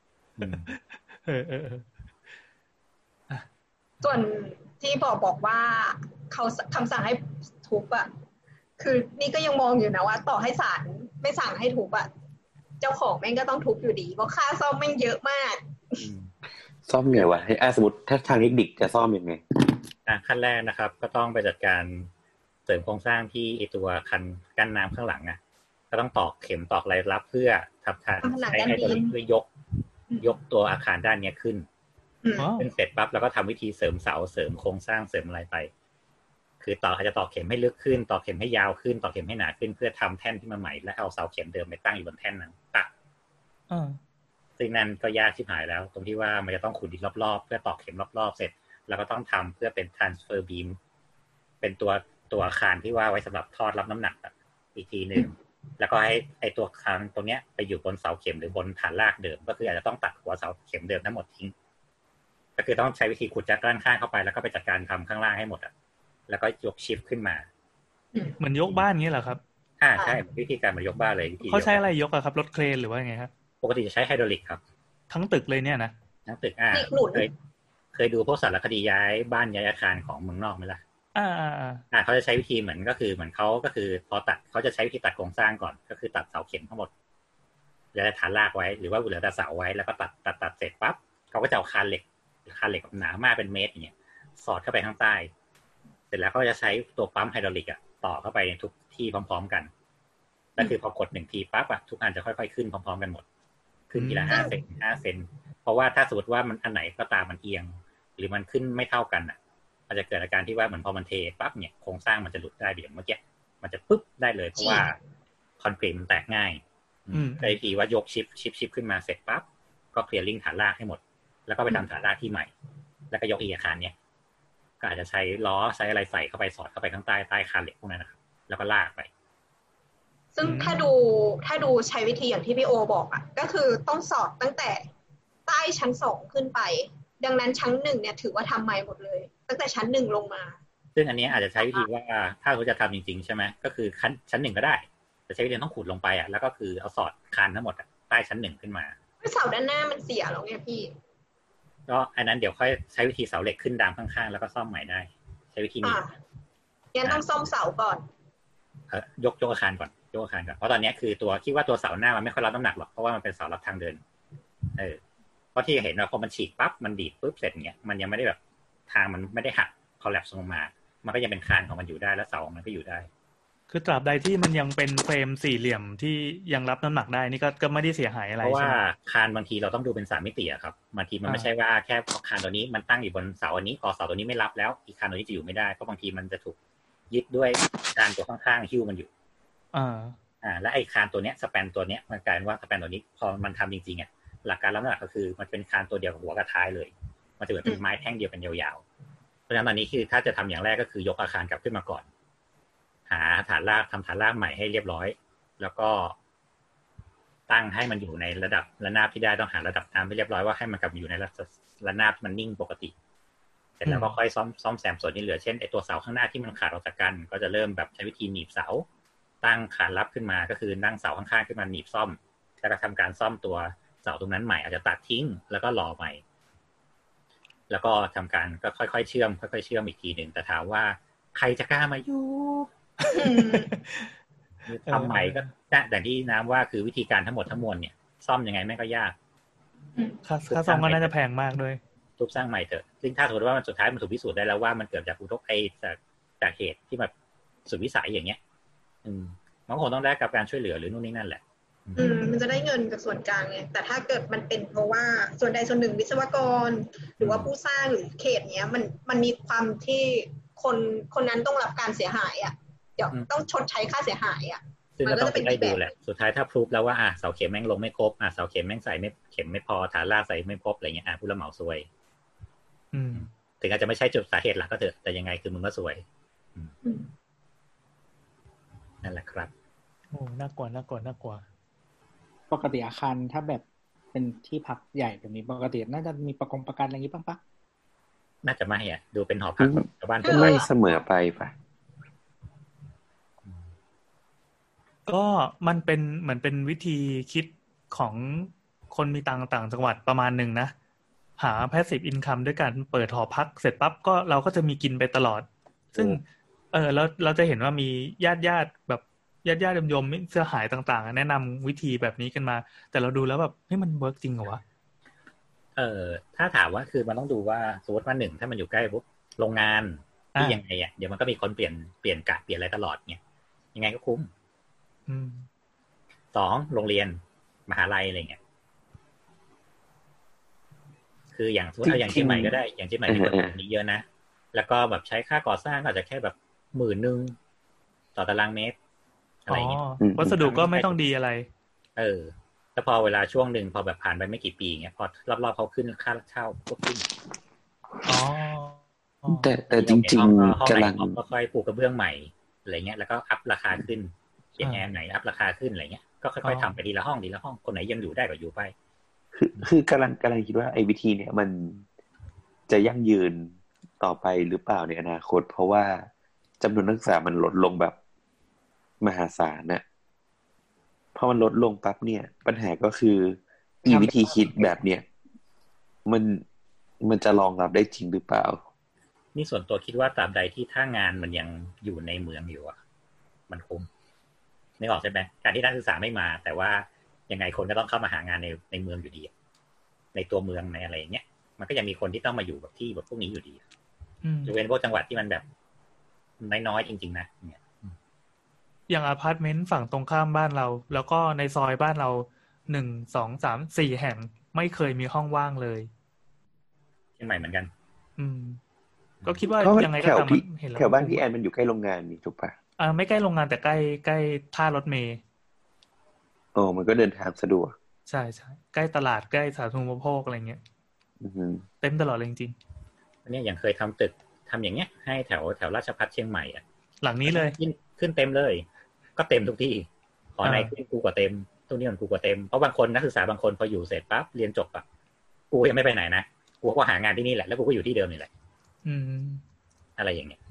[SPEAKER 6] ส่วนที่บอกว่าเขาคำสั่งให้ทุบคือนี่ก็ยังมองอยู่นะว่าต่อให้ศาลไม่สั่งให้ทุบเจ้าของแม่งก็ต้องทุบอยู่ดีเพราะค่าซ่อมแม่งเยอะมาก
[SPEAKER 3] ซ่อมไงวะสมมติถ้าทางเทคนิคจะซ่อมยังไง
[SPEAKER 1] ขั้นแรกนะครับก็ต้องไปจัดการเสริมโครงสร้างที่ตัวคันกั้นน้ำข้างหลังก็ต้องตอกเข็มตอกอะไรรับเพื่อทำการให้ตัวนี้เพื่อยกตัวอาคารด้านนี้ขึ้นเป็นเสร็จปั๊บแล้วก็ทำวิธีเสริมเสาเสริมโครงสร้างเสริมอะไรไปคืออาจจะตอกเข็มให้ลึกขึ้นตอกเข็มให้ยาวขึ้นตอกเข็มให้หนาขึ้นเพื่อทำแท่นที่มาใหม่และเอาเสาเข็มเดิมไปตั้งอยู่บนแท่นนั้นตัดซึ่งนั่นก็ยากชิบหายแล้วตรงที่ว่ามันจะต้องขุดดินรอบๆเพื่อตอกเข็มรอบๆเสร็จแล้วก็ต้องทำเพื่อเป็น transfer beam เป็นตัวตัวอาคารที่ว่าไว้สำหรับทอดรับน้ำหนักอีกทีนึงแล้วก็ให้ไอตัวอาคารตรงเนี้ยไปอยู่บนเสาเข็มหรือบนฐานรากเดิมก็คืออาจจะต้องตัดหัวเสาเข็มเดิมทั้งหมดทิ้งก็คือต้องใช้วิธีขุดจากด้านข้างเข้าไปแล้วก็ไปจัดการทำข้างล่างให้หมดแล้วก็ยกชิฟขึ้นมา
[SPEAKER 2] เหมือนยกบ้านงี้เหรอครับ
[SPEAKER 1] ใช่วิธีการมายกบ้านเลย
[SPEAKER 2] เขาใช้อะไรยกอะครับรถเครนหรือว่าไงครับ
[SPEAKER 1] ปกติจะใช้ไฮดรอลิกครับ
[SPEAKER 2] ทั้งตึกเลยเนี่ยนะ
[SPEAKER 1] ทั้งตึกเคยดูพวกสารคดีย้ายบ้านย้ายอาคารของเมืองนอกไหมล่ะเขาจะใช้วิธีเหมือนก็คือเหมือนเขาก็คือพอตัดเขาจะใช้วิธีตัดโครงสร้างก่อนก็คือตัดเสาเข็มทั้งหมดเหลือแต่ฐานรากไว้หรือว่าเหลือแต่เสาไว้แล้วก็ตัดเสร็จปั๊บเขาก็จะเอาคานเหล็กหนามากเป็นเมตรอย่างเงี้ยสอดเข้าไปข้างใต้เสร็จแล้วก็จะใช้ตัวปั๊มไฮดรอลิกต่อเข้าไปในทุกที่พร้อมๆกันแล้วคือพอกด1ทีปั๊บทุกอันจะค่อยๆขึ้นพร้อมๆกันหมดขึ้นทีละ5 เซนเพราะว่าถ้าสมมติว่ามันอันไหนก็ตามมันเอียงหรือมันขึ้นไม่เท่ากันอาจจะเกิดอาการที่ว่าเหมือนพอมันเทปั๊บเนี่ยโครงสร้างมันจะหลุดได้เดี๋ยวเมื่อกี้มันจะปึ๊บได้เลยเพราะว่าคอนกรีตมันแตกง่ายไอ้ทีว่ายกชิปขึ้นมาเสร็จปั๊บก็เคลียร์ลิงฐานรากให้หมดแล้วก็ไปทำฐานรากที่ใหม่แล้วก็ยกอาคารเนี่ยก็อาจจะใช้ล้อใช้อะไรใส่เข้าไปสอดเข้าไปข้างใต้คานเหล็กพวกนั้นนะครับแล้วก็ลากไป
[SPEAKER 6] ซึ่งถ้าดูใช้วิธีอย่างที่พี่โอบอกก็คือต้องสอดตั้งแต่ใต้ชั้น2ขึ้นไปดังนั้นชั้น1เนี่ยถือว่าทำใหม่หมดเลยตั้งแต่ชั้น1ลงมา
[SPEAKER 1] ซึ่งอันนี้อาจจะใช้วิธีว่าถ้าเราจะทำจริงๆใช่ไหมก็คือชั้น1ก็ได้แต่ใช้วิธีต้องขุดลงไปแล้วก็คือเอาสอดคานทั้งหมดใต้ชั้น1ขึ้นมา
[SPEAKER 6] เสาด้านหน้ามันเสียแล้วไงพี่
[SPEAKER 1] ก็อันนั้นเดี๋ยวค่อยใช้วิธีเสาเหล็กขึ้นดามข้างๆแล้วก็ซ่อมใหม่ได้ใช้วิธีนี้
[SPEAKER 6] งั้นต้องซ่อมเสาก่อน
[SPEAKER 1] ยกอาคารก่อนเพราะตอนนี้คือตัวคิดว่าตัวเสาหน้ามันไม่ค่อยรับน้ำหนักหรอกเพราะว่ามันเป็นเสารับทางเดินเพราะที่เห็นว่าพอมันฉีกปั๊บมันดีดปุ๊บเสร็จเงี้ยมันยังไม่ได้แบบทางมันไม่ได้หักคอลแลปส์ลงมามันก็ยังเป็นคานของมันอยู่ได้แล้วเสามันก็อยู่ได้
[SPEAKER 2] คือตราบใดที่มันยังเป็นเฟรมสี่เหลี่ยมที่ยังรับน้ำหนักได้นี่ก็ไม่ได้เสียหายอะไร
[SPEAKER 1] เพราะว่าคานบางทีเราต้องดูเป็น3 มิติครับบางทีมันไม่ใช่ว่าแค่คานตัวนี้มันตั้งอยู่บนเสาอันนี้พอเสาตัวนี้ไม่รับแล้วอีกคานตัวนี้จะอยู่ไม่ได้เพราะบางทีมันจะถูกยึดด้วยคานตัวข้างๆหิ้วมันอยู่และไอ้คานตัวเนี้ยสแปนตัวเนี้ยมันกลายเป็นว่าสแปนตัวนี้พอมันทำจริงๆหลักการรับน้ำหนักก็คือมันเป็นคานตัวเดียวกับหัวกับท้ายเลยมันจะเหมือนเป็นไม้แท่งเดียวกันยาวๆเพราะฉะนั้นตอนนี้คือถ้าจะทำอย่างแรกก็คือยกอาคารกลับขึ้นมาก่อนหาฐานรากทำฐานรากใหม่ให้เรียบร้อยแล้วก็ตั้งให้มันอยู่ในระดับระนาบที่ได้ต้องหาระดับน้ำให้เรียบร้อยว่าให้มันกลับอยู่ในระนาบที่มันนิ่งปกติเสร็จแล้วก็ค่อยซ่อมแซมส่วนที่เหลือเช่นไอ้ตัวเสาข้างหน้าที่มันขาดออกจากกันก็จะเริ่มแบบใช้วิธีหนีบเสาตั้งขานรับขึ้นมาก็คือนั่งเสาข้างๆขึ้นมาหนีบซ่อมแล้วก็ทำการซ่อมตัวเสาตรงนั้นใหม่อาจจะตัดทิ้งแล้วก็รอใหม่แล้วก็ทำการก็ค่อยๆเชื่อมอีกทีนึงแต่ถามว่าใครจะกล้ามาอยู่ทำใหม่ก็แต่ที่น้ำว่าคือวิธีการทั้งหมดทั้งมวลเนี่ยซ่อมยังไงแม่ก็ยาก
[SPEAKER 2] ค่าซ่อมก็น่าจะแพงมากด้วย
[SPEAKER 1] ทุบสร้างใหม่เถอะซึ่งถ้าสมมติว่ามันสุดท้ายมันถูกพิสูจน์ได้แล้วว่ามันเกิดจากอุทกภัยจากเหตุที่แบบสุดวิสัยอย่างเงี้ยมันคงต้องได้กับการช่วยเหลือหรือนู่นนี่นั่นแหละ
[SPEAKER 6] มันจะได้เงินกับส่วนกลางไงแต่ถ้าเกิดมันเป็นเพราะว่าส่วนใดส่วนหนึ่งวิศวกรหรือว่าผู้สร้างหรือเขตเนี้ยมันมีความที่คนนั้นต้องรับการเสียหายเดี๋ยวต้องชดใช้ค่าเสียหาย
[SPEAKER 1] ซึ่งก็ต้องไปดูแหละสุดท้ายถ้าพรูฟแล้วว่าเสาเข็มแม่งลงไม่ครบเสาเข็มแม่งใส่ไม่เข็มไม่พอฐานรากใส่ไม่ครบอะไรเงี้ยผู้รับเหมาซวยถึงอาจจะไม่ใช่จุดสาเหตุหลักก็เถอะแต่ยังไงคือมึงก็ซวยนั่นแหละครับ
[SPEAKER 2] โอ้น่ากลัว
[SPEAKER 4] ปกติอาคารถ้าแบบเป็นที่พักใหญ่แบบนี้ปกติน่าจะมีประกันอะไรอย่างนี้บ้างปะ
[SPEAKER 1] น่าจะไม่ดูเป็นหอพักชาวบ้าน
[SPEAKER 3] ไม่เสมอไปปะ
[SPEAKER 2] ก็มันเป็นเหมือนเป็นวิธีคิดของคนมีต่างจังหวัดประมาณนึงนะหา passive income ด้วยการเปิดหอพักเสร็จปั๊บก็เราก็จะมีกินไปตลอดซึ่งแล้วเราจะเห็นว่ามีญาติแบบญาติยมเสื้อหายต่างๆแนะนำวิธีแบบนี้กันมาแต่เราดูแล้วแบบเฮ้ยมันเวิร์กจริงเหรอวะ
[SPEAKER 1] ถ้าถามว่าคือมันต้องดูว่าสมมติว่า1ถ้ามันอยู่ใกล้ปุ๊บโรงงานที่ยังไงเดี๋ยวมันก็มีคนเปลี่ยนกะเปลี่ยนอะไรตลอดเนี่ยยังไงก็คุ้ม2โรงเรียนมหาลัยอะไรเงี้ยคืออย่างสมมติอย่างเชียงใหม่ก็ได้อย่างเชียงใหม่มีคนนี้เยอะนะแล้วก็แบบใช้ค่าก่อสร้างอาจจะแค่แบบ10,000ต่อตารางเมตรอะไรเงี้ย
[SPEAKER 2] วัสดุก็ไม่ต้องดีอะไร
[SPEAKER 1] แล้วพอเวลาช่วงหนึ่งพอแบบผ่านไปไม่กี่ปีเงี้ยพอรอบๆเขาขึ้นค่าเช่าก็ขึ้น
[SPEAKER 3] แต่จริงๆกำลัง
[SPEAKER 1] ก็ค่อยปูกระเบื้องใหม่อะไรเงี้ยแล้วก็อัพราคาขึ้นเปลี่ยนแอร์ไหนอัพราคาขึ้นอะไรเงี้ยก็ค่อยๆทำไปทีละห้องคนไหนยังอยู่ได้ก็อยู่ไป
[SPEAKER 3] คือกำลังคิดว่าไอ้วิธีเนี่ยมันจะยั่งยืนต่อไปหรือเปล่าในอนาคตเพราะว่าจำนวนนักศึกษามันลดลงแบบมหาศาลน่ะพอมันลดลงปั๊บเนี่ยปัญหาก็คือวิธีคิดแบบเนี้ยมันจะรองรับได้จริงหรือเปล่า
[SPEAKER 1] นี่ส่วนตัวคิดว่าตราบใดที่ถ้างานมันยังอยู่ในเมืองอยู่อ่ะมันคุ้มนึกออกใช่ไหมการที่นักศึกษาไม่มาแต่ว่ายังไงคนก็ต้องเข้ามาหางานในเมืองอยู่ดีในตัวเมืองในอะไรอย่างเงี้ยมันก็ยังมีคนที่ต้องมาอยู่แบบที่แบบพวกนี้อยู่ดียกเว้นพวกจังหวัดที่มันแบบน้อยๆจริงๆนะเนี่ย
[SPEAKER 2] อย่างอพาร์ตเมนต์ฝั่งตรงข้ามบ้านเราแล้วก็ในซอยบ้านเรา1 2 3 4แห่งไม่เคยมีห้องว่างเลย
[SPEAKER 1] เชียงใหม่เหมือนกัน
[SPEAKER 2] ก็คิดว่ายังไงก็ตาม
[SPEAKER 3] แถวบ้านพี่แอนมันอยู่ใกล้โรงงานนี่ถูกป่ะ
[SPEAKER 2] ไม่ใกล้โรงงานแต่ใกล้ท่ารถเมล์
[SPEAKER 3] มันก็เดินทางสะดวก
[SPEAKER 2] ใช่ๆใกล้ตลาดใกล้สาธารณูปโภคอะไรเงี้ยเต็มตลอดเลยจริง
[SPEAKER 1] ๆอันนี้อย่างเคยทำตึกทำอย่างเงี้ยให้แถวราชภัฏเชียงใหม่อ่ะ
[SPEAKER 2] หลังนี้เลย
[SPEAKER 1] ขึ้นเต็มเลยก็เต็มทุกที่หอในขึ้นกูกว่าเต็มตรงนี้มันกูกว่าเต็มเพราะบางคนนักศึกษาบางคนพออยู่เสร็จปั๊บเรียนจบอ่ะกูยังไม่ไปไหนนะกูก็หางานที่นี่แหละแล้วกูก็อยู่ที่เดิมนี่แหละอะไรอย่างเงี้ย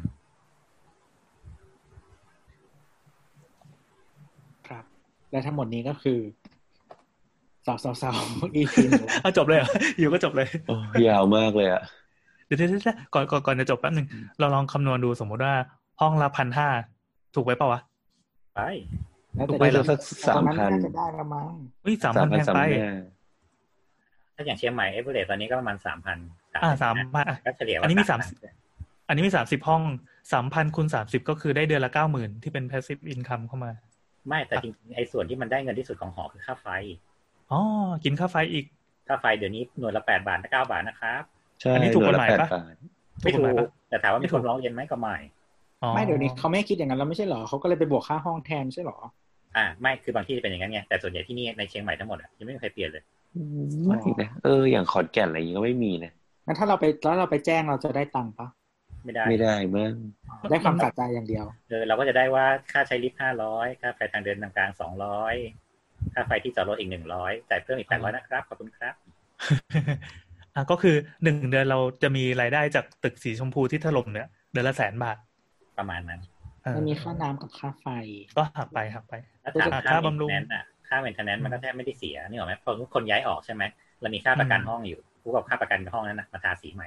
[SPEAKER 4] ครับและทั้งหมดนี้ก็คือสาวEP
[SPEAKER 2] จบเลยเหรออยู่ก็จบเลย
[SPEAKER 3] ยาวมากเลยอ่ะ
[SPEAKER 2] เดี๋ยวก่อนจะจบแป๊บนึงเราลองคำนวณดูสมมติว่าห้องละ 1,500 ถูกไว้ป่าววะ
[SPEAKER 1] ไป
[SPEAKER 3] ถูกไปแล้วสัก
[SPEAKER 4] 3,000 จะได้ประมาณ
[SPEAKER 2] 3,000 แพงไป
[SPEAKER 1] ถ้าอย่างเชียงใหม่เอเวอเรสตตอนนี้ก็ประมาณ 3,000
[SPEAKER 2] 3,000
[SPEAKER 1] ก็เฉลี่ยว่า
[SPEAKER 2] อันนี้มี30ห้อง 3,000 คูณ 30ก็คือได้เดือนละ 90,000 ที่เป็น passive income เข้ามา
[SPEAKER 1] ไม่แต่จริงๆไอ้ส่วนที่มันได้เงินที่สุดของหอคือค่าไฟ
[SPEAKER 2] กินค่าไฟอีก
[SPEAKER 1] ค่าไฟเดี๋ยวนี้หน่วยละ8 บาทและ9 บาทนะครับ
[SPEAKER 2] อันนี้ถูกกฎหมายปะ
[SPEAKER 1] ไม่ถูกแต่ถามว่ามีคนร้องเรียนไหมก็ไม่
[SPEAKER 4] เดี๋ยวนี้เขาไม่คิดอย่างนั้นแล้วไม่ใช่หรอเขาก็เลยไปบวกค่าห้องแทนใช่หรอ
[SPEAKER 1] ไม่คือบางที่เป็นอย่างนั้นไงแต่ส่วนใหญ่ที่นี่ในเชียงใหม่ทั้งหมดยังไม่มีใครเปลี่ยนเลย
[SPEAKER 3] ไม่นะอย่างขอนแก่นอะไรอย่างงี้ก็ไม่มีนะ
[SPEAKER 4] งั้นถ้าเราไปแจ้งเราจะได้ตังค์ปะ
[SPEAKER 3] ไม่ได้มั้ง
[SPEAKER 4] ได้ความสะใจอย่างเดียว
[SPEAKER 1] เราก็จะได้ว่าค่าใช้ลิฟต์500ค่าไฟทางเดินทางกลาง200ค่าไฟที่จอดรถอีก100จ่ายเพิ่มอีก800นะครับขอบคุณครับ
[SPEAKER 2] ก็คือ1เดือนเราจะมีรายได้จากตึกสีชมพูที่ถล่มเนี่ยเดือนละ100,000 บาท
[SPEAKER 1] ประมาณนั้น
[SPEAKER 4] มันมีค่าน้ำกับค่าไฟ
[SPEAKER 2] ก็หักไป
[SPEAKER 1] แล้วค่าบำรุงค่าเมนเทนแนนซ์มันก็แทบไม่ได้เสียนี่หรอไหมพอทุกคนย้ายออกใช่ไหมเรามีค่าประกันห้องอยู่กูกับค่าประกันห้องนั้นนะมาทาสีใหม่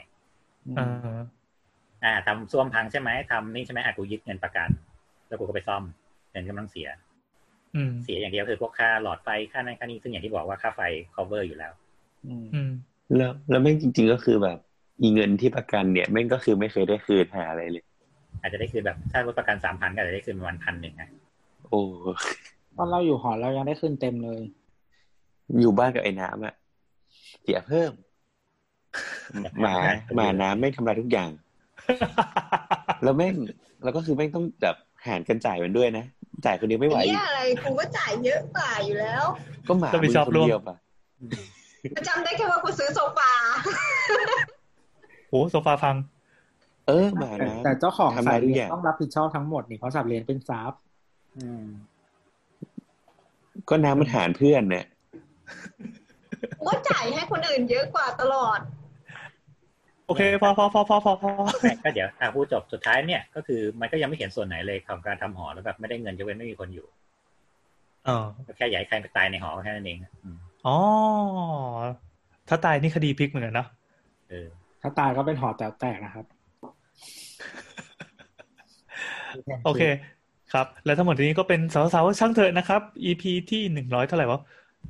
[SPEAKER 1] ทำซ่วมพังใช่ไหมทำนี่ใช่ไหมกูยึดเงินประกันแล้วกูก็ไปซ่อมเงินกำลังเสียอย่างเดียวคือพวกค่าหลอดไฟค่านั้นค่านี้ซึ่งอย่างที่บอกว่าค่าไฟ cover อยู่แล้ว
[SPEAKER 3] แล้วแม่งจริงๆก็คือแบบอีเงินที่ประกันเนี่ยแม่งก็คือไม่เคยได้คืนหาอะไรเลย
[SPEAKER 1] อาจจะได้คืนแบบถ้าประกัน 3,000 ก็อาจจะได้คืนประมาณ 1,000 นะ
[SPEAKER 3] โอ้
[SPEAKER 4] ตอนเราอยู่หอเรายังได้คืนเต็มเลย
[SPEAKER 3] อยู่บ้านกับไอ้น้ำอะเสียเพิ่มหมาน้ำไม่ทำลายทุกอย่างแล้วก็คือแม่งต้องแบบหารกันจ่ายมันด้วยนะจ่ายคนเดียวไม่ไหว
[SPEAKER 6] เนี่ยอะไรกูก็จ่ายเยอะกว่าอยู่แล้ว
[SPEAKER 3] ก็หมาคนเดียวป่ะ
[SPEAKER 6] จำได้แค่ว่ากูซื้อโซฟา
[SPEAKER 2] โอ้โซฟาพัง
[SPEAKER 3] หมานะ
[SPEAKER 4] แต่เจ้าของสายเรียนต้องรับผิดชอบทั้งหมดนี่เพราะสายเรียนเป็นซับ
[SPEAKER 3] ก็น้ำมันหารเพื่อนเนี่ย
[SPEAKER 6] ก็จ่ายให้คนอื่นเยอะกว่าตลอด
[SPEAKER 2] โอเคพอ
[SPEAKER 1] ก็เดี๋ยวพูดจบสุดท้ายเนี่ยก็คือมันก็ยังไม่เห็นส่วนไหนเลยของการทำหอแล้วแบบไม่ได้เงินยกเว้นไม่มีคนอยู่แค่อยากให้ใครไปตายในหอแค่นั้นเอง
[SPEAKER 2] ถ้าตายนี่คดีพลิกเหมือนกันเนาะ
[SPEAKER 4] ถ้าตายก็เป็นหอแต๋วแตกนะครับ
[SPEAKER 2] โอเคครับและทั้งหมดนี้ก็เป็นสาวๆช่างเถอะนะครับ EP ที่100เท่าไหร่วะ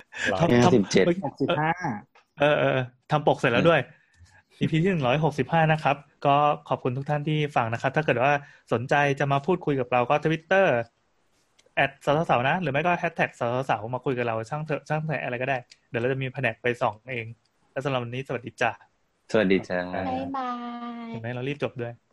[SPEAKER 3] 157
[SPEAKER 2] ทำปกเสร็จแล้วด้วย EP ที่165นะครับก็ขอบคุณทุกท่านที่ฟังนะครับถ้าเกิดว่าสนใจจะมาพูดคุยกับเราก็ Twitter @สาวๆนะหรือไม่ก็ #สาวๆมาคุยกับเราช่างเถอะอะไรก็ได้เดี๋ยวเราจะมีแผนกไปส่องเองแล้วสำหรับวันนี้สวัสดีจ้ะ
[SPEAKER 3] สวัสดีจ้ะ
[SPEAKER 5] บ๊ายบาย
[SPEAKER 2] เห็นไหมเรารีบจบด้วย